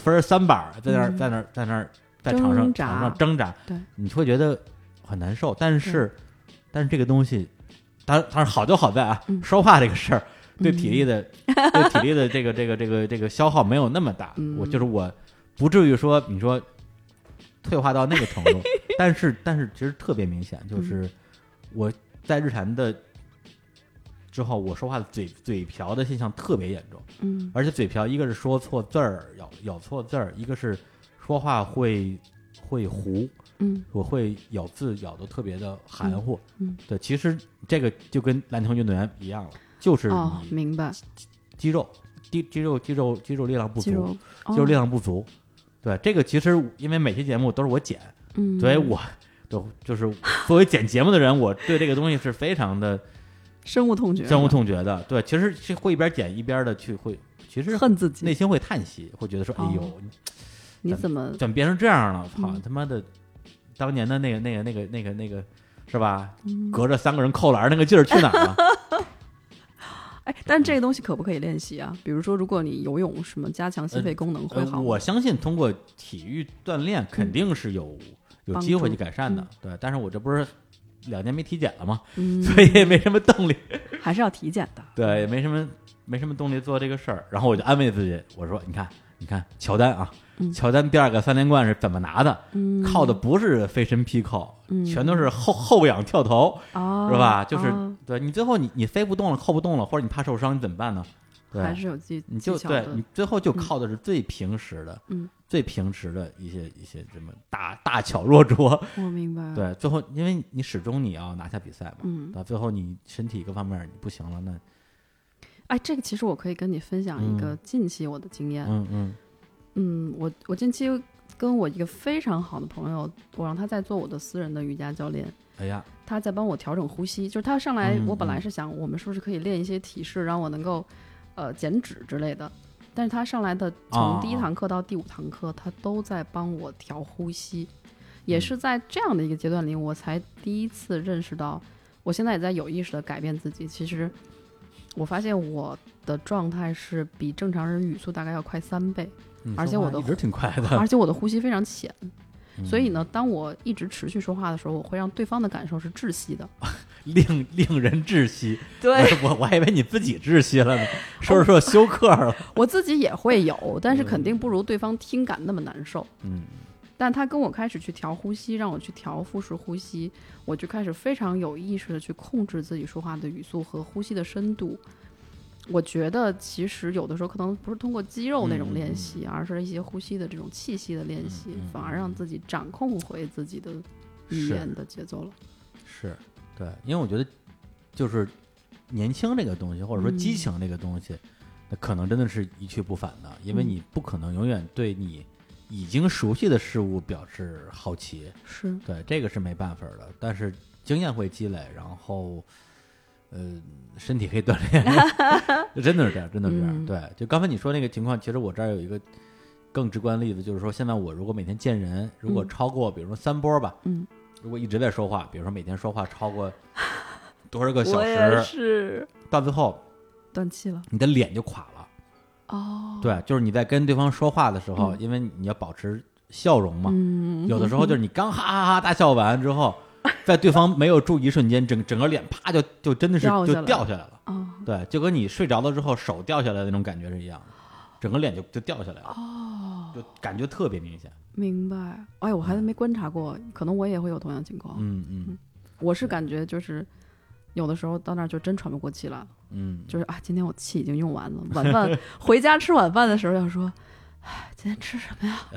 3板，在那儿在场上挣扎， 对， 你会觉得很难受。但是这个东西，当然好就好在啊，说话这个事儿对体力的这个消耗没有那么大。我不至于说你说退化到那个程度，但是其实特别明显，就是我在日坛的之后，我说话的嘴瓢的现象特别严重。而且嘴瓢，一个是说错字儿，咬错字儿，一个是说话会糊。我会咬字咬得特别的含糊。对，其实这个就跟篮球运动员一样了，就是你明白， 肌肉力量不足，肌肉力量不足。对，这个其实因为每期节目都是我剪，所以我就是作为剪节目的人，我对这个东西是非常的深恶痛绝的。对，其实是会一边剪一边的去其实恨自己， 内心会叹息，会觉得说，哎呦， 你怎么变成这样了？操他妈的！当年的那个是吧？隔着3个人扣篮那个劲儿去哪儿了？ 但这个东西可不可以练习啊？比如说，如果你游泳什么加强心肺功能会好吗？ 我相信通过体育锻炼肯定是有机会去改善的。对，但是我这不是2年没体检了吗？所以也没什么动力， 还是要体检的。 对，也没什么动力做这个事儿。然后我就安慰自己，我说：“你看，乔丹啊。”乔丹第2个3连冠是怎么拿的？靠的不是飞身劈扣，全都是后仰跳投，是吧？就是对你最后你飞不动了，扣不动了，或者你怕受伤，你怎么办呢？对， 还是有技巧的。对，你最后就靠的是最平时的，最平时的一些什么大巧若拙。 我明白。 对，最后因为你始终你要拿下比赛嘛，到最后你身体各方面你不行了，那这个其实我可以跟你分享一个近期我的经验。我近期跟我一个非常好的朋友，我让他在做我的私人的瑜伽教练。 哎呀， 他在帮我调整呼吸，就是他上来，我本来是想我们是不是可以练一些体式，让我能够减脂之类的。但是他上来的从第1堂课到第5堂课，他都在帮我调呼吸。也是在这样的一个阶段里，我才第一次认识到，我现在也在有意识的改变自己。其实我发现我的状态是比正常人语速大概要快3倍。而且我的一直挺快的， 而且我的呼吸非常浅，所以呢，当我一直持续说话的时候，我会让对方的感受是窒息的， 令人窒息。 对， 我还以为你自己窒息了呢，说着说着休克了。 我自己也会有，但是肯定不如对方听感那么难受。但他跟我开始去调呼吸，让我去调腹式呼吸，我就开始非常有意识的去控制自己说话的语速和呼吸的深度。我觉得其实有的时候可能不是通过肌肉那种练习，而是一些呼吸的这种气息的练习，反而让自己掌控回自己的语言的节奏了。 是，对，因为我觉得就是年轻这个东西，或者说激情这个东西，那可能真的是一去不返的，因为你不可能永远对你已经熟悉的事物表示好奇。 是， 对，这个是没办法的，但是经验会积累，然后身体可以锻炼，真的是这样，真的是这样。对，就刚才你说那个情况，其实我这儿有一个更直观例子，就是说现在我如果每天见人，如果超过比如说3波吧，如果一直在说话，比如说每天说话超过多少个小时，我也是， 到最后断气了， 你的脸就垮了。对，就是你在跟对方说话的时候，因为你要保持笑容嘛，有的时候就是你刚哈哈哈大笑完之后。在对方没有注意一瞬间，整个脸啪就真的是就掉下来了。对，就跟你睡着了之后手掉下来的那种感觉是一样的，整个脸就掉下来了。就感觉特别明显。 明白。哎，我还没观察过，可能我也会有同样情况。我是感觉就是有的时候到那儿就真喘不过气来了。就是今天我气已经用完了。晚饭回家吃晚饭的时候要说，今天吃什么呀？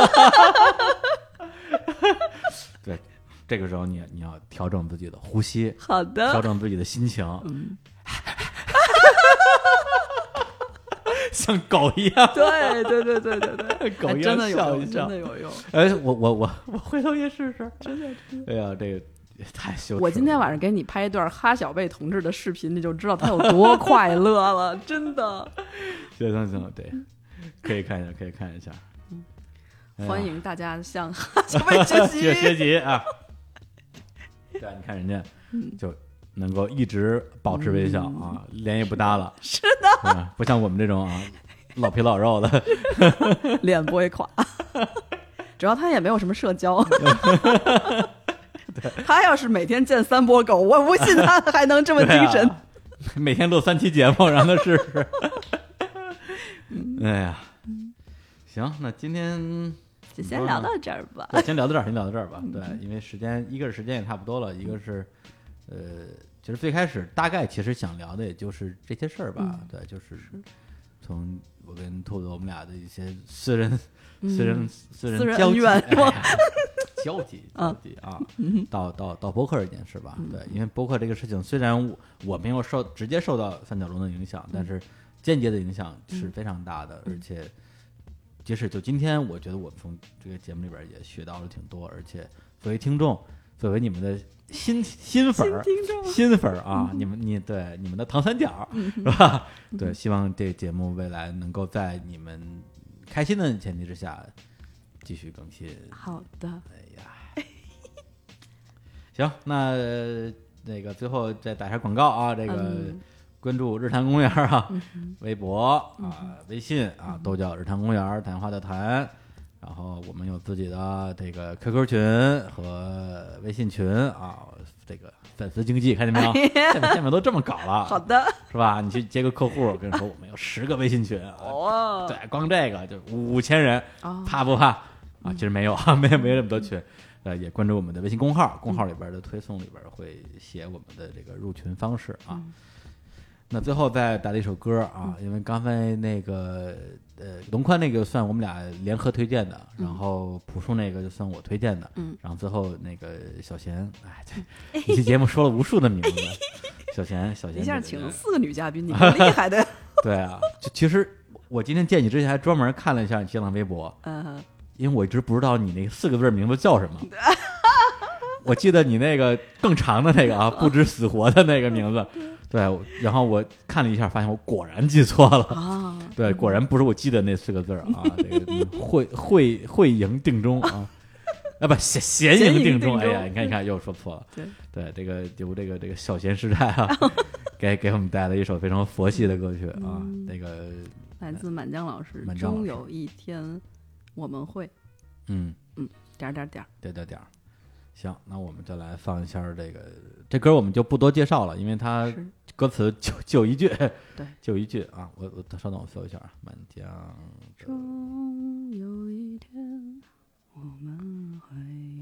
对。这个时候你要调整自己的呼吸， 好的， 调整自己的心情。 像狗一样， 对， 狗一样笑一笑， 真的有用。 哎，我回头也试试，真的。哎呀，这个也太羞耻了。 我今天晚上给你拍一段哈小贝同志的视频，你就知道他有多快乐了，真的。 行，对，可以看一下。 欢迎大家向哈小贝学习啊！对，你看人家就能够一直保持微笑啊，脸也不耷拉， 是的， 不像我们这种啊老皮老肉的， 脸不会垮。主要他也没有什么社交。他要是每天见3波狗，我不信他还能这么精神。 每天录3期节目，让他试试。哎呀，行，那今天就先聊到这儿吧。 对，先聊到这儿吧。对，因为一个是时间也差不多了，一个是其实最开始大概其实想聊的也就是这些事儿吧。对，就是从我跟兔子我们俩的一些私人交集是吧？交集啊，到播客这件事吧。对，因为播客这个事情，虽然我没有直接受到三角龙的影响，但是间接的影响是非常大的。而且即使就今天，我觉得我们从这个节目里边也学到了挺多。而且作为听众，作为你们的新粉儿啊，你们的唐三角是吧？对，希望这个节目未来能够在你们开心的前提之下继续更新。 好的。 哎呀，行，那个最后再打一下广告啊，这个关注日坛公园啊，微博啊、微信啊都叫日坛公园，谈话的谈。然后我们有自己的这个 QQ 群和微信群啊，这个粉丝经济看见没有？现在都这么搞了， 好的， 是吧？你去接个客户，跟你说我们有10个微信群啊，对，光这个就5000人，怕不怕啊？其实没有啊，没有这么多群。也关注我们的微信公号，公号里边的推送里边会写我们的这个入群方式啊。那最后再带了一首歌啊，因为刚才那个龙宽那个算我们俩联合推荐的，然后朴树那个就算我推荐的，然后最后那个小贤，这一期节目说了无数的名字，小贤， 一下请了4个女嘉宾，你蛮厉害的。 对啊，其实我今天见你之前还专门看了一下你新浪微博，因为我一直不知道你那4个字名字叫什么。我记得你那个更长的那个啊，不知死活的那个名字。对，然后我看了一下，发现我果然记错了啊！对，果然不是我记得那4个字啊，这个会赢定中啊，不闲赢定中。哎呀，你看又说错了。对，这个由这个小贤时代啊，给我们带来一首非常佛系的歌曲啊，那个来自满江老师，终有一天我们会，点。 对。行，那我们就来放一下这歌，我们就不多介绍了，因为它歌词就一句， 对， 就一句啊。我稍等，我搜一下啊，满江。 终有一天我们会。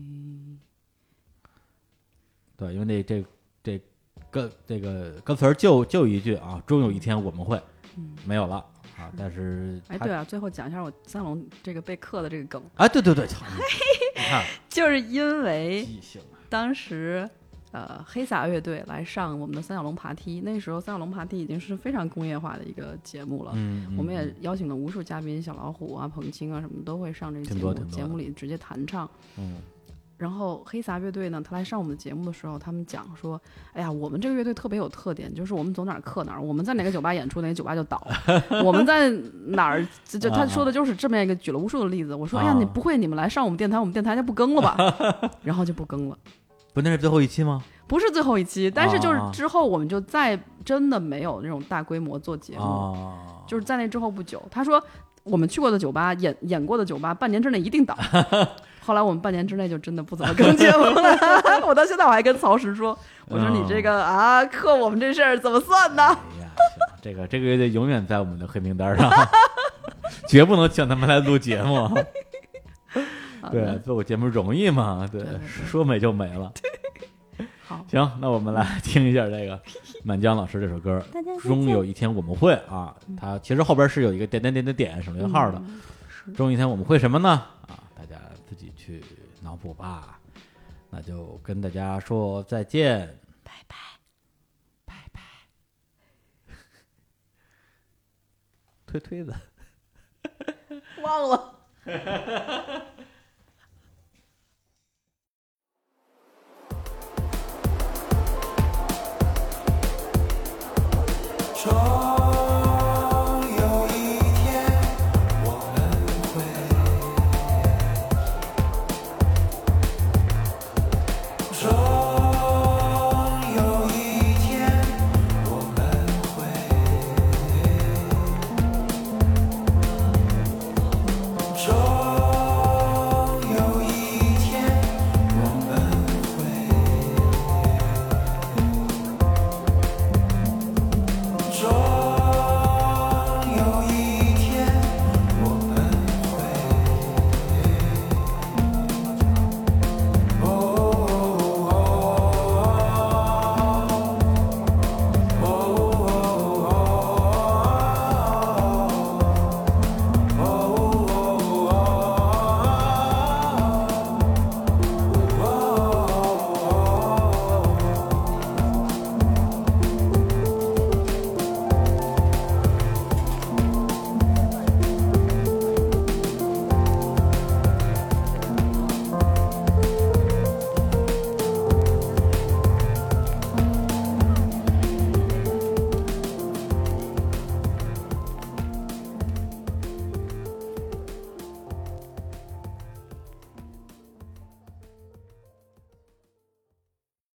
对，因为这个歌词就一句啊，终有一天我们会，没有了啊。但是对啊，最后讲一下我三龙这个被克的这个梗啊，对， 就是因为当时黑撒乐队来上我们的三角龙爬梯，那时候三角龙爬梯已经是非常工业化的一个节目了。我们也邀请了无数嘉宾，小老虎啊、彭青啊什么都会上这个节目，节目里直接弹唱。然后黑撒乐队呢，他来上我们的节目的时候，他们讲说，哎呀，我们这个乐队特别有特点，就是我们走哪儿克哪儿，我们在哪个酒吧演出，哪个酒吧就倒，我们在哪儿就他说的就是这么一个，举了无数的例子。我说，哎呀，你不会，你们来上我们电台，我们电台就不更了吧？然后就不更了。 不，那是最后一期吗？ 不是最后一期，但是就是之后我们就再真的没有那种大规模做节目，就是在那之后不久，他说我们去过的酒吧演过的酒吧，半年之内一定倒。后来我们半年之内就真的不怎么更节目了。我到现在我还跟曹石说，我说你这个克我们这事儿怎么算呢？ 哎呀，这个乐队永远在我们的黑名单上，绝不能请他们来录节目。对，做个节目容易吗？对，说没就没了。 好， 行，那我们来听一下这个满江老师这首歌《终有一天我们会》啊。它其实后边是有一个点省略号的。终有一天我们会什么呢？啊，大家自己去脑补吧。那就跟大家说再见， 拜拜。 推推子， 忘了。